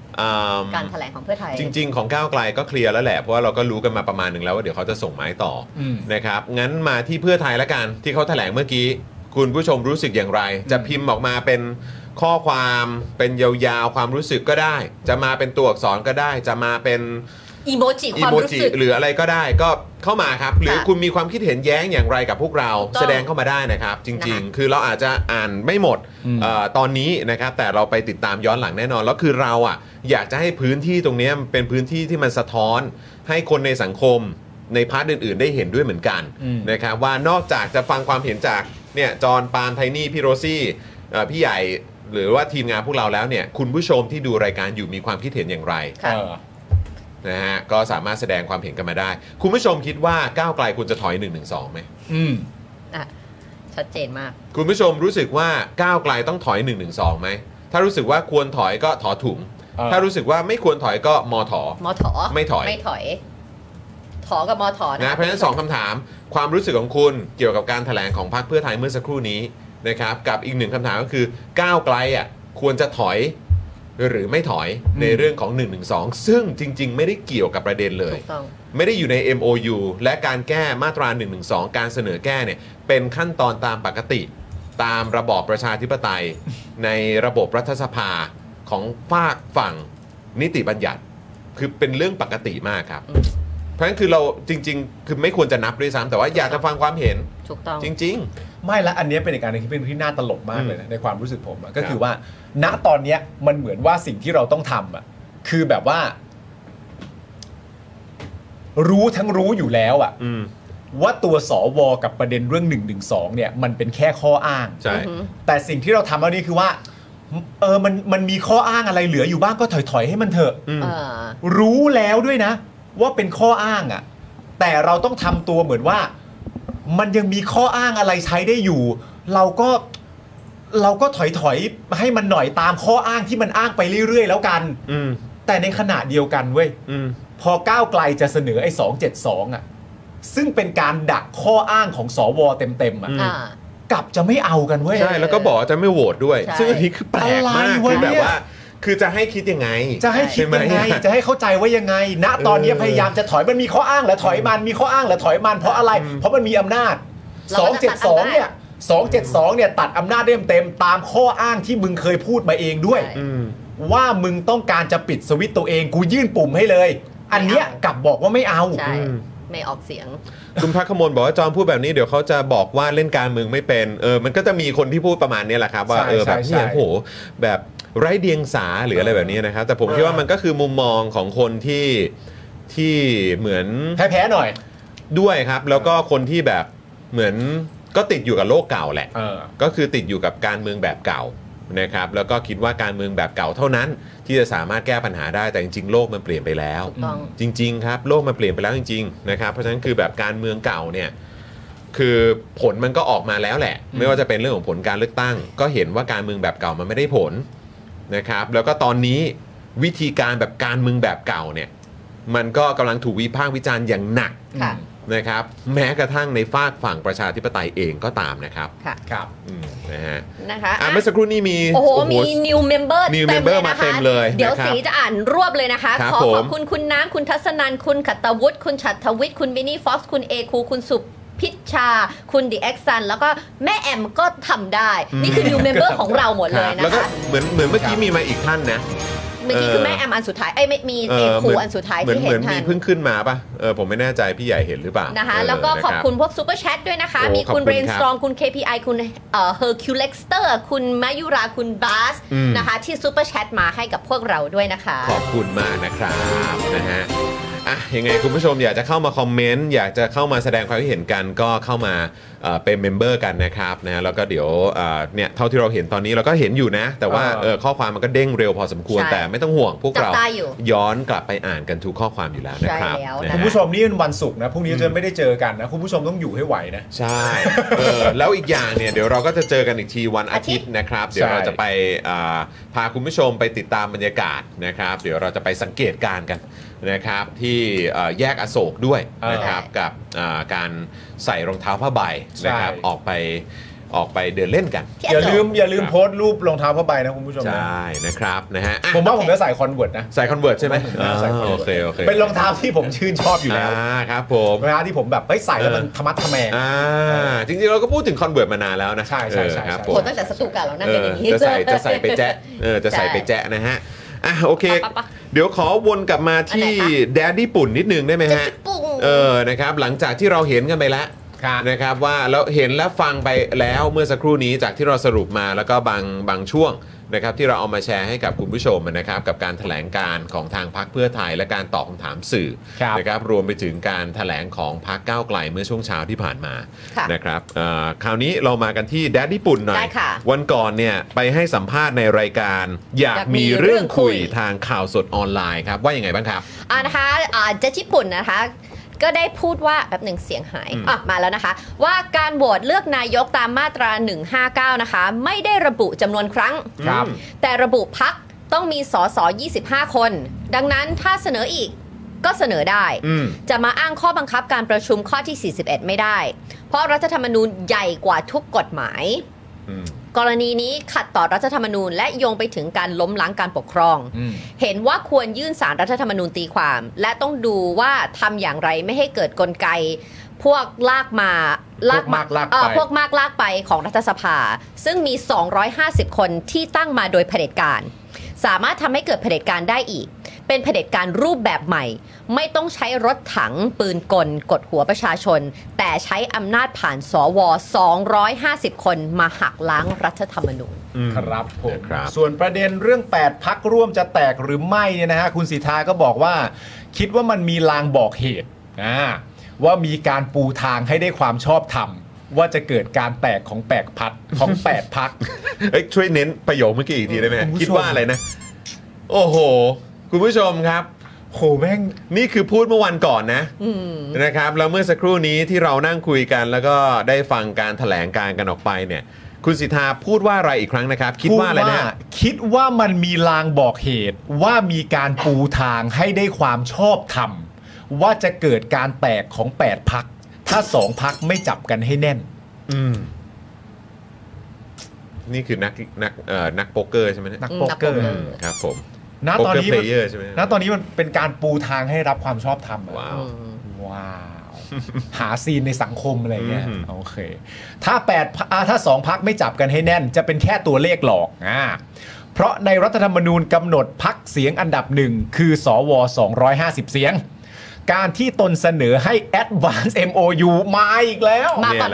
การแถลงของเพื่อไทยจริงๆของก้าวไกลก็เคลียร์แล้วแหละเพราะว่าเราก็รู้กันมาประมาณหนึ่งแล้วว่าเดี๋ยวเขาจะส่งไม้ต่อนะครับงั้นมาที่เพื่อไทยละกันที่เขาแถลงเมื่อกี้คุณผู้ชมรู้สึกอย่างไรจะพิมพ์ออกมาเป็นข้อความเป็นยาวๆความรู้สึกก็ได้จะมาเป็นตัวอักษรก็ได้จะมาเป็นอีโมจิความรู้สึกหรืออะไรก็ได้ก็เข้ามาครับหรือคุณมีความคิดเห็นแย้งอย่างไรกับพวกเราแสดงเข้ามาได้นะครับจริงๆคือเราอาจจะอ่านไม่หมดตอนนี้นะครับแต่เราไปติดตามย้อนหลังแน่นอนแล้วคือเราอ่ะอยากจะให้พื้นที่ตรงนี้เป็นพื้นที่ที่มันสะท้อนให้คนในสังคมในพาร์ทอื่นๆได้เห็นด้วยเหมือนกันนะครับว่านอกจากจะฟังความเห็นจากเนี่ยจอห์นปาล์มไทนี่พี่โรซี่พี่ใหญ่หรือว่าทีมงานพวกเราแล้วเนี่ยคุณผู้ชมที่ดูรายการอยู่มีความคิดเห็นอย่างไรนะฮะก็สามารถแสดงความเห็นกันมาได้คุณผู้ชมคิดว่าก้าวไกลควรจะถอย112ไหมชัดเจนมากคุณผู้ชมรู้สึกว่าก้าวไกลต้องถอย112ไหมถ้ารู้สึกว่าควรถอยก็ถอถุงถ้ารู้สึกว่าไม่ควรถอยก็มถไม่ถอยถอกับมถนะเพราะฉะนั้น2คำถามความรู้สึกของคุณเกี่ยวกับการแถลงของพรรคเพื่อไทยเมื่อสักครู่นี้นะครับกับอีก1คำถามก็คือก้าวไกลอ่ะควรจะถอยหรือไม่ถอยในเรื่องของ112ซึ่งจริงๆไม่ได้เกี่ยวกับประเด็นเลยไม่ได้อยู่ใน MOU และการแก้มาตรา112การเสนอแก้เนี่ยเป็นขั้นตอนตามปกติตามระบอบประชาธิปไตยในระบบรัฐสภาของฝั่งนิติบัญญัติคือเป็นเรื่องปกติมากครับเพราะฉะนั้นคือเราจริงๆคือไม่ควรจะนับด้วยซ้ำแต่ว่าอยากจะฟังความเห็นถูกต้องจริงๆไม่ละอันนี้เป็นอีกการนึงที่เป็นที่น่าตลกมากเลยนะในความรู้สึกผมก็คือว่าณตอนนี้มันเหมือนว่าสิ่งที่เราต้องทำอ่ะคือแบบว่ารู้ทั้งรู้อยู่แล้วอ่ะว่าตัวสวกับประเด็นเรื่อง112เนี่ยมันเป็นแค่ข้ออ้างใช่แต่สิ่งที่เราทำเอานี้คือว่ามันมีข้ออ้างอะไรเหลืออยู่บ้างก็ถอยให้มันเถอะรู้แล้วด้วยนะว่าเป็นข้ออ้างอ่ะแต่เราต้องทำตัวเหมือนว่ามันยังมีข้ออ้างอะไรใช้ได้อยู่เราก็ถอยให้มันหน่อยตามข้ออ้างที่มันอ้างไปเรื่อยๆแล้วกันแต่ในขณะเดียวกันเว้ยพอก้าวไกลจะเสนอไอ้272อ่ะซึ่งเป็นการดักข้ออ้างของสวเต็มๆอ่ะกลับจะไม่เอากันเว้ยใช่แล้วก็บอกจะไม่โหวตด้วยซึ่งอันนี้คือแปลกมากคือแบบว่าคือจะให้คิดยังไงจะให้คิดยังไงจะให้เข้าใจว่ายังไงณตอนนี้พยายามจะถอยมันมีข้ออ้างแล้วถอยมันมีข้ออ้างแล้วถอยมันเพราะอะไรเพราะมันมีอำนาจ272เนี่ย272เนี่ยตัดอำนาจได้เต็มตามข้ออ้างที่มึงเคยพูดมาเองด้วยว่ามึงต้องการจะปิดสวิตช์ตัวเองกูยื่นปุ่มให้เลยอันเนี้ยกลับบอกว่าไม่เอาใช่ไม่ออกเสียงคุณพักขมลบอกว่าจอมพูดแบบนี้เดี๋ยวเขาจะบอกว่าเล่นการเมืองไม่เป็นมันก็จะมีคนที่พูดประมาณนี้แหละครับว่าแบบนี้โหแบบไร้เดียงสาหรืออะไรแบบนี้นะครับแต่ผมคิดว่ามันก็คือมุมมองของคนที่เหมือนแพ้ๆหน่อยด้วยครับแล้วก็คนที่แบบเหมือนก็ติดอยู่กับโลกเก่าแหละก็คือติดอยู่กับการเมืองแบบเก่านะครับแล้วก็คิดว่าการเมืองแบบเก่าเท่านั้นที่จะสามารถแก้ปัญหาได้แต่จริงๆโลกมันเปลี่ยนไปแล้วจริงๆครับโลกมันเปลี่ยนไปแล้วจริงๆนะครับเพราะฉะนั้นคือแบบการเมืองเก่าเนี่ยคือผลมันก็ออกมาแล้วแหละไม่ว่าจะเป็นเรื่องของผลการเลือกตั้งก็เห็นว่าการเมืองแบบเก่ามันไม่ได้ผลนะครับแล้วก็ตอนนี้วิธีการแบบการเมืองแบบเก่าเนี่ยมันก็กำลังถูกวิพากษ์วิจารณ์อย่างหนักนะครับแม้กระทั่งในฝั่งประชาธิปไตยเองก็ตามนะครับครับนะฮะนะคะเมื่อสักครู่นี้มีมี new member มาเต็มเลยเดี๋ยวสีจะอ่านรวบเลยนะคะขอขอบคุณคุณน้ำคุณทัศนันคุณขัตตวุฒิคุณฉัตรวิทย์คุณมินี่ฟ็อกซ์คุณเอคูคุณสุพิชชาคุณดีเอ็กซันแล้วก็แม่แอมก็ทำได้นี่คือ new member ของเราหมดเลยนะคะแล้วก็เหมือนเมื่อกี้มีมาอีกท่านนะเมื่อกี้คือแม่แอมอันสุดท้ายไม่มีเอคูอันสุดท้ายที่เห็นทันมีเพิ่งขึ้นมาป่ะผมไม่แน่ใจพี่ใหญ่เห็นหรือเปล่านะคะแล้วก็ขอบคุณพวกซูเปอร์แชทด้วยนะคะมีคุณ Brainstorm คุณ KPI คุณHerculexter คุณมายุราคุณบาสนะคะที่ซูเปอร์แชทมาให้กับพวกเราด้วยนะคะขอบคุณมากนะครับนะฮะยังไงคุณผู้ชมอยากจะเข้ามาคอมเมนต์อยากจะเข้ามาแสดงความคิดเห็นกันก็เข้ามาเป็นเมมเบอร์กันนะครับนะแล้วก็เดี๋ยวเนี่ยเท่าที่เราเห็นตอนนี้เราก็เห็นอยู่นะแต่ว่าข้อความมันก็เด้งเร็วพอสมควรแต่ไม่ต้องห่วงพวกเราย้อนกลับไปอ่านกันทุกข้อความอยู่แล้วนะครับคุณผู้ชมนี่เป็นวันศุกร์นะพรุ่งนี้จะไม่ได้เจอกันนะคุณผู้ชมต้องอยู่ให้ไหวนะใช่แล้วอีกอย่างเนี่ยเดี๋ยวเราก็จะเจอกันอีกทีวันอาทิตย์นะครับเดี๋ยวเราจะไปพาคุณผู้ชมไปติดตามบรรยากาศนะครับเดี๋ยวเราจะไปสังเกตการณ์กันนะครับที่แยกอโศกด้วยนะครับกับการใส่รองเท้าผ้าใบนะครับออกไปออกไปเดินเล่นกันอย่าลืมโพสต์รูปรองเท้าผ้าใบนะคุณผู้ชมใช่นะครับนะฮะผมว่าผมจะใส่คอนเวิร์ตนะใส่คอนเวิร์ตใช่ไหมโอเคเป็นรองเท้าที่ผมชื่นชอบอยู่แล้วครับผมรองเท้าที่ผมแบบใส่แล้วมันธรรมะทแมงจริงๆเราก็พูดถึงคอนเวิร์ตมานานแล้วนะใช่ครับผมตั้งแต่สตูการเรานั่งกันอย่างนี้จะใส่ไปแจ๊ะจะใส่ไปแจ๊ะนะฮะโอเคเดี๋ยวขอวนกลับมาที่แดดดี้ปุ่นนิดนึงได้ไหมฮะนะครับหลังจากที่เราเห็นกันไปแล้วนะครับว่าเราเห็นและฟังไปแล้วเมื่อสักครู่นี้จากที่เราสรุปมาแล้วก็บางช่วงนะครับที่เราเอามาแชร์ให้กับคุณผู้ชมนะครับกับการแถลงการของทางพรรคเพื่อไทยและการตอบคำถามสื่อนะครับรวมไปถึงการแถลงของพรรคก้าวไกลเมื่อช่วงเช้าที่ผ่านมานะครับคราวนี้เรามากันที่แดดดี้ปุ่นหน่อยวันก่อนเนี่ยไปให้สัมภาษณ์ในรายการอยากมีเรื่องคุยทางข่าวสดออนไลน์ครับว่ายังไงบ้างครับนะคะแดดดี้ปุ่นนะคะก็ได้พูดว่าแบบหนึ่งเสียงหายมาแล้วนะคะว่าการโหวตเลือกนายกตามมาตรา159นะคะไม่ได้ระบุจำนวนครั้งแต่ระบุพรรคต้องมีสส25คนดังนั้นถ้าเสนออีกก็เสนอได้จะมาอ้างข้อบังคับการประชุมข้อที่41ไม่ได้เพราะรัฐธรรมนูญใหญ่กว่าทุกกฎหมายกรณีนี้ขัดต่อรัฐธรรมนูญและโยงไปถึงการล้มล้างการปกครองเห็นว่าควรยื่นศาลรัฐธรรมนูญตีความและต้องดูว่าทำอย่างไรไม่ให้เกิดกลไกพวกลากไปของรัฐสภาซึ่งมี250คนที่ตั้งมาโดยเผด็จการสามารถทำให้เกิดเผด็จการได้อีกเป็นเผด็จการรูปแบบใหม่ไม่ต้องใช้รถถังปืนกลกดหัวประชาชนแต่ใช้อำนาจผ่านสว250คนมาหักล้างรัฐธรรมนูญครับผมส่วนประเด็นเรื่อง8พรรคร่วมจะแตกหรือไม่เนี่ยนะฮะคุณสิทธาก็บอกว่าคิดว่ามันมีลางบอกเหตุว่ามีการปูทางให้ได้ความชอบธรรมว่าจะเกิดการแตกของ8พรรคช่วยเน้นประโยคเมื่อกี้อีกทีได้ไหมคิดว่าอะไรนะโอ้โหคุณผู้ชมครับโหแม่งนี่คือพูดเมื่อวันก่อนนะครับแล้วเมื่อสักครู่นี้ที่เรานั่งคุยกันแล้วก็ได้ฟังการแถลงการกันออกไปเนี่ยคุณสิทธาพูดว่าอะไรอีกครั้งนะครับคิดว่าอะไรนะคิดว่ามันมีลางบอกเหตุว่ามีการปูทางให้ได้ความชอบธรรมว่าจะเกิดการแตกของ8พรรคถ้า2พรรคไม่จับกันให้แน่นนี่คือนักโป๊กเกอร์ใช่ไหมนักโป๊กเกอร์ครับผมณตอนนี้มันเป็นการปูทางให้รับความชอบธรรมว้าวหาซีนในสังคมอะไรเงี้ยโอเคถ้า2พรรคไม่จับกันให้แน่นจะเป็นแค่ตัวเลขหลอกเพราะในรัฐธรรมนูญกำหนดพรรคเสียงอันดับ1คือสว250เสียงการที่ตนเสนอให้ Advance MOU มาอีกแล้วมาก่อน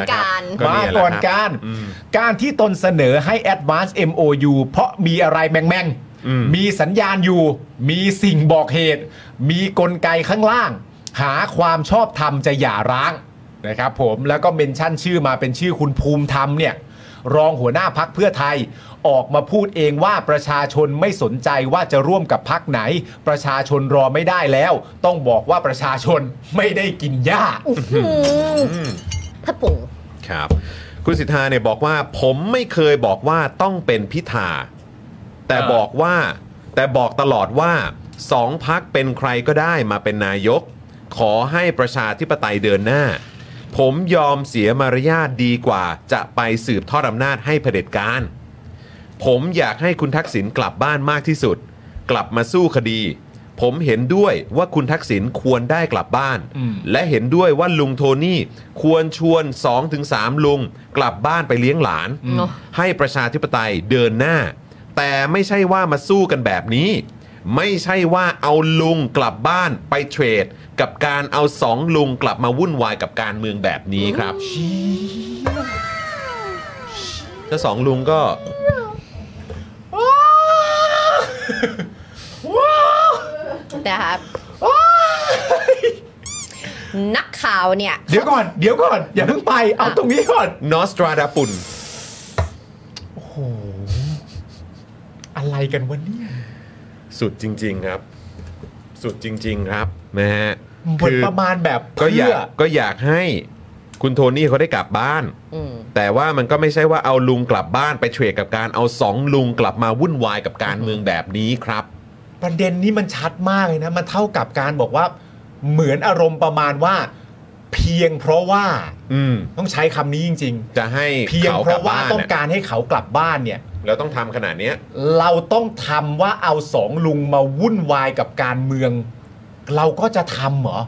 การที่ตนเสนอให้ Advance MOU เพราะมีอะไรแม่งมีสัญญาณอยู่มีสิ่งบอกเหตุมีกลไกข้างล่างหาความชอบธรรมจะหย่าร้างนะครับผมแล้วก็เมนชั่นชื่อมาเป็นชื่อคุณภูมิธรรมเนี่ยรองหัวหน้าพรรคเพื่อไทยออกมาพูดเองว่าประชาชนไม่สนใจว่าจะร่วมกับพรรคไหนประชาชนรอไม่ได้แล้วต้องบอกว่าประชาชนไม่ได้กินหญ้าถ้าปุ่งครับคุณสิทธาเนี่ยบอกว่าผมไม่เคยบอกว่าต้องเป็นพิธาแต่บอกตลอดว่า2พรรคเป็นใครก็ได้มาเป็นนายกขอให้ประชาธิปไตยเดินหน้าผมยอมเสียมารยาทดีกว่าจะไปสืบทอดอำนาจให้เผด็จการผมอยากให้คุณทักษิณกลับบ้านมากที่สุดกลับมาสู้คดีผมเห็นด้วยว่าคุณทักษิณควรได้กลับบ้านและเห็นด้วยว่าลุงโทนี่ควรชวน 2-3 ลุงกลับบ้านไปเลี้ยงหลานให้ประชาธิปไตยเดินหน้าแต่ไม่ใช่ว่ามาสู้กันแบบนี้ไม่ใช่ว่าเอาลุงกลับบ้านไปเทรดกับการเอา2ลุงกลับมาวุ่นวายกับการเมืองแบบนี้ครับถ้า2ลุงก็นะครับนักข่าวเนี่ยเดี๋ยวก่อนอย่าเพิ่งไปเอาตรงนี้ก่อนนอสตราดาปุ่นโอ้โหอะไรกันวะเนี่ยสุดจริงๆครับสุดจริงๆครับนะฮะคือประมาณแบบก็อยากให้คุณโทนี่เขาได้กลับบ้านแต่ว่ามันก็ไม่ใช่ว่าเอาลุงกลับบ้านไปเทรดกับการเอา2ลุงกลับมาวุ่นวายกับการเมืองแบบนี้ครับประเด็นนี้มันชัดมากเลยนะมันเท่ากับการบอกว่าเหมือนอารมณ์ประมาณว่าเพียงเพราะว่าต้องใช้คำนี้จริงๆจะให้เพียงเพราะว่าต้องการให้เขากลับบ้านเนี่ยเราต้องทำขนาดนี้เราต้องทำว่าเอาสองลุงมาวุ่นวายกับการเมืองเราก็จะทำเหรอ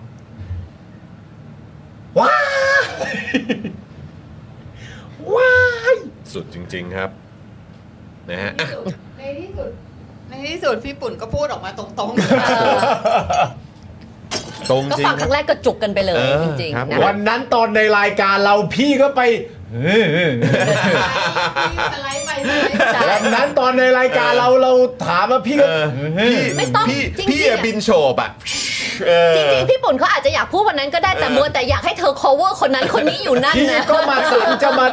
ว้ายสุดจริงๆครับนะฮะในที่สุดพี่ปุ่นก็พูดออกมาตรงๆก็ฟังครั้งแรกก็จุกกันไปเลยจริงๆนะวันนั้นตอนในรายการเราพี่ก็ไปวันนั้นตอนในรายการเราถามว่าพี่ก็ไม่ต้องพี่บินโฉบอ่ะจริงๆพี่ปุ่นเขาอาจจะอยากพูดวันนั้นก็ได้แต่มัวแต่อยากให้เธอ cover คนนั้นคนนี้อยู่นั่นนะพี่ก็มาสัน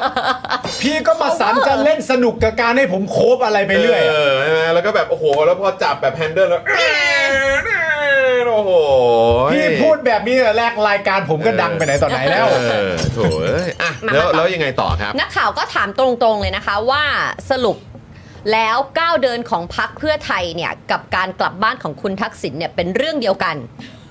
จะเล่นสนุกกับการให้ผมโคฟอะไรไปเรื่อยแล้วก็แบบโอ้โหแล้วพอจับแบบแฮนเดิลแล้วโอ้โหพี่พูดแบบนี้แรกรายการผมก็ดังไปไหนต่อไหนแล้วโถ่แล้วยังไงต่อครับนักข่าวก็ถามตรงๆเลยนะคะว่าสรุปแล้วก้าวเดินของพรรคเพื่อไทยเนี่ยกับการกลับบ้านของคุณทักษิณเนี่ยเป็นเรื่องเดียวกัน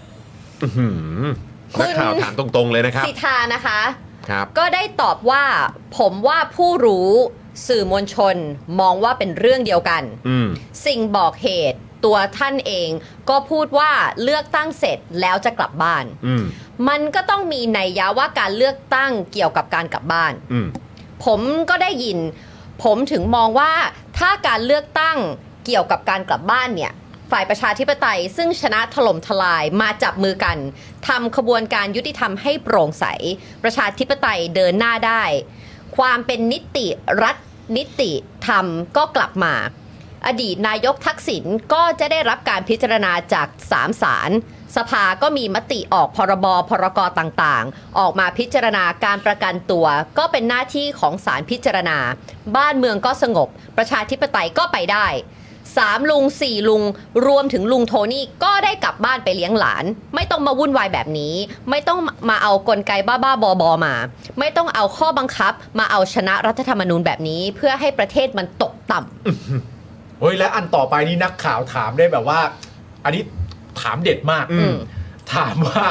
นักข่าวถามตรงๆเลยนะครับสิทธานะคะก็ได้ตอบว่าผมว่าผู้รู้สื่อมวลชนมองว่าเป็นเรื่องเดียวกันสิ่งบอกเหตุตัวท่านเองก็พูดว่าเลือกตั้งเสร็จแล้วจะกลับบ้านมันก็ต้องมีนัยยะว่าการเลือกตั้งเกี่ยวกับการกลับบ้านผมก็ได้ยินผมถึงมองว่าถ้าการเลือกตั้งเกี่ยวกับการกลับบ้านเนี่ยฝ่ายประชาธิปไตยซึ่งชนะถล่มทลายมาจับมือกันทำขบวนการยุติธรรมให้โปร่งใสประชาธิปไตยเดินหน้าได้ความเป็นนิติรัฐนิติธรรมก็กลับมาอดีตนายกทักษิณก็จะได้รับการพิจารณาจาก3 ศาลสภาก็มีมติออกพรบพรกต่างๆออกมาพิจารณาการประกันตัวก็เป็นหน้าที่ของศาลพิจารณาบ้านเมืองก็สงบประชาธิปไตยก็ไปได้3 ลุง 4 ลุงรวมถึงลุงโทนี่ก็ได้กลับบ้านไปเลี้ยงหลานไม่ต้องมาวุ่นวายแบบนี้ไม่ต้องมาเอากลไกบ้าๆบอๆมาไม่ต้องเอาข้อบังคับมาเอาชนะรัฐธรรมนูญแบบนี้เพื่อให้ประเทศมันตกต่ำเฮ้ยและอันต่อไปนี้นักข่าวถามได้แบบว่าอันนี้ถามเด็ดมากถามว่า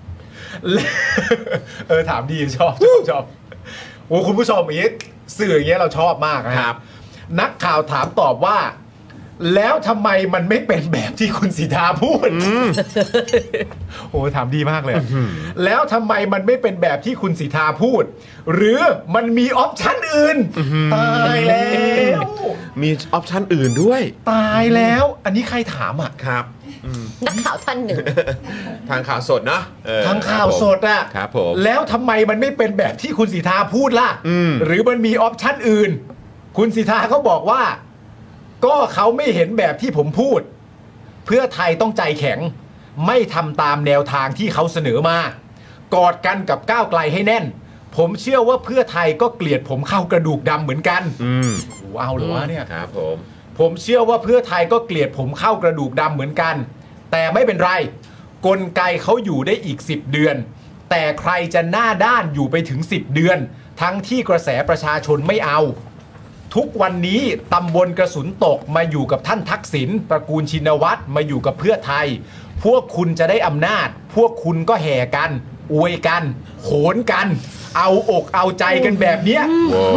ถามดีชอบโอ้คุณผู้ชมอย่างนี้สื่ออย่างเงี้ยเราชอบมากนะครับนักข่าวถามตอบว่าแล้วทำไมมันไม่เป็นแบบที่คุณสิทธาพูดโอ้ถามดีมากเลยแล้วทำไมมันไม่เป็นแบบที่คุณสิทธาพูดหรือมันมีออปชั่นอื่นตายแล้วมีออปชั่นอื่นด้วยตายแล้วอันนี้ใครถามอ่ะครับนักข่าวท่านหนึ่งทางข่าวสดนะทางข่าวสดอ่ะครับผมแล้วทำไมมันไม่เป็นแบบที่คุณสิทธาพูดล่ะหรือมันมีออปชั่นอื่นคุณสิทธาเขาบอกว่าก็เขาไม่เห็นแบบที่ผมพูดเพื่อไทยต้องใจแข็งไม่ทำตามแนวทางที่เขาเสนอมากอดกันกับก้าวไกลให้แน่นผมเชื่อว่าเพื่อไทยก็เกลียดผมเข้ากระดูกดำเหมือนกันว้าวเหรอวะเนี่ยครับผมเชื่อว่าเพื่อไทยก็เกลียดผมเข้ากระดูกดำเหมือนกันแต่ไม่เป็นไรกลไกเขาอยู่ได้อีก10 เดือนแต่ใครจะหน้าด้านอยู่ไปถึง10 เดือนทั้งที่กระแสประชาชนไม่เอาทุกวันนี้ตำบลกระสุนตกมาอยู่กับท่านทักษิณตระกูลชินวัตรมาอยู่กับเพื่อไทยพวกคุณจะได้อำนาจพวกคุณก็แห่กันอวยกันโหนกันเอาอกเอาใจกันแบบเนี้ย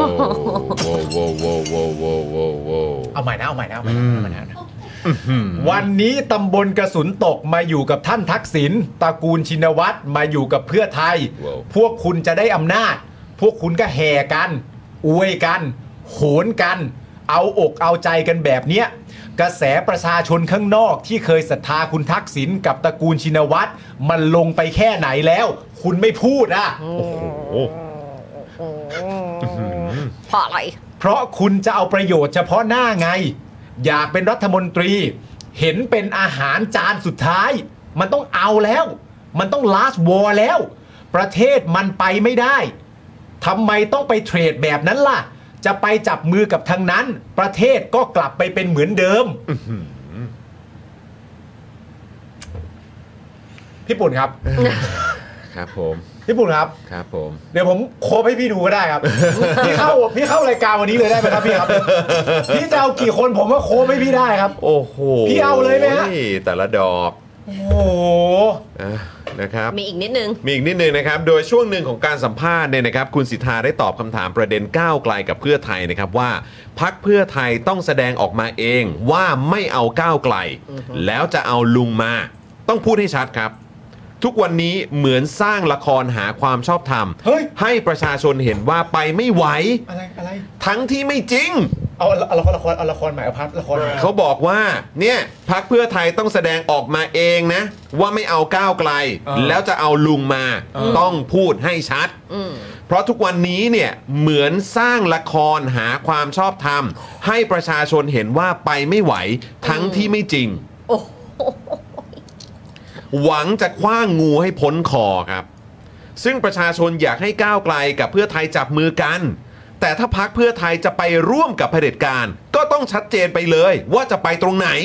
เอาใหม่นะวันนี้ตำบลกระสุนตกมาอยู่กับท่านทักษิณตระกูลชินวัตรมาอยู่กับเพื่อไทยพวกคุณจะได้อำนาจพวกคุณก็แห่กันอวยกันโหนกันเอาอกเอาใจกันแบบเนี้ยกระแสประชาชนข้างนอกที่เคยศรัทธาคุณทักษิณกับตระกูลชินวัตรมันลงไปแค่ไหนแล้วคุณไม่พูดอ่ะเพราะอะไรเพราะคุณจะเอาประโยชน์เฉพาะหน้าไงอยากเป็นรัฐมนตรีเห็นเป็นอาหารจานสุดท้ายมันต้องเอาแล้วมันต้อง last war แล้วประเทศมันไปไม่ได้ทำไมต้องไปเทรดแบบนั้นล่ะจะไปจับมือกับทางนั้นประเทศก็กลับไปเป็นเหมือนเดิมพี่ปุ่นครับครับผมพี่ปุ่นครับครับผมเดี๋ยวผมโคฟให้พี่ดูก็ได้ครับ พี่เข้ารายการวันนี้เลยได้ไหมครับพี่ครับพี่จะเอากี่คนผมว่าโคฟให้พี่ได้ครับโอ้โหพี่เอาเลยไหมฮะแต่ละดอกโอ้โหนะครับมีอีกนิดนึงนะครับโดยช่วงหนึ่งของการสัมภาษณ์เนี่ยนะครับคุณสิทธาได้ตอบคำถามประเด็นก้าวไกลกับเพื่อไทยนะครับว่าพรรคเพื่อไทยต้องแสดงออกมาเองว่าไม่เอาก้าวไกลแล้วจะเอาลุงมาต้องพูดให้ชัดครับทุกวันนี้เหมือนสร้างละครหาความชอบธรรมให้ประชาชนเห็นว่าไปไม่ไหวอะไรทั้งที่ไม่จริงเอาละครใหม่เอาพัดละครเขาบอกว่าเนี่ยพรรคเพื่อไทยต้องแสดงออกมาเองนะว่าไม่เอาก้าวไกลแล้วจะเอาลุงมาต้องพูดให้ชัดเพราะทุกวันนี้เนี่ยเหมือนสร้างละครหาความชอบธรรมให้ประชาชนเห็นว่าไปไม่ไหวทั้งที่ไม่จริงหวังจะคว้างงูให้พ้นคอครับซึ่งประชาชนอยากให้ก้าวไกลกับเพื่อไทยจับมือกันแต่ถ้าพรรคเพื่อไทยจะไปร่วมกับเผด็จการก็ต้องชัดเจนไปเลยว่าจะไปตรงไหน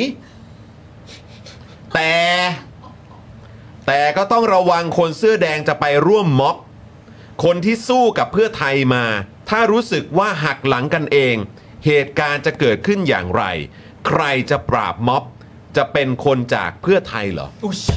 แต่ก็ต้องระวังคนเสื้อแดงจะไปร่วมม็อบคนที่สู้กับเพื่อไทยมาถ้ารู้สึกว่าหักหลังกันเองเหตุการณ์จะเกิดขึ้นอย่างไรใครจะปราบม็อบจะเป็นคนจากเพื่อไทยเหรอ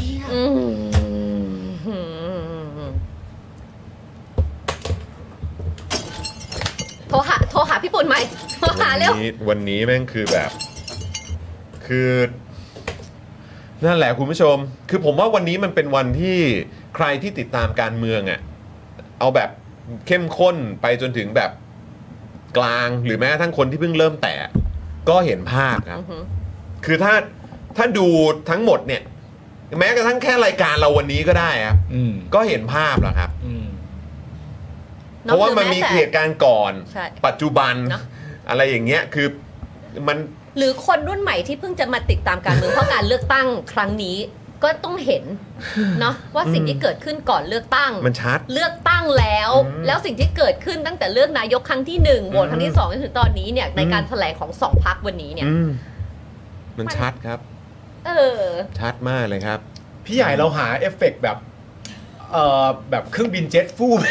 โทรหาพี่ปุ่นใหม่โทรหาเร็ววันนี้แม่งคือแบบคือนั่นแหละคุณผู้ชมคือผมว่าวันนี้มันเป็นวันที่ใครที่ติดตามการเมืองอ่ะเอาแบบเข้มข้นไปจนถึงแบบกลางหรือแม้กระทั่งคนที่เพิ่งเริ่มแตะก็เห็นภาพครับคือถ้าดูทั้งหมดเนี่ยแม้กระทั่งแค่รายการเราวันนี้ก็ได้ครับก็เห็นภาพแล้วครับเพราะว่ามันมีเหตุการณ์ก่อนปัจจุบันอะไรอย่างเงี้ยคือมันหรือคนรุ่นใหม่ที่เพิ่งจะมาติดตามการเมืองเพราะการเลือกตั้งครั้งนี้ก็ต้องเห็นเนาะว่าสิ่งที่เกิดขึ้นก่อนเลือกตั้งมันชัดเลือกตั้งแล้วสิ่งที่เกิดขึ้นตั้งแต่เลือกนายกครั้งที่1โหวตครั้งที่2จนถึงตอนนี้เนี่ยในการแถลงของ2พรรควันนี้เนี่ยมันชัดครับชัดมากเลยครับพี่ใหญ่เราหาเอฟเฟกต์แบบแบบเครื่องบินเจ็ตฟู่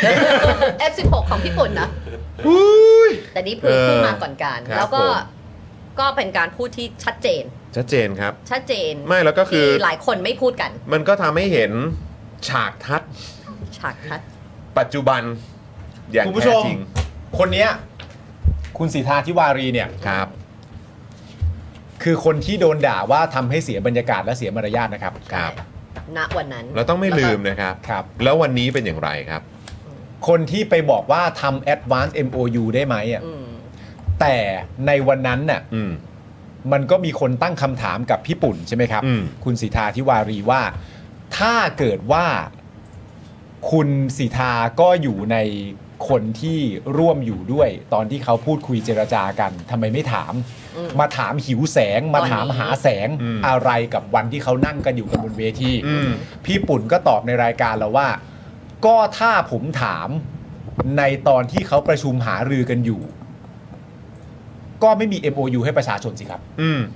F16 ของพี่ปุ่นนะแต่นี่พูดมาก่อนการแล้วก็เป็นการพูดที่ชัดเจนครับชัดเจนไม่แล้วก็คือหลายคนไม่พูดกันมันก็ทำให้เห็นฉากทัศน์ปัจจุบันอย่างแท้จริงคนนี้คุณสิทธาธิวารีเนี่ยครับคือคนที่โดนด่าว่าทำให้เสียบรรยากาศและเสียมารยาทนะครับณวันนั้นเราต้องไม่ลืมนะครับแล้ววันนี้เป็นอย่างไรครับคนที่ไปบอกว่าทำ Advance MOU ได้ไหมอ่ะแต่ในวันนั้นน่ะมันก็มีคนตั้งคำถามกับพี่ปุ่นใช่ไหมครับคุณสิทธาธิวารีว่าถ้าเกิดว่าคุณสิทธาก็อยู่ในคนที่ร่วมอยู่ด้วยตอนที่เขาพูดคุยเจรจากันทำไมไม่ถามมาถามหิวแสงมาถามหาแสงอะไรกับวันที่เขานั่งกันอยู่กันบนเวทีพี่ปุ่นก็ตอบในรายการเราว่าก็ถ้าผมถามในตอนที่เขาประชุมหารือกันอยู่ก็ไม่มี MOU ให้ประชาชนสิครับ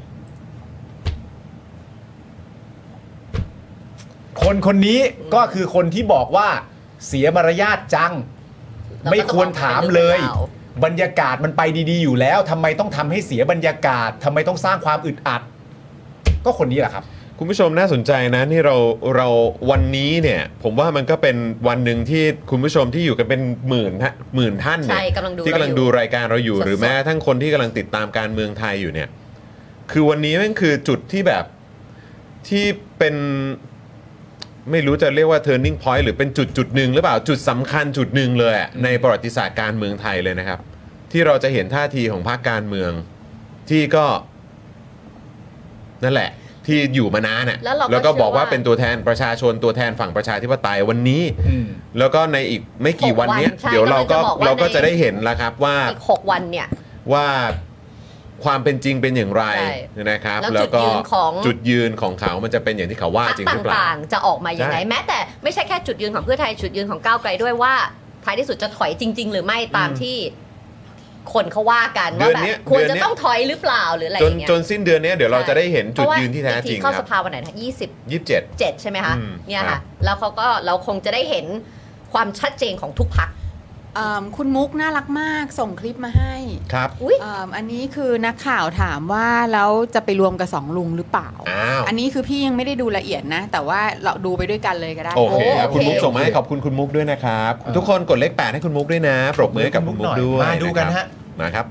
คนนี้ก็คือคนที่บอกว่าเสียมารยาทจังไม่ควรถามเลยบรรยากาศมันไปดีๆอยู่แล้วทำไมต้องทำให้เสียบรรยากาศทำไมต้องสร้างความอึดอัดก็คนนี้แหละครับคุณผู้ชมน่าสนใจนะที่เราวันนี้เนี่ยผมว่ามันก็เป็นวันหนึ่งที่คุณผู้ชมที่อยู่กันเป็นหมื่นท่านเนี่ยที่กำลังดูรายการเราอยู่หรือแม้ทั้งคนที่กำลังติดตามการเมืองไทยอยู่เนี่ยคือวันนี้มันคือจุดที่แบบที่เป็นไม่รู้จะเรียกว่า turning point หรือเป็นจุดหนึ่งหรือเปล่าจุดสำคัญจุดหนึ่งเลยในประวัติศาสตร์การเมืองไทยเลยนะครับที่เราจะเห็นท่าทีของพรรคการเมืองที่ก็นั่นแหละที่อยู่มานานน่ะแล้วก็บอกว่าเป็นตัวแทนประชาชนตัวแทนฝั่งประชาธิปไตยวันนี้แล้วก็ในอีกไม่กี่วันนี้เดี๋ยวเราก็จะได้เห็นแล้วครับว่าอีก6วันเนี่ยว่าความเป็นจริงเป็นอย่างไรนะครับแล้วก็จุดยืนของเขามันจะเป็นอย่างที่เขาว่าจริงหรือเปล่าต่างๆจะออกมาอย่างไรแม้แต่ไม่ใช่แค่จุดยืนของเพื่อไทยจุดยืนของก้าวไกลด้วยว่าท้ายที่สุดจะถอยจริงๆหรือไม่ตามที่คนเขาว่ากันว่าแบบควรจะต้องถอยหรือเปล่าหรืออะไรอย่างเงี้ยจนสิ้นเดือนนี้เดี๋ยวเราจะได้เห็นจุดยืนที่แท้จริงเข้าสภาวันไหนนะ27ใช่ไหมคะเนี่ยค่ะแล้วเขาก็เราคงจะได้เห็นความชัดเจนของทุกพรรคคุณมุกน่ารักมากส่งคลิปมาให้ครับอันนี้คือนักข่าวถามว่าแล้วจะไปรวมกับ2ลุงหรือเปล่าอันนี้คือพี่ยังไม่ได้ดูละเอียดนะแต่ว่าเราดูไปด้วยกันเลยก็ได้โอเคครับคุณมุกส่งมาให้ขอบคุณคุณมุกด้วยนะครับทุกคนกดเลข 8ให้คุณมุกด้วยนะปรบมือให้กับคุณมุกด้วยมาดูกันฮะมาครับ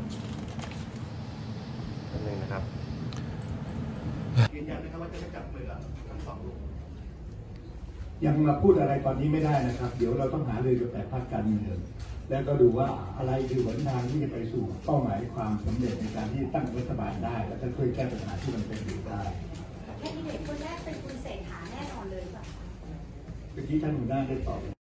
ยังมาพูดอะไรตอนนี้ไม่ได้นะครับเดี๋ยวเราต้องหารือกับแต่ภาคการเมืองแล้วก็ดูว่าอะไรคือหนทางที่จะไปสู่เป้าหมายความสำเร็จในการที่ตั้งรัฐบาลได้และจะช่วยแก้ปัญหาที่มันเป็นอยู่ได้แคนดิเดตคนแรกเป็นคุณเศรษฐาแน่นอนเลยป่ะเมื่อกี้ท่านหัวหน้าได้ตอบ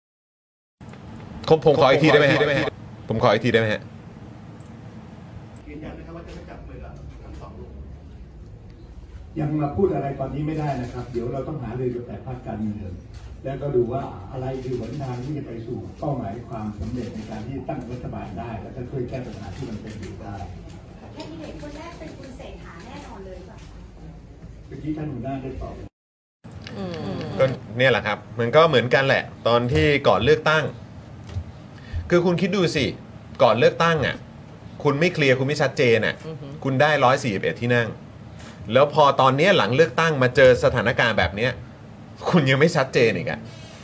ผมขออีกทีได้ไหมฮะผมขออีกทีได้ไหมฮะยืนยันนะครับว่าจะไม่จับมือกับทั้งสองลุงยังมาพูดอะไรตอนนี้ไม่ได้นะครับเดี๋ยวเราต้องหารือกับแต่ภาคการเมืองแล้วก็ดูว่าอะไรคือหนทางที่จะไปสู่เป้าหมายความสำเร็จในการที่ตั้งรัฐบาลได้และจะช่วยแก้ปัญหาที่มันเป็นอยู่ได้แคนดิเดตคนแรกเป็นคุณเศรษฐาแน่นอนเลยป่ะเมื่อกี้ท่านหัวหน้าได้ตอบก็เนี่ยแหละครับมันก็เหมือนกันแหละตอนที่ก่อนเลือกตั้งคือคุณคิดดูสิก่อนเลือกตั้งอ่ะคุณไม่เคลียร์คุณไม่ชัดเจนอ่ะคุณได้141ที่นั่งแล้วพอตอนนี้หลังเลือกตั้งมาเจอสถานการณ์แบบนี้คุณยังไม่ชัดเจนอีกอะ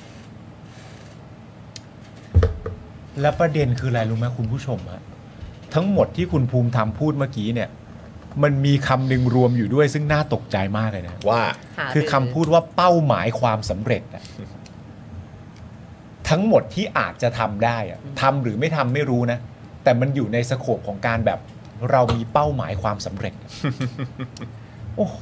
และประเด็นคืออะไรรู้ไหมคุณผู้ชมฮะทั้งหมดที่คุณภูมิธรรมพูดเมื่อกี้เนี่ยมันมีคำหนึ่งรวมอยู่ด้วยซึ่งน่าตกใจมากเลยนะว่าคือคำพูดว่าเป้าหมายความสำเร็จอะทั้งหมดที่อาจจะทำได้อะทำหรือไม่ทำไม่รู้นะแต่มันอยู่ในสโคปของการแบบเรามีเป้าหมายความสำเร็จโอ้โห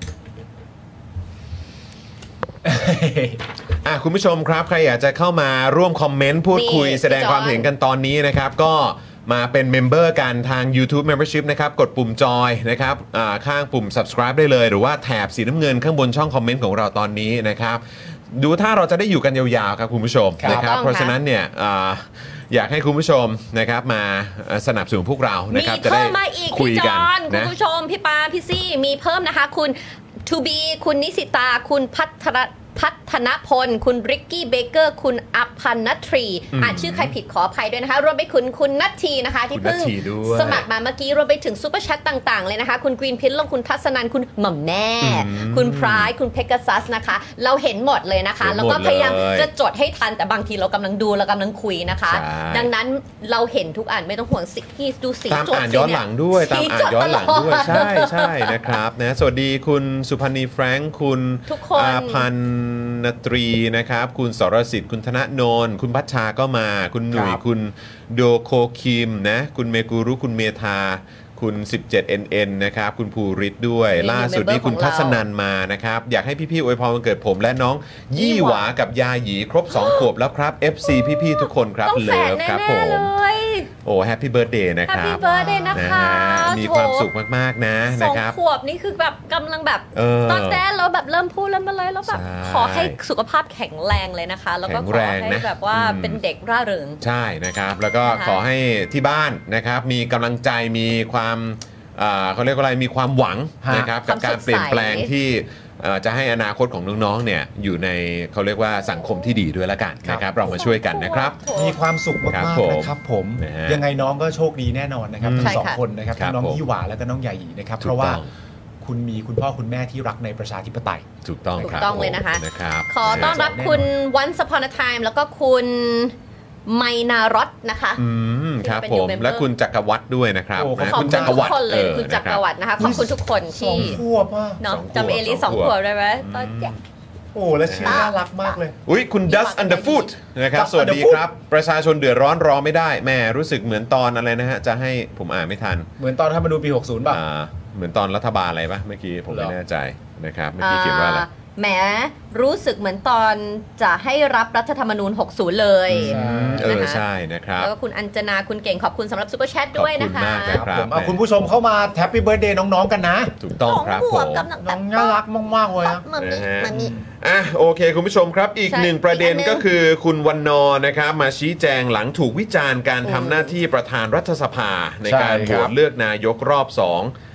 คุณผู้ชมครับใครอยากจะเข้ามาร่วมคอมเมนต์พูดคุยแสดงความเห็นกันตอนนี้นะครับก็มาเป็นเมมเบอร์กันทาง YouTube Membership นะครับกดปุ่มจอยนะครับข้างปุ่ม subscribe ได้เลยหรือว่าแถบสีน้ำเงินข้างบนช่องคอมเมนต์ของเราตอนนี้นะครับดูถ้าเราจะได้อยู่กันยาวๆครับคุณผู้ชมนะครับเพราะฉะนั้นเนี่ยอยากให้คุณผู้ชมนะครับมาสนับสนุนพวกเรานะครับจะได้คุยกันนะคุณผู้ชมพี่ปาพี่ซี่มีเพิ่มนะคะคุณ To be คุณนิสิตาคุณพัฒนพลคุณริกกี้เบเกอร์คุณอภันณทรีอ่านชื่อใครผิดขออภัยด้วยนะคะรวมไปคุณนัททีนะคะที่เพิ่งสมัครมาเมื่อกี้รวมไปถึงซุปเปอร์แชทต่างๆเลยนะคะคุณกรีนพินลงคุณทัศนันคุณหม่อมแม่คุณพรายคุณเพกาซัสนะคะเราเห็นหมดเลยนะคะแล้วก็พยายามจะจดให้ทันแต่บางทีเรากำลังดูเรากำลังคุยนะคะดังนั้นเราเห็นทุกอ่านไม่ต้องห่วงสิที่ดูสีตามอ่านย้อนหลังด้วยตามอ่านย้อนหลังด้วยใช่นะครับนะสวัสดีคุณสุพันธ์นีแฟรงค์คุณอาพันนตรีนะครับคุณสรสิทธิ์คุณธนโนนคุณพัชชาก็มาคุณหนุ่ยคุณโดโคคิมนะคุณเมกุรุคุณเมธาคุณ 17NN นะครับคุณภูริศด้วยล่าสุดนี้คุณทัศนันมานะครับอยากให้พี่ๆอวยพรวันเกิดผมและน้องยี่หวากับยาหยีครบ2ขวบแล้วครับ FC พี่ๆทุกคนครับเลิฟครับผมโอ้แฮปปี้เบิร์ธเดย์นะครับแฮปปี้เบิร์ธเดย์นะคะมีความสุขมากๆนะครับ 2ขวบนี่คือแบบกำลังแบบตอนแรกเราแบบเริ่มพูดแล้วมาเลยแล้วแบบขอให้สุขภาพแข็งแรงเลยนะคะแล้วก็ขอให้แบบว่าเป็นเด็กร่าเริงใช่นะครับแล้วก็ขอให้ที่บ้านนะครับมีกำลังใจมีความเขาเรียกว่าอะไรมีความหวังนะครับกับการเปลี่ยนแปลงที่จะให้อนาคตของน้องๆเนี่ยอยู่ในเขาเรียกว่าสังคมที่ดีด้วยละกันนะครับเรามาช่วยกันนะครับมีความสุขมากๆนะครับผมยังไงน้องก็โชคดีแน่นอนนะครับทั้งสองคนนะครับทั้งน้องยี่หวาและก็น้องใหญ่นะครับเพราะว่าคุณมีคุณพ่อคุณแม่ที่รักในประชาธิปไตยถูกต้องครับถูกต้องเลยนะคะขอต้อนรับคุณ Once Upon a Time แล้วก็คุณไมนารอตนะคะครับผมและคุณจักรวัตรด้วยนะครับคุณจักรวัตรเลยคุณจักรวัตรนะคะขอบคุณทุกคนที่ 2 ขวบเนาะจำเอลิ2 ขวบได้ไหมตอนแก่โอ้และชื่อน่ารักมากเลยอุ้ยคุณ Dust Underfoot นะครับสวัสดีครับประชาชนเดือดร้อนรอไม่ได้แม่รู้สึกเหมือนตอนอะไรนะฮะจะให้ผมอ่านไม่ทันเหมือนตอนถ้ามาดูปี60ป่ะเหมือนตอนรัฐบาลอะไรป่ะเมื่อกี้ผมไม่แน่ใจนะครับเมื่อกี้เขียนว่าอะไรแหมรู้สึกเหมือนตอนจะให้รับรัฐธรรมนูญ60เลยใช่นะครับแล้วก็คุณอัญจนาคุณเก่งขอบคุณสำหรับซุปเปอร์แชทด้วยนะคะขอบคุณมากนะครับคุณผู้ชมเข้ามาแฮปปี้เบิร์ธเดย์น้องๆกันนะถูกต้องครับผมน้องน่ารักมากๆเลยนะโอเคคุณผู้ชมครับอีกหนึ่งประเด็นก็คือคุณวันนอนะครับมาชี้แจงหลังถูกวิจารณ์การทำหน้าที่ประธานรัฐสภาในการโหวตเลือกนายกรอบ2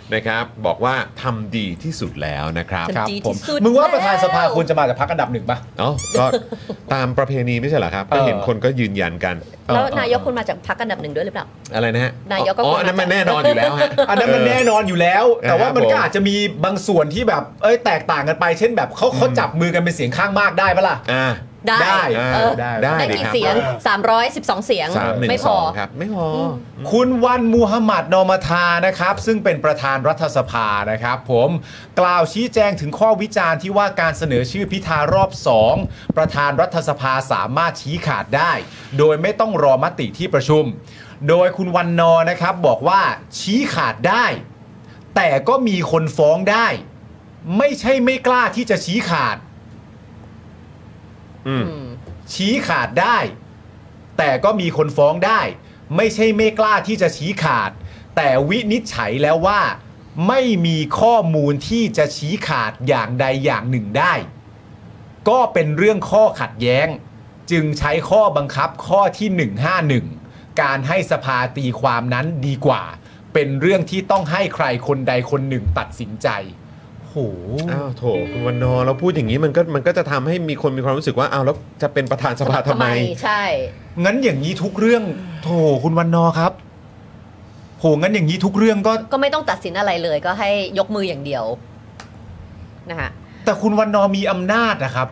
นะครับบอกว่าทำดีที่สุดแล้วนะครับทำดีที่สุดมึงว่าประธานสภาควรจะมาจากพรรคอันดับหนึ่งป่ะเอ้าก็ตามประเพณีไม่ใช่เหรอครับก็เห็นคนก็ยืนยันกันแล้วนายกคุณมาจากพรรคอันดับหนึ่งด้วยหรือเปล่าอะไรนะฮะนายกก็อันนั้นมันแน่นอนอยู่แล้วฮะอันนั้นมันแน่นอนอยู่แล้ว แต่ว่ามันก็อาจจะมีบางส่วนที่แบบแตกต่างกันไปเช่นแบบเขาจับมือกันเป็นเสียงข้างมากได้ปะล่ะได้ได้กี่เสียง312เสียงไม่พอ 312ครับไม่พอคุณวันมูฮัมหมัดนอมาทานะครับซึ่งเป็นประธานรัฐสภานะครับผมกล่าวชี้แจงถึงข้อวิจารณ์ที่ว่าการเสนอชื่อพิธารอบ2ประธานรัฐสภาสามารถชี้ขาดได้โดยไม่ต้องรอมติที่ประชุมโดยคุณวันนอนะครับบอกว่าชี้ขาดได้แต่ก็มีคนฟ้องได้ไม่ใช่ไม่กล้าที่จะชี้ขาดชี้ขาดได้แต่ก็มีคนฟ้องได้ไม่ใช่ไม่กล้าที่จะชี้ขาดแต่วินิจฉัยแล้วว่าไม่มีข้อมูลที่จะชี้ขาดอย่างใดอย่างหนึ่งได้ก็เป็นเรื่องข้อขัดแย้งจึงใช้ข้อบังคับข้อที่151การให้สภาตีความนั้นดีกว่าเป็นเรื่องที่ต้องให้ใครคนใดคนหนึ่งตัดสินใจโหโถคุณวันนอเราพูดอย่างนี้มันก็จะทำให้มีคนมีความรู้สึกว่าแล้วจะเป็นประธานสภาทำไมใช่งั้นอย่างนี้ทุกเรื่องโถคุณวันนอครับโหงั้นอย่างนี้ทุกเรื่องก็ไม่ต้องตัดสินอะไรเลยก็ให้ยกมืออย่างเดียวนะคะแต่คุณวันนอมีอำนาจนะครับ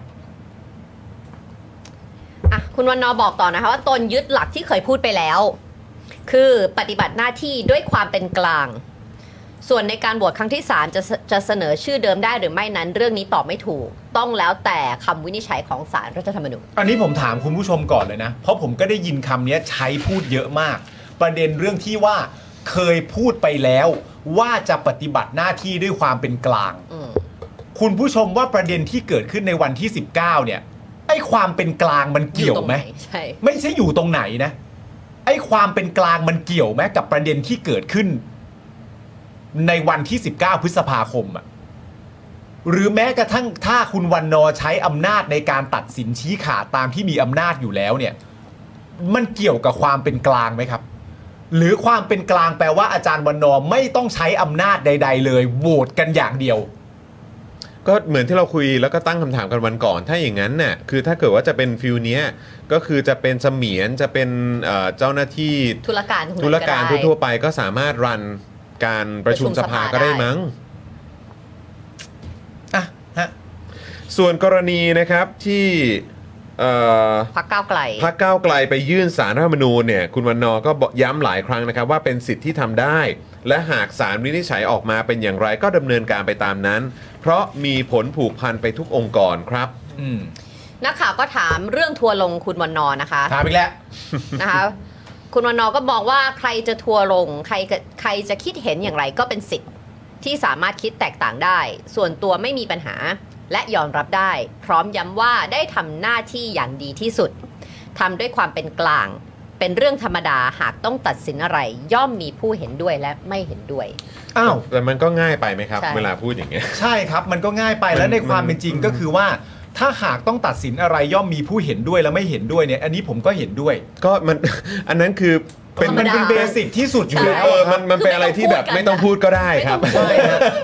คุณวันนอบอกต่อนะคะว่าตนยึดหลักที่เคยพูดไปแล้วคือปฏิบัติหน้าที่ด้วยความเป็นกลางส่วนในการโหวตครั้งที่3จะเสนอชื่อเดิมได้หรือไม่นั้นเรื่องนี้ตอบไม่ถูกต้องแล้วแต่คำวินิจฉัยของศาลรัฐธรรมนูญอันนี้ผมถามคุณผู้ชมก่อนเลยนะเพราะผมก็ได้ยินคำนี้ใช้พูดเยอะมากประเด็นเรื่องที่ว่าเคยพูดไปแล้วว่าจะปฏิบัติหน้าที่ด้วยความเป็นกลางคุณผู้ชมว่าประเด็นที่เกิดขึ้นในวันที่19เนี่ยไอ้ความเป็นกลางมันเกี่ยวไหมใช่ไม่ใช่อยู่ตรงไหนนะไอ้ความเป็นกลางมันเกี่ยวไหมกับประเด็นที่เกิดขึ้นในวันที่19พฤษภาคมหรือแม้กระทั่งถ้าคุณวันนอใช้อำนาจในการตัดสินชี้ขาดตามที่มีอำนาจอยู่แล้วเนี่ยมันเกี่ยวกับความเป็นกลางไหมครับหรือความเป็นกลางแปลว่าอาจารย์วันนอไม่ต้องใช้อำนาจใดๆเลยโหวตกันอย่างเดียวก็เหมือนที่เราคุยแล้วก็ตั้งคำถามกันวันก่อนถ้าอย่างนั้นน่ะคือถ้าเกิดว่าจะเป็นฟิลเนี้ยก็คือจะเป็นเสมียนจะเป็นเจ้าหน้าที่ธุรการทั่วไปก็สามารถรันการประชุมสภาก็ได้มั้งส่วนกรณีนะครับที่พรรคก้าวไกลไปยื่นศาลรัฐธรรมนูญเนี่ยคุณวันนอก็ย้ำหลายครั้งนะครับว่าเป็นสิทธิ์ที่ทำได้และหากศาลวินิจฉัยออกมาเป็นอย่างไรก็ดำเนินการไปตามนั้นเพราะมีผลผูกพันไปทุกองค์กรครับนักข่าวก็ถามเรื่องทัวร์ลงคุณวันนอนะคะถามอีกแล้วนะคะคุณวันนอก็บอกว่าใครจะทัวร์ลงใครจะคิดเห็นอย่างไรก็เป็นสิทธิ์ที่สามารถคิดแตกต่างได้ส่วนตัวไม่มีปัญหาและยอมรับได้พร้อมย้ำว่าได้ทำหน้าที่อย่างดีที่สุดทำด้วยความเป็นกลางเป็นเรื่องธรรมดาหากต้องตัดสินอะไรย่อมมีผู้เห็นด้วยและไม่เห็นด้วยแต่มันก็ง่ายไปไหมครับเวลาพูดอย่างเงี้ยใช่ครับมันก็ง่ายไปแล้วในความเป็นจริงก็คือว่าถ้าหากต้องตัดสินอะไรย่อมมีผู้เห็นด้วยและไม่เห็นด้วยเนี่ยอันนี้ผมก็เห็นด้วยก็มันอันนั้นคือมันเป็นเบสิกที่สุดอยู่แล้วมันเป็นอะไรที่แบบไม่ต้องพูดก็ได้ครับใช่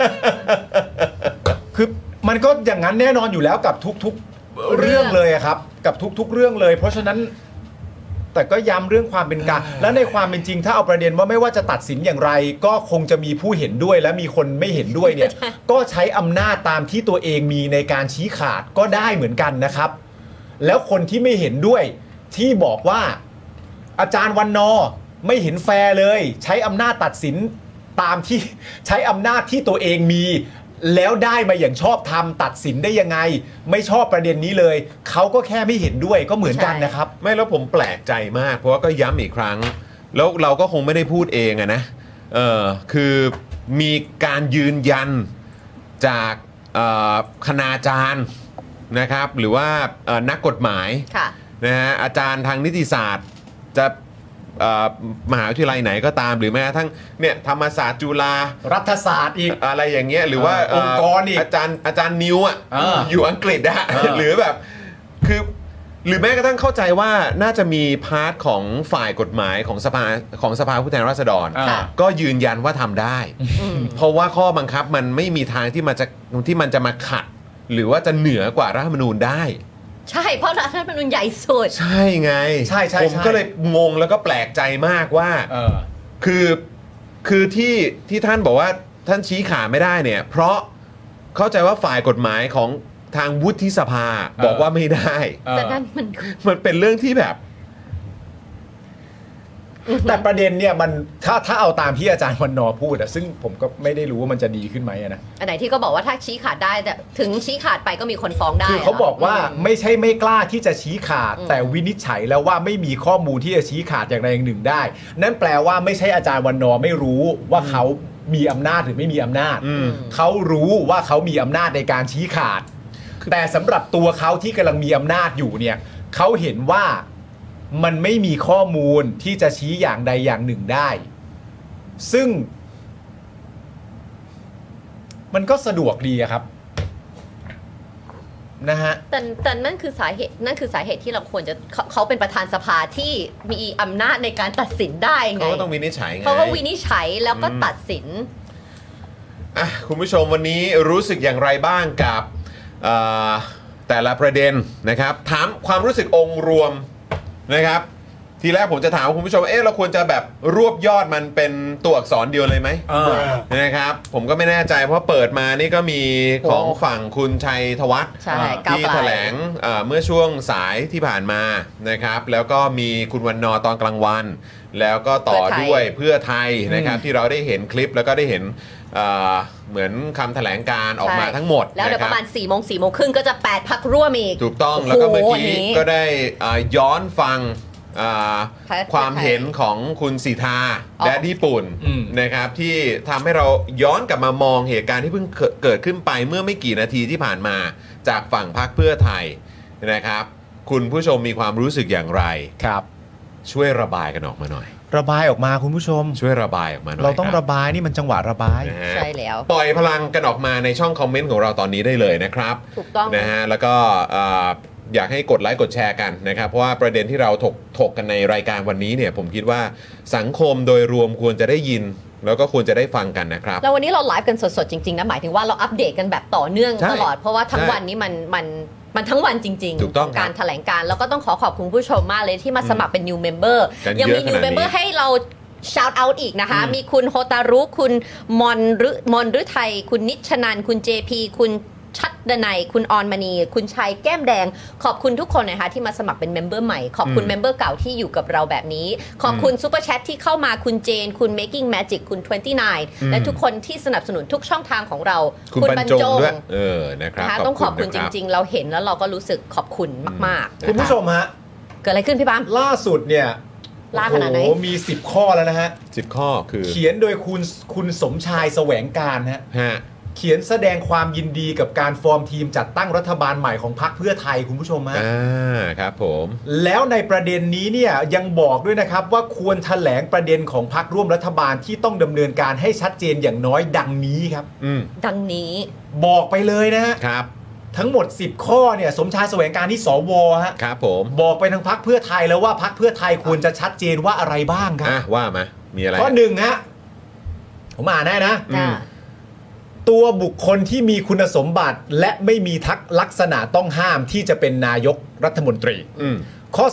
คือมันก็อย่างนั้นแน่นอนอยู่แล้วกับทุกๆเรื่องเลยครับกับทุกๆเรื่องเลยเพราะฉะนั้นแต่ก็ย้ำเรื่องความเป็นกลางและในความเป็นจริงถ้าเอาประเด็นว่าไม่ว่าจะตัดสินอย่างไรก็คงจะมีผู้เห็นด้วยและมีคนไม่เห็นด้วยเนี่ยก็ใช้อำนาจตามที่ตัวเองมีในการชี้ขาดก็ได้เหมือนกันนะครับแล้วคนที่ไม่เห็นด้วยที่บอกว่าอาจารย์วันนอไม่เห็นแฟร์เลยใช้อำนาจตัดสินตามที่ใช้อำนาจที่ตัวเองมีแล้วได้มาอย่างชอบธรรมตัดสินได้ยังไงไม่ชอบประเด็นนี้เลยเขาก็แค่ไม่เห็นด้วยก็เหมือนกันนะครับไม่แล้วผมแปลกใจมากเพราะว่าก็ย้ำอีกครั้งแล้วเราก็คงไม่ได้พูดเองนะคือมีการยืนยันจากคณาจารย์นะครับหรือว่านักกฎหมายนะฮะอาจารย์ทางนิติศาสตร์จะมหาวิทยาลัยไหนก็ตามหรือแม้กระทั่งเนี่ยธรรมศาสตร์จุฬารัฐศาสตร์อีกอะไรอย่างเงี้ยหรือว่าองค์กรอีกอาจารย์นิวอยู่อังกฤษนะหรือแบบคือหรือแม้กระทั่งเข้าใจว่าน่าจะมีพาร์ทของฝ่ายกฎหมายของสภาผู้แทนราษฎรก็ยืนยันว่าทำได้ เพราะว่าข้อบังคับมันไม่มีทางที่มันจะมาขัด หรือว่าจะเหนือกว่ารัฐธรรมนูญได้ใช่เพราะรัฐธรรมนูญใหญ่สุดใช่ไงใช่ผมก็เลยงงแล้วก็แปลกใจมากว่าคือที่ท่านบอกว่าท่านชี้ขาไม่ได้เนี่ยเพราะเข้าใจว่าฝ่ายกฎหมายของทางวุฒิสภาบอกว่าไม่ได้แต่นั่นมันเป็นเรื่องที่แบบแต่ประเด็นเนี่ยมันถ้าเอาตามที่อาจารย์วันนอพูดอะซึ่งผมก็ไม่ได้รู้ว่ามันจะดีขึ้นไหมนะอันไหนที่ก็บอกว่าถ้าชี้ขาดได้แต่ถึงชี้ขาดไปก็มีคนฟ้องได้คือเขาบอกว่าไม่ใช่ไม่กล้าที่จะชี้ขาดแต่วินิจฉัยแล้วว่าไม่มีข้อมูลที่จะชี้ขาดอย่างใดอย่างหนึ่งได้นั่นแปลว่าไม่ใช่อาจารย์วันนอไม่รู้ว่าเขามีอำนาจหรือไม่มีอำนาจเขารู้ว่าเขามีอำนาจในการชี้ขาดแต่สำหรับตัวเขาที่กำลังมีอำนาจอยู่เนี่ยเขาเห็นว่ามันไม่มีข้อมูลที่จะชี้อย่างใดอย่างหนึ่งได้ซึ่งมันก็สะดวกดีครับนะฮะแต่นั่นคือสาเหตุที่เราควรจะเขาเป็นประธานสภาที่มีอำนาจในการตัดสินได้ไงเขาก็ต้องวินิจฉัยไงเขาก็วินิจฉัยแล้วก็ตัดสินคุณผู้ชมวันนี้รู้สึกอย่างไรบ้างกับแต่ละประเด็นนะครับถามความรู้สึกองค์รวมนะครับทีแรกผมจะถามคุณผู้ชมเราควรจะแบบรวบยอดมันเป็นตัวอักษรเดียวเลยไหมนะครับผมก็ไม่แน่ใจเพราะเปิดมานี่ก็มีของฝั่งคุณชัยธวัฒน์ที่แถลงเมื่อช่วงสายที่ผ่านมานะครับแล้วก็มีคุณวันนอตอนกลางวันแล้วก็ต่อด้วยเพื่อไทยนะครับที่เราได้เห็นคลิปแล้วก็ได้เห็นเหมือนคำแถลงการออกมาทั้งหมดแล้วเดี๋ยวประมาณ4 โมง 4 โมงครึ่งก็จะ8พรรคร่วมอีกถูกต้องแล้วก็เมื่อกี้ก็ได้ย้อนฟังความเห็นของคุณสีทาและญี่ปุ่นนะครับที่ทำให้เราย้อนกลับมามองเหตุการณ์ที่เพิ่งเกิดขึ้นไปเมื่อไม่กี่นาทีที่ผ่านมาจากฝั่งพรรคเพื่อไทยนะครับคุณผู้ชมมีความรู้สึกอย่างไรครับช่วยระบายกันออกมาหน่อยระบายออกมาคุณผู้ชมช่วยระบายออกมาหน่อยเราต้องระบายนี่มันจังหวะระบายใช่แล้วปล่อยพลังกันออกมาในช่องคอมเมนต์ของเราตอนนี้ได้เลยนะครับถูกต้องนะฮะแล้วก็อยากให้กดไลค์กดแชร์กันนะครับเพราะว่าประเด็นที่เราถกกันในรายการวันนี้เนี่ยผมคิดว่าสังคมโดยรวมควรจะได้ยินแล้วก็ควรจะได้ฟังกันนะครับแล้ววันนี้เราไลฟ์กันสดๆจริงๆนะหมายถึงว่าเราอัปเดตกันแบบต่อเนื่องตลอดเพราะว่าทั้งวันนี้มันทั้งวันจริงๆการแถลงการแล้วก็ต้องขอบคุณผู้ชมมากเลยที่มาสมัครเป็น New Member ยังมี New Member ให้เรา shout out อีกนะคะมีคุณโฮตารุคุณมอนฤทัยคุณนิชนันคุณ JP คุณชัดดนัยคุณออนมณีคุณชัยแก้มแดงขอบคุณทุกคนนะคะที่มาสมัครเป็นเมมเบอร์ใหม่ขอบคุณเมมเบอร์เก่าที่อยู่กับเราแบบนี้ขอบคุณซุปเปอร์แชทที่เข้ามาคุณเจนคุณ Making Magic คุณ 29และทุกคนที่สนับสนุนทุกช่องทางของเราคุณบรรจงด้วยนะครับต้องขอบคุณจริงๆเราเห็นแล้วเราก็รู้สึกขอบคุณมากๆคุณผู้ชมฮะเกิดอะไรขึ้นพี่ปั๊มล่าสุดเนี่ยล่าขนาดไหนมี10ข้อแล้วนะฮะ 10ข้อคือเขียนโดยคุณสมชายแสวงการฮะเขียนแสดงความยินดีกับการฟอร์มทีมจัดตั้งรัฐบาลใหม่ของพรรคเพื่อไทยคุณผู้ชมฮะครับผมแล้วในประเด็นนี้เนี่ยยังบอกด้วยนะครับว่าควรแถลงประเด็นของพรรคร่วมรัฐบาลที่ต้องดำเนินการให้ชัดเจนอย่างน้อยดังนี้ครับดังนี้บอกไปเลยนะฮะครับทั้งหมด10ข้อเนี่ยสมชายแสวงการที่สวฮะครับผมบอกไปทางพรรคเพื่อไทยแล้วว่าพรรคเพื่อไทยควรจะชัดเจนว่าอะไรบ้างครับว่ามามีอะไรข้อ1ฮะผมอ่านได้นะตัวบุคคลที่มีคุณสมบัติและไม่มีลักษณะต้องห้ามที่จะเป็นนายกรัฐมนตรีข้อ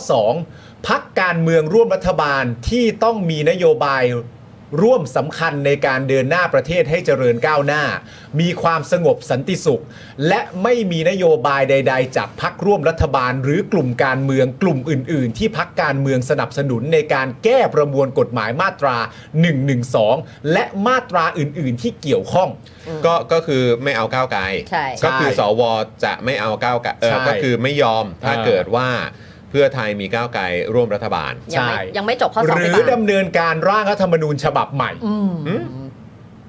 2พรรคการเมืองร่วมรัฐบาลที่ต้องมีนโยบายร่วมสำคัญในการเดินหน้าประเทศให้เจริญก้าวหน้ามีความสงบสันติสุขและไม่มีนโยบายใดๆจากพรรคร่วมรัฐบาลหรือกลุ่มการเมืองกลุ่มอื่นๆที่พรรคการเมืองสนับสนุนในการแก้ประมวลกฎหมายมาตรา112และมาตราอื่นๆที่เกี่ยวข้องก็คือไม่เอาก้าวไกลก็คือสวจะไม่เอาก้าวไกลก็คือไม่ยอมถ้าเกิดว่าเพื่อไทยมีก้าวไกลร่วมรัฐบาลยังไม่จบข้อ2 หรือดำเนินการร่างรัฐธรรมนูญฉบับใหม่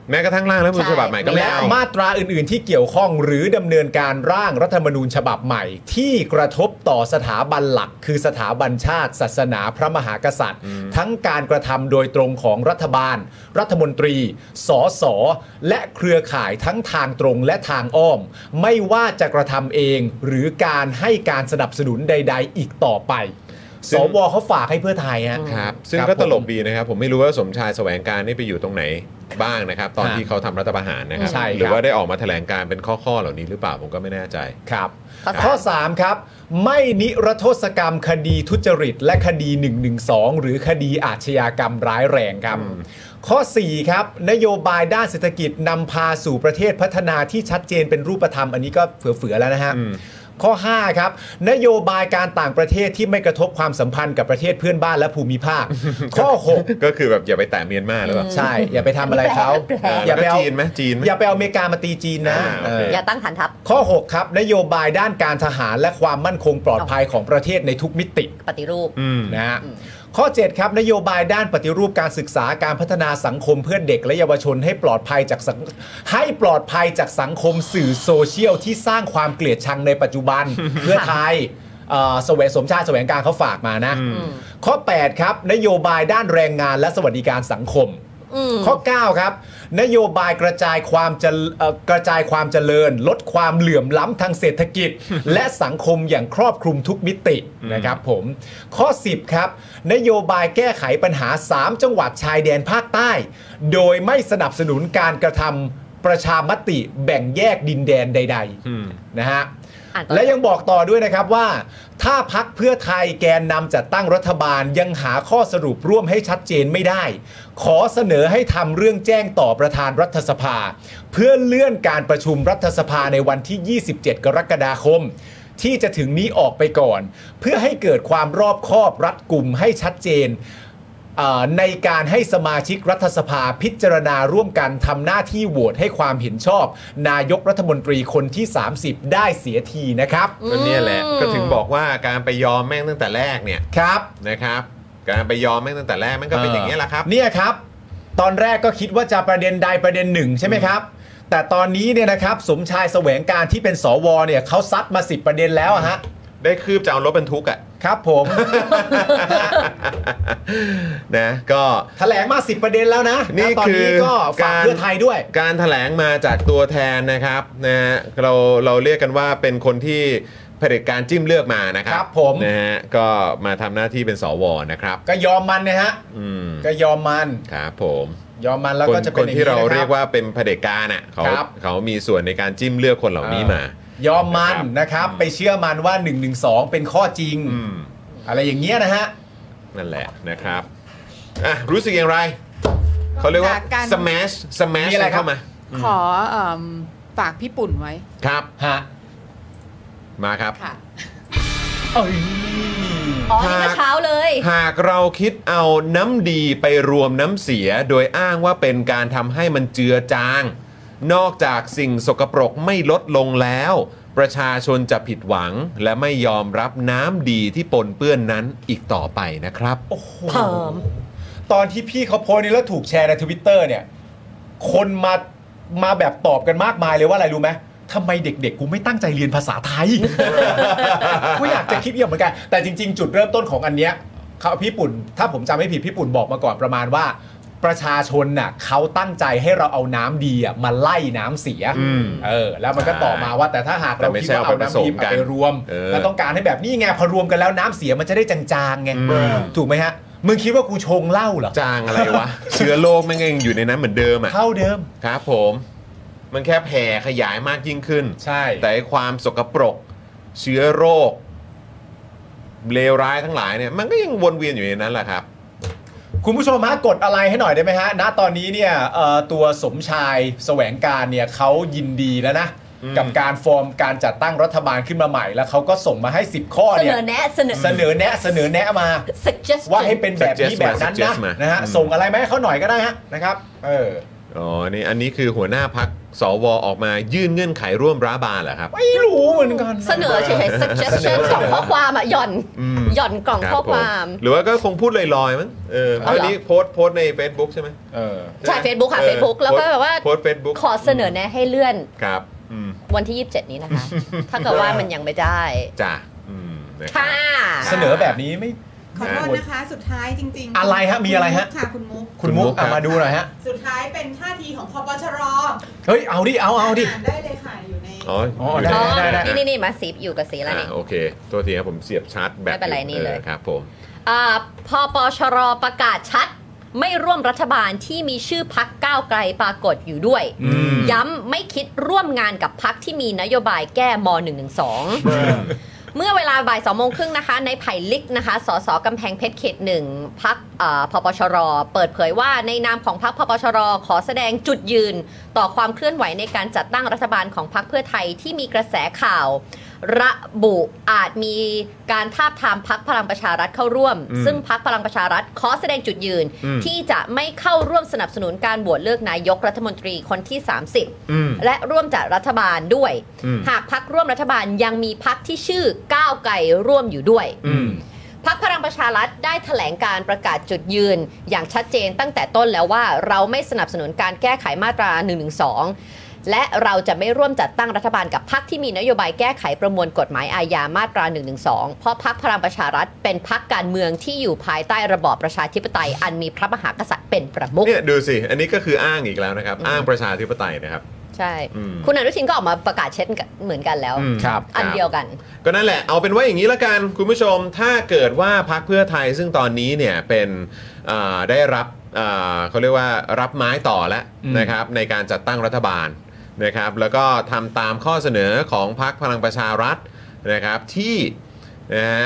แม้กระทั่งร่างรัฐธรรมนูญฉบับใหม่ก็ไม่เอาและมาตราอื่นๆที่เกี่ยวข้องหรือดำเนินการร่างรัฐธรรมนูญฉบับใหม่ที่กระทบต่อสถาบันหลักคือสถาบันชาติศาสนาพระมหากษัตริย์ทั้งการกระทำโดยตรงของรัฐบาลรัฐมนตรีสสและเครือข่ายทั้งทางตรงและทางอ้อมไม่ว่าจะกระทำเองหรือการให้การสนับสนุนใดๆอีกต่อไปสวเขาฝากให้เพื่อไทยฮะครับซึ่งก็ตลกดีนะครับผมไม่รู้ว่าสมชายแสวงการนี่ไปอยู่ตรงไหนบ้างนะครับตอนที่เขาทำรัฐประหารนะครับหรือว่าได้ออกมาแถลงการเป็นข้อเหล่านี้หรือเปล่าผมก็ไม่แน่ใจครับข้อ3ครับไม่นิรโทษกรรมคดีทุจริตและคดี112หรือคดีอาชญากรรมร้ายแรงครับข้อ4ครับนโยบายด้านเศรษฐกิจนำพาสู่ประเทศพัฒนาที่ชัดเจนเป็นรูปธรรมอันนี้ก็เฟือๆแล้วนะฮะข้อ5ครับนโยบายการต่างประเทศที่ไม่กระทบความสัมพันธ์กับประเทศเพื่อนบ้านและภูมิภาคข้อ6 ก็คือแบบอย่าไปแตะเมียนมาหรือเปล่าใช่อย่าไปทำอะไรเขาอย่าไปเอาจีนไหมอย่าไปเอาอเมริกามาตีจีนนะอย่าตั้งฐานทัพข้อ6ครับนโยบายด้านการทหารและความมั่นคงปลอดภัยของประเทศในทุกมิติปฏิรูปนะฮะข้อ7ครับนโยบายด้านปฏิรูปการศึกษาการพัฒนาสังคมเพื่อเด็กและเยาวชนให้ปลอดภัยจากสังคมสื่อโซเชียลที่สร้างความเกลียดชังในปัจจุบัน เพื่อไทยสมชาติแสวงการเขาฝากมานะข้อ8ครับนโยบายด้านแรงงานและสวัสดิการสังคมข้อ9ครับนโยบายกระจายความเจริญลดความเหลื่อมล้ำทางเศรษฐกิจ และสังคมอย่างครอบคลุมทุกมิตินะครับผมข้อ10ครับนโยบายแก้ไขปัญหา3จังหวัดชายแดนภาคใต้โดยไม่สนับสนุนการกระทำประชามติแบ่งแยกดินแดนใดๆนะฮะและยังบอกต่อด้วยนะครับว่าถ้าพรรคเพื่อไทยแกนนำจัดตั้งรัฐบาลยังหาข้อสรุปร่วมให้ชัดเจนไม่ได้ขอเสนอให้ทำเรื่องแจ้งต่อประธานรัฐสภาเพื่อเลื่อนการประชุมรัฐสภาในวันที่27กรกฎาคมที่จะถึงนี้ออกไปก่อนเพื่อให้เกิดความรอบคอบรัดกุมให้ชัดเจนในการให้สมาชิกรัฐสภาพิจารณาร่วมกันทำหน้าที่โหวตให้ความเห็นชอบนายกรัฐมนตรีคนที่30ได้เสียทีนะครับก็เนี่ยแหละก็ถึงบอกว่าการไปยอมแม่งตั้งแต่แรกเนี่ยครับนะครับการไปยอมแม่งตั้งแต่แรกมันก็เป็นอย่างนี้แหละครับเนี่ยครับตอนแรกก็คิดว่าจะประเด็นใดประเด็นหนึ่งใช่ไหมครับแต่ตอนนี้เนี่ยนะครับสมชายแสวงการที่เป็นสวเนี่ยเขาซัดมา10ประเด็นแล้วฮะได้คืบจะเอารถบรรทุกอ่ะครับผมนะก็แถลงมา10ประเด็นแล้วนะนี่คือก็ฝากเพื่อไทยด้วยการแถลงมาจากตัวแทนนะครับนะเราเรียกกันว่าเป็นคนที่เผด็จการจิ้มเลือกมานะครับผมนะฮะก็มาทำหน้าที่เป็นสวนะครับก็ยอมมันนะฮะก็ยอมมันครับผมยอมมันแล้วก็จะเป็นคนที่เราเรียกว่าเป็นเผด็จการอ่ะเขามีส่วนในการจิ้มเลือกคนเหล่านี้มายอมมันนะครับไปเชื่อมันว่า112เป็นข้อจริงอะไรอย่างเงี้ยนะฮะนั่นแหละนะครับอ่ะรู้สึกอย่างไรเขาเรียกว่า smash อะไรเข้ามาขอฝากพี่ปุ่นไว้ครับฮะมาครับค่ะอ๋อนี่เมื่อเช้าเลยหากเราคิดเอาน้ำดีไปรวมน้ำเสียโดยอ้างว่าเป็นการทำให้มันเจือจางนอกจากสิ่งสกปรกไม่ลดลงแล้วประชาชนจะผิดหวังและไม่ยอมรับน้ำดีที่ปนเปื้อนนั้นอีกต่อไปนะครับโอ้โหตอนที่พี่เขาโพสต์นี้แล้วถูกแชร์ใน Twitter เนี่ยคนมาแบบตอบกันมากมายเลยว่าอะไรรู้ไหมทำไมเด็กๆกูไม่ตั้งใจเรียนภาษาไทย กูอยากจะคิดเยอะเหมือนกันแต่จริงๆจุดเริ่มต้นของอันเนี้ยเขาพี่ปุ่นถ้าผมจำไม่ผิดพี่ปุ่นบอกมาก่อนประมาณว่าประชาชนน่ะเขาตั้งใจให้เราเอาน้ำดีอ่ะมาไล่น้ำเสียแล้วมันก็ต่อมาว่าแต่ถ้าหากเราคิดว่าเอาน้ำดีไปรวมแล้วต้องการให้แบบนี้ไงพอรวมกันแล้วน้ำเสียมันจะได้จางๆไงถูกไหมฮะมึงคิดว่ากูชงเหล้าเหรอจางอะไรวะ เชื้อโรคมันยังอยู่ในนั้นเหมือนเดิมอ่ะเท่าเดิมครับผมมันแค่แผ่ขยายมากยิ่งขึ้นใช่แต่ความสกปรกเชื้อโรคเลวร้ายทั้งหลายเนี่ยมันก็ยังวนเวียนอยู่ในนั้นแหละครับคุณผู้ชมฮะกดอะไรให้หน่อยได้ไหมฮะณตอนนี้เนี่ยตัวสมชายแสวงการเนี่ยเขายินดีแล้วนะกับการฟอร์มการจัดตั้งรัฐบาลขึ้นมาใหม่แล้วเขาก็ส่งมาให้10ข้อเนี่ยเสนอแนะมาว่าให้เป็นแบบนี้แบบนั้นนะฮะส่งอะไรมาให้เขาหน่อยก็ได้ฮะนะครับอ๋อนี่อันนี้คือหัวหน้าพรรคสวออกมายื่นเงื่อนไขร่วมรัฐบาลเหรอครับไม่รู้เหมือนกันเสนอเฉยๆ suggestion กล่องข้อความอ่ะหย่อนกล่องข้อความหรือว่าก็คงพูดลอยๆมั้งอันนี้โพสต์ใน Facebook ใช่ไหมใช่ Facebook ค่ะ Facebook แล้วก็แบบว่าโพสต์ Facebook ขอเสนอแนะให้เลื่อนครับวันที่27นี้นะคะถ้าเกิดว่ามันยังไม่ได้จ้ะค่ะเสนอแบบนี้ไม่ขอโทษนะคะสุดท้ายจริงๆอะไรฮะมีอะไรฮะค่ะคุณมุกมาดูหน่อยฮะสุดท้ายเป็นท่าทีของพปชร. เฮ้ยเอาดิได้เลยค่ะอยู่ในนี่มาสีอยู่กับสีแล้วนี่โอเคตัวทีครับผมเสียบชาร์จแบตไม่เป็นไรนี่เลยครับผมพปชร.ประกาศชัดไม่ร่วมรัฐบาลที่มีชื่อพรรคก้าวไกลปรากฏอยู่ด้วยย้ำไม่คิดร่วมงานกับพรรคที่มีนโยบายแก้ม.112เมื่อเวลาบ่าย 2:30 น.นะคะในไผ่ลิกนะคะสสกำแพงเพชรเขต 1พรรคพปชร.เปิดเผยว่าในนามของพรรคพปชร.ขอแสดงจุดยืนต่อความเคลื่อนไหวในการจัดตั้งรัฐบาลของพรรคเพื่อไทยที่มีกระแสข่าวระบุอาจมีการทาบทามพรรคพลังประชารัฐเข้าร่วมซึ่งพรรคพลังประชารัฐขอแสดงจุดยืนที่จะไม่เข้าร่วมสนับสนุนการโหวตเลือกนายกรัฐมนตรีคนที่30และร่วมจัดรัฐบาลด้วยหากพรรคร่วมรัฐบาลยังมีพรรคที่ชื่อก้าวไกลร่วมอยู่ด้วยพรรคพลังประชารัฐได้แถลงการประกาศจุดยืนอย่างชัดเจนตั้งแต่ต้นแล้วว่าเราไม่สนับสนุนการแก้ไขมาตรา112และเราจะไม่ร่วมจัดตั้งรัฐบาลกับพรรคที่มีนโยบายแก้ไขประมวลกฎหมายอาญามาตรา112เพราะพรรคพลังประชารัฐเป็นพรรคการเมืองที่อยู่ภายใต้ระบอบประชาธิปไตยอันมีพระมหากษัตริย์เป็นประมุขเนี่ยดูสิอันนี้ก็คืออ้างอีกแล้วนะครับอ้างประชาธิปไตยนะครับใช่คุณอนุทินก็ออกมาประกาศเช่นเหมือนกันแล้วอันเดียวกันก็นั่นแหละเอาเป็นว่าอย่างนี้ละกันคุณผู้ชมถ้าเกิดว่าพรรคเพื่อไทยซึ่งตอนนี้เนี่ยเป็นได้รับเขาเรียกว่ารับไม้ต่อแล้วนะครับในการจัดตั้งรัฐบาลนะครับแล้วก็ทำตามข้อเสนอของพรรคพลังประชารัฐนะครับที่นะฮะ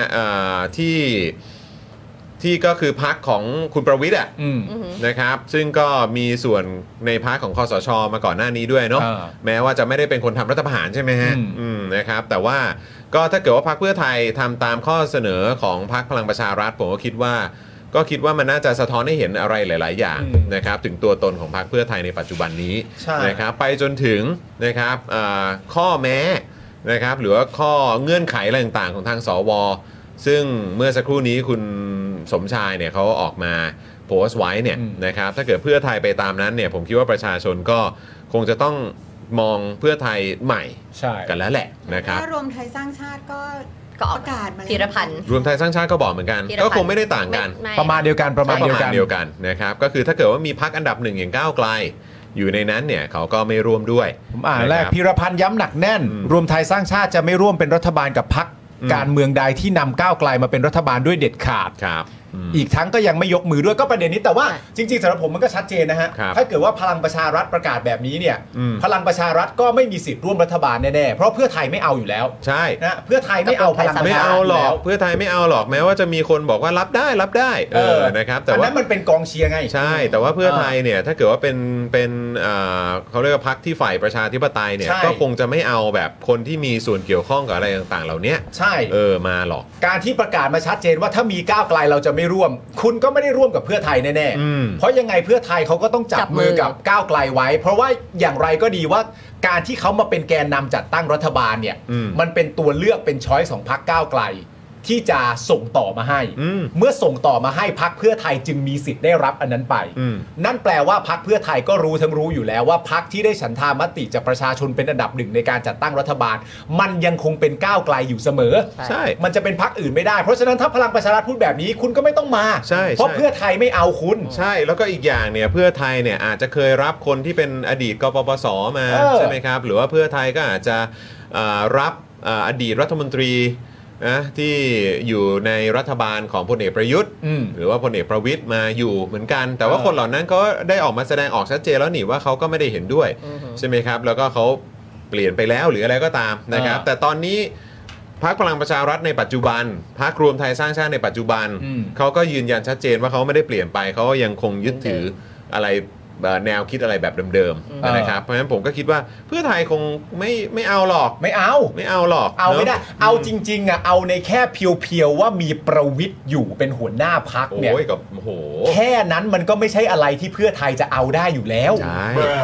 ที่ก็คือพรรคของคุณประวิตรนะครับซึ่งก็มีส่วนในพรรคของคสช.มาก่อนหน้านี้ด้วยเนาะแม้ว่าจะไม่ได้เป็นคนทำรัฐประหารใช่ไหมฮะนะครับแต่ว่าก็ถ้าเกิดว่าพรรคเพื่อไทยทำตามข้อเสนอของพรรคพลังประชารัฐผมก็คิดว่ามันน่าจะสะท้อนให้เห็นอะไรหลายๆอย่างนะครับถึงตัวตนของพรรคเพื่อไทยในปัจจุบันนี้นะครับไปจนถึงนะครับข้อแม้นะครับหรือว่าข้อเงื่อนไขอะไรต่างๆของทางสวซึ่งเมื่อสักครู่นี้คุณสมชายเนี่ยเขาออกมาโพสต์ไว้เนี่ยนะครับถ้าเกิดเพื่อไทยไปตามนั้นเนี่ยผมคิดว่าประชาชนก็คงจะต้องมองเพื่อไทยใหม่กันแล้วแหละนะครับรวมไทยสร้างชาติก็ประกาศมาธีรพันธ์รวมไทยสร้างชาติก็บอกเหมือนกันก็คงไม่ได้ต่างกันประมาณเดียวกันนะครับก็คือถ้าเกิดว่ามีพรรคอันดับ1อย่างก้าวไกลอยู่ในนั้นเนี่ยเขาก็ไม่ร่วมด้วยผมอ่านแรกพีรพันธ์ย้ำหนักแน่นรวมไทยสร้างชาติจะไม่ร่วมเป็นรัฐบาลกับพรรคการเมืองใดที่นำก้าวไกลมาเป็นรัฐบาลด้วยเด็ดขาดอีกทั้งก็ยังไม่ยกมือด้วยก็ประเด็นนี้แต่ว่าจริงๆสำหรับผมมันก็ชัดเจนนะฮะถ้าเกิดว่าพลังประชารัฐประกาศแบบนี้เนี่ยพลังประชารัฐก็ไม่มีสิทธิ์ร่วมรัฐบาลแน่ๆเพราะเพื่อไทยไม่เอาอยู่แล้วใช่นะเพื่อไทยไม่เอาพลังไม่เอาหรอกเพื่อไทยไม่เอาหรอกแม้ว่าจะมีคนบอกว่ารับได้นะครับแต่ว่านั้นมันเป็นกองเชียร์ไงใช่แต่ว่าเพื่อไทยเนี่ยถ้าเกิดว่าเป็นเขาเรียกว่าพรรคที่ฝ่ายประชาธิปไตยเนี่ยก็คงจะไม่เอาแบบคนที่มีส่วนเกี่ยวข้องกับอะไรต่างๆเหล่านี้ใช่มาหรอกการที่ประกาศมาชัดเจนว่าถ้ามีก้าวไกลเราจะไม่ร่วมคุณก็ไม่ได้ร่วมกับเพื่อไทยแน่ๆเพราะยังไงเพื่อไทยเขาก็ต้องจับมือกับก้าวไกลไว้เพราะว่าอย่างไรก็ดีว่าการที่เขามาเป็นแกนนำจัดตั้งรัฐบาลเนี่ยมันเป็นตัวเลือกเป็นช้อยส์ของพรรคก้าวไกลที่จะส่งต่อมาให้เมื่อส่งต่อมาให้พรรคเพื่อไทยจึงมีสิทธิ์ได้รับอันนั้นไปนั่นแปลว่าพรรคเพื่อไทยก็รู้อยู่แล้วว่าพรรคที่ได้ฉันทามติจากประชาชนเป็นอันดับหนึ่งในการจัดตั้งรัฐบาลมันยังคงเป็นก้าวไกลอยู่เสมอใช่มันจะเป็นพรรคอื่นไม่ได้เพราะฉะนั้นถ้าพลังประชารัฐพูดแบบนี้คุณก็ไม่ต้องมาเพราะเพื่อไทยไม่เอาคุณใช่แล้วก็อีกอย่างเนี่ยเพื่อไทยเนี่ยอาจจะเคยรับคนที่เป็นอดีตกปปสมาใช่ไหมครับหรือว่าเพื่อไทยก็อาจจะรับอดีตรัฐมนตรีนะที่อยู่ในรัฐบาลของพลเอกประยุทธ์หรือว่าพลเอกประวิตรมาอยู่เหมือนกันแต่ว่าคนเหล่านั้นก็ได้ออกมาแสดงออกชัดเจนแล้วนี่ว่าเขาก็ไม่ได้เห็นด้วยใช่ไหมครับแล้วก็เขาเปลี่ยนไปแล้วหรืออะไรก็ตามนะครับแต่ตอนนี้พรรคพลังประชารัฐในปัจจุบันพรรครวมไทยสร้างชาติในปัจจุบันเขาก็ยืนยันชัดเจนว่าเขาไม่ได้เปลี่ยนไปเขายังคงยึดถืออะไรแนวคิดอะไรแบบเดิมๆนะครับเพราะฉะนั้นผมก็คิดว่าเพื่อไทยคงไม่เอาหรอกไม่เอาหรอกเอาไม่ได้เอาจริงๆอ่ะเอาในแค่เพียวๆว่ามีประวิตรอยู่เป็นหัวหน้าพรรคเนี่ยโอ้โหแค่นั้นมันก็ไม่ใช่อะไรที่เพื่อไทยจะเอาได้อยู่แล้วใช่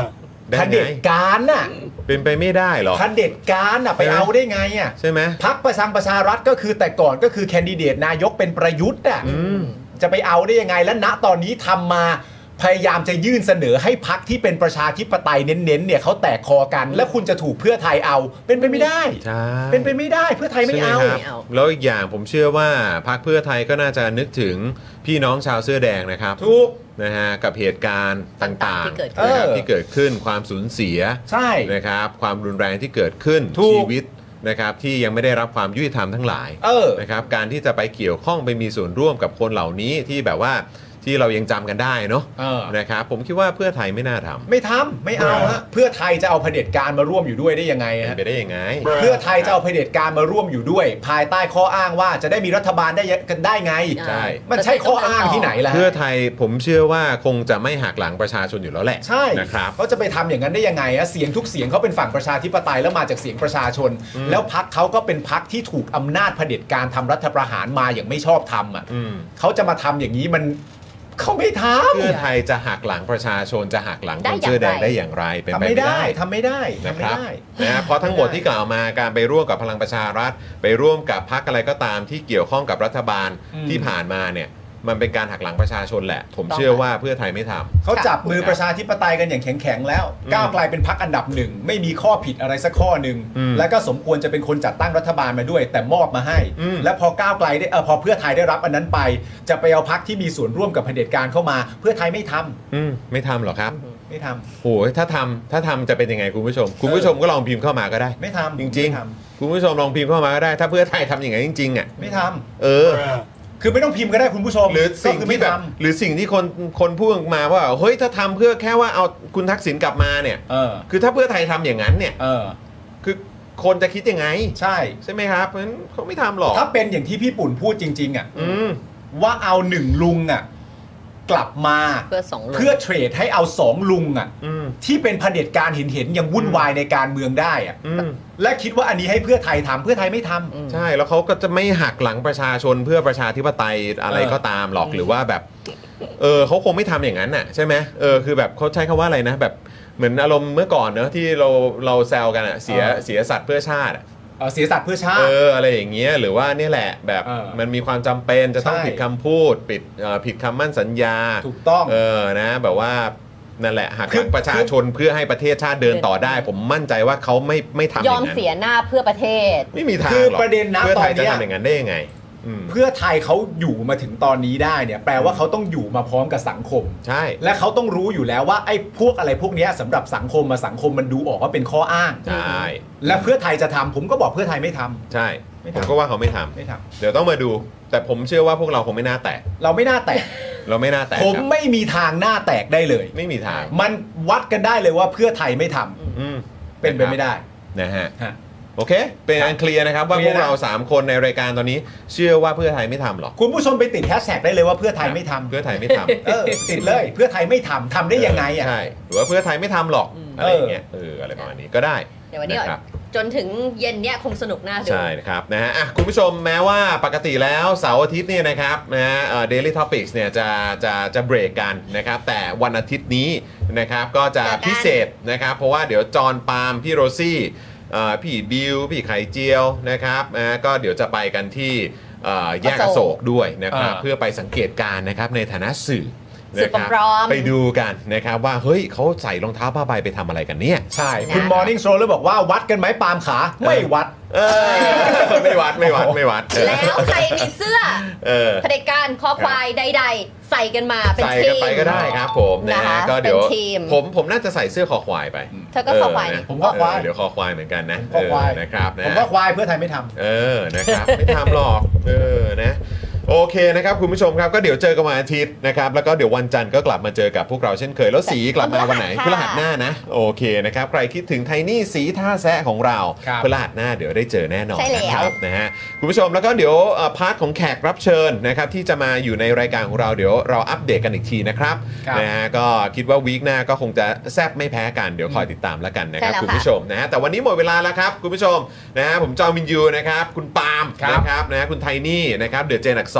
ได้เผไงด็จการน่ะเป็นไปไม่ได้หรอกเผด็จการน่ะไปเอาได้ไงอ่ะใช่ไหมพรรคประชารัฐก็คือแต่ก่อนก็คือแคนดิเดตนายกเป็นประยุทธ์อ่ะจะไปเอาได้ยังไงและณตอนนี้ทำมาพยายามจะยื่นเสนอให้พรรคที่เป็นประชาธิปไตยเน้นๆเนี่ยเขาแตกคอกันแล้วคุณจะถูกเพื่อไทยเอาเป็นไปไม่ได้ใช่เป็นไปไม่ได้เพื่อไทยไม่เอาใช่หครับแล้วอีกอย่างผมเชื่อว่าพรรคเพื่อไทยก็น่าจะนึกถึงพี่น้องชาวเสื้อแดงนะครับถูกนะฮะกับเหตุการณ์ต่างที่เกิดๆขึ้นนะครับที่เกิดขึ้นความสูญเสียใช่นะครับความรุนแรงที่เกิดขึ้นถูกชีวิตนะครับที่ยังไม่ได้รับความยุติธรรมทั้งหลาย นะครับการที่จะไปเกี่ยวข้องไปมีส่วนร่วมกับคนเหล่านี้ที่แบบว่าที่เรายังจำกันได้เนาะนะครับผมคิดว่าเพื่อไทยไม่น่าทำไม่ทำไม่เอาฮะเพื่อไทยจะเอาเผด็จการมาร่วมอยู่ด้วยได้ยังไงเป็นฮะไปได้ยังไงเพื่อไทยจะเอาเผด็จการมาร่วมอยู่ด้วย ภายใต้ข้ออ้างว่าจะได้มีรัฐบาลได้กันได้ไงใช่มันใช่ข้ออ้างที่ไหนล่ะเพื่อไทยผมเชื่อว่าคงจะไม่หักหลังประชาชนอยู่แล้วแหละใช่นะครับเขาจะไปทำอย่างนั้นได้ยังไงอะเสียงทุกเสียงเขาเป็นฝั่งประชาธิปไตยแล้วมาจากเสียงประชาชน แล้วพรรคเขาก็เป็นพรรคที่ถูกอำนาจเผด็จการทำรัฐประหารมาอย่างไม่ชอบธรรมอ่ะเขาจะมาทำอย่างนี้มันเขาไม่ทำเพื่อไทยจะหักหลังประชาชนจะหักหลังคนเสื้อแดงได้อย่างไรเป็นไปไม่ได้ทำไม่ได้นะครับนะเพราะทั้งหมดที่กล่าวมาการไปร่วมกับพลังประชารัฐไปร่วมกับพรรคอะไรก็ตามที่เกี่ยวข้องกับรัฐบาลที่ผ่านมาเนี่ยมันเป็นการหักหลังประชาชนแหละผมเชื่อว่าเพื่อไทยไม่ทำเขาจับมือประชาธิปไตยกันอย่างแข็งๆแล้วก้าวไกลเป็นพรรคอันดับหนึ่งไม่มีข้อผิดอะไรสักข้อหนึ่งและก็สมควรจะเป็นคนจัดตั้งรัฐบาลมาด้วย แต่มอบมาให้ และพอก้าวไกลได้พอเพื่อไทยได้รับอันนั้นไปจะไปเอาพรรคที่มีส่วนร่วมกับเผด็จการเข้ามาเพื่อไทยไม่ทำไม่ทำหรอครับไม่ทำโอ้ยถ้าทำจะเป็นยังไงคุณผู้ชมก็ลองพิมพ์เข้ามาก็ได้ไม่ทำจริงๆคุณผู้ชมลองพิมพ์เข้ามาก็ได้ถ้าเพื่อไทยทำอย่างนั้นจริงๆอ่ะไม่ทำคือไม่ต้องพิมพ์ก็ได้คุณผู้ชมหรือสิ่งที่แบบหรือสิ่งที่คนพูดมาว่าเฮ้ยถ้าทำเพื่อแค่ว่าเอาคุณทักษิณกลับมาเนี่ยคือถ้าเพื่อไทยทำอย่างนั้นเนี่ยคือคนจะคิดยังไงใช่ไหมครับเพราะฉะนั้นเขาไม่ทำหรอกถ้าเป็นอย่างที่พี่ปุ่นพูดจริงๆอ่ะว่าเอา1ลุงอ่ะกลับมาเพื่อเทรดให้เอา2ลุงอ่ะที่เป็นเผด็จการเห็นยังวุ่นวายในการเมืองได้อ่ะและคิดว่าอันนี้ให้เพื่อไทยทำเพื่อไทยไม่ทำใช่แล้วเขาก็จะไม่หักหลังประชาชนเพื่อประชาธิปไตยอะไรก็ตามหรอกหรือว่าแบบเขาคงไม่ทำอย่างนั้นน่ะใช่ไหมคือแบบเขาใช้คำว่าอะไรนะแบบเหมือนอารมณ์เมื่อก่อนเนอะที่เราแซวกันอ่ะเสียสัตว์เพื่อชาติเสียสัตว์เพื่อชาติอะไรอย่างเงี้ยหรือว่านี่แหละแบบมันมีความจำเป็นจะต้องผิดคำพูดผิดคำมั่นสัญญาถูกต้องนะแบบว่านั่นแหละหักหลังประชาชนเพื่อให้ประเทศชาติเดินต่อได้ผมมั่นใจว่าเขาไม่ทำยอมเสียหน้าเพื่อประเทศไม่มีทางหรอกคือประเด็นนะเพื่อตไทอนยจะนี้ทำอย่างนั้นได้ยังไงเพื่อไทยเขาอยู่มาถึงตอนนี้ได้เนี่ยแปลว่าเขาต้องอยู่มาพร้อมกับสังคมใช่และเขาต้องรู้อยู่แล้วว่าไอ้พวกอะไรพวกนี้สำหรับสังคมมันดูออกว่าเป็นข้ออ้างใช่และเพื่อไทยจะทำผมก็บอกเพื่อไทยไม่ทำใช่ผมก็ว่าเขาไม่ทำเดี๋ยวต้องมาดูแต่ผมเชื่อว่าพวกเราคงไม่น่าแตกเราไม่น่าแตกผมไม่มีทางหน้าแตกได้เลยไม่มีทางมันวัดกันได้เลยว่าเพื่อไทยไม่ทำเป็นไปไม่ได้นะฮะโอเคเป็นอันเคลียร์นะครับว่าพวกเรา3คนในรายการตอนนี้เชื่อว่าเพื่อไทยไม่ทำหรอกคุณผู้ชมไปติดแฮชแท็กได้เลยว่าเพื่อไทยไม่ทำเพื่อไทยไม่ทำติดเลยเพื่อไทยไม่ทำได้ยังไงอ่ะใช่หรือว่าเพื่อไทยไม่ทำหรอกอะไรอย่างเงี้ยอะไรประมาณนี้ก็ได้เดี๋ยววันนี้จนถึงเย็นเนี้ยคงสนุกน่าดูใช่ครับนะฮะคุณผู้ชมแม้ว่าปกติแล้วเสาร์อาทิตย์เนี่ยนะครับนะฮะDaily Topics เนี่ยจะเบรกกันนะครับแต่วันอาทิตย์นี้นะครับก็จะพิเศษนะครับเพราะว่าเดี๋ยวจอห์นปาล์มพี่โรซี่พี่บิวพี่ไข่เจียวนะครับก็เดี๋ยวจะไปกันที่แยกอโศกด้วยนะครับเพื่อไปสังเกตการณ์นะครับในฐานะสื่อนะครับไปดูกันนะครับว่าเฮ้ยเขาใส่รองเท้าผ้าใบไปทำอะไรกันเนี่ยใช่คุณมอร์นิ่งโชว์เลยบอกว่าวัดกันไหมปาล์มขาไม่วัดไม่วัดแล้วใครมีเสื้อเผด็จการคอควายใดๆใส่กันมาเป็นทีมใส่กันไปก็ได้ครับผมนะฮะก็เดี๋ยวผมน่าจะใส่เสื้อคอควายไปเธอก็คอควายผมก็ควายเดี๋ยวคอควายเหมือนกันนะนะครับผมก็ควายเพื่อไทยไม่ทำนะครับไม่ทำหรอกนะโอเคนะครับคุณผู้ชมครับก็เดี๋ยวเจอกันวันอาทิตย์นะครับแล้วก็เดี๋ยววันจันทร์ก็กลับมาเจอกับพวกเราเช่นเคยแล้วสีกลับมาวันไหนพฤหัสหน้านะโอเคนะครับใครคิดถึงไทนี่สีท่าแซะของเราพฤหัสหน้าเดี๋ยวได้เจอแน่นอนนะครับนะฮะคุณผู้ชมแล้วก็เดี๋ยวพาร์ทของแขกรับเชิญนะครับที่จะมาอยู่ในรายการของเราเดี๋ยวเราอัปเดตกันอีกทีนะครับนะฮะก็คิดว่าวีคหน้าก็คงจะแซ่บไม่แพ้กันเดี๋ยวคอยติดตามแล้วกันนะครับคุณผู้ชมนะฮะแต่วันนี้หมดเวลาแล้วครับคุณผู้ชมนะฮะผมจอห์นวินยูนะครับคุณปาล์มนะครับนะคุณไทนี่นะครับเดอะเจนอักษ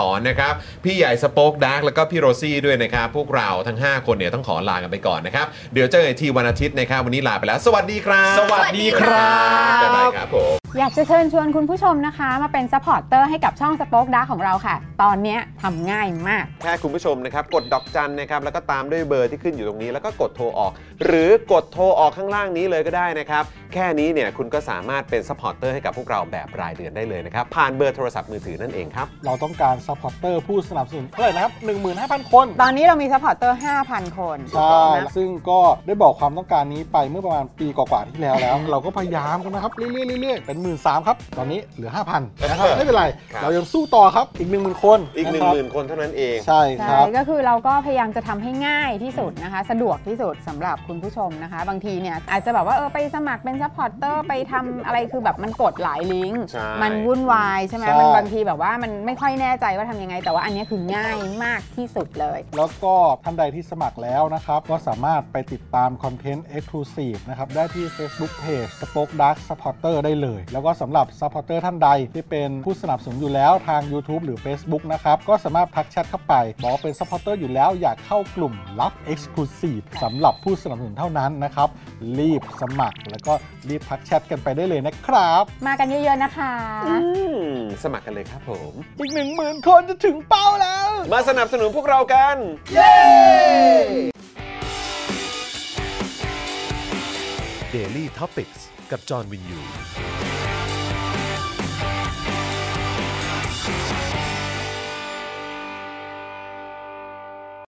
รนะครับพี่ใหญ่สป็อคดาร์กแล้วก็พี่โรซี่ด้วยนะครับพวกเราทั้ง5คนเนี่ยต้องขอลากันไปก่อนนะครับเดี๋ยวเจอกันทีวันอาทิตย์นะครับวันนี้ลาไปแล้วสวัสดีครับสวัสดีครับบ๊ายบายครับผมอยากจะเชิญชวนคุณผู้ชมนะคะมาเป็นซัพพอร์ตเตอร์ให้กับช่องสป็อคดาร์กของเราค่ะตอนนี้ทำง่ายมากแค่คุณผู้ชมนะครับกดดอกจันนะครับแล้วก็ตามด้วยเบอร์ที่ขึ้นอยู่ตรงนี้แล้วก็กดโทรออกหรือกดโทรออกข้างล่างนี้เลยก็ได้นะครับแค่นี้เนี่ยคุณก็สามารถเป็นซัพพอร์ตเตอร์ให้กับพวกเราแบบรายเดือนได้เลยนะครับผ่านเบอร์โทรศัพท์มือถือนั่นเองครับเราต้องการซัพพอร์ตเตอร์ผู้สนับสนุนเท่าไหร่นะครับ 15,000 คนตอนนี้เรามีซัพพอร์ตเตอร์ 5,000 คนใช่ซึ่งก็ได้บอกความต้องการนี้ไปเมื่อประมาณปีกว่าๆที่แล้ว เราก็พยายามกันนะครับเรื่อยๆเป็น 13,000 ครับตอนนี้เหลือ 5,000 นะครับไม่เป็นไรเรายังสู้ต่อครับอีก 10,000 คนอีก 10,000 คนเท่านั้นเองใช่ครับก็คือเราก็พยายามจะทำให้ง่ายที่สุดนะคะสะดวกที่สุดสำหรับคุณผู้ชมนะคะบางทีเนี่ยอาจจะแบบว่าไปสมัครเป็นซัพพอร์ตเตอร์ไปทำอะไรคือแบบมันกดหลายลิงก์มันวุ่นวายใช่ไหมมันบางทีแบบว่ามันไม่ค่อยแน่ใจว่าทำยังไงแต่ว่าอันนี้คือง่ายมากที่สุดเลยแล้วก็ท่านใดที่สมัครแล้วนะครับก็สามารถไปติดตามคอนเทนต์ Exclusive นะครับได้ที่ Facebook Page Spoke Dark Supporter ได้เลยแล้วก็สำหรับ Supporter ท่านใดที่เป็นผู้สนับสนุนอยู่แล้วทาง YouTube หรือ Facebook นะครับก็สามารถทักแชทเข้าไปบอกเป็น Supporter อยู่แล้วอยากเข้ากลุ่มลับ Exclusive สำหรับผู้สนับสนุนเท่านั้นนะครับรีบสมัครแล้วก็รีบทักแชทกันไปได้เลยนะครับมากันเยอะๆนะคะสมัครกันเลยครับผมอีก 10,000 คนจะถึงเป้าแล้วมาสนับสนุนพวกเรากันเย้ Daily Topics กับจอห์นวินยู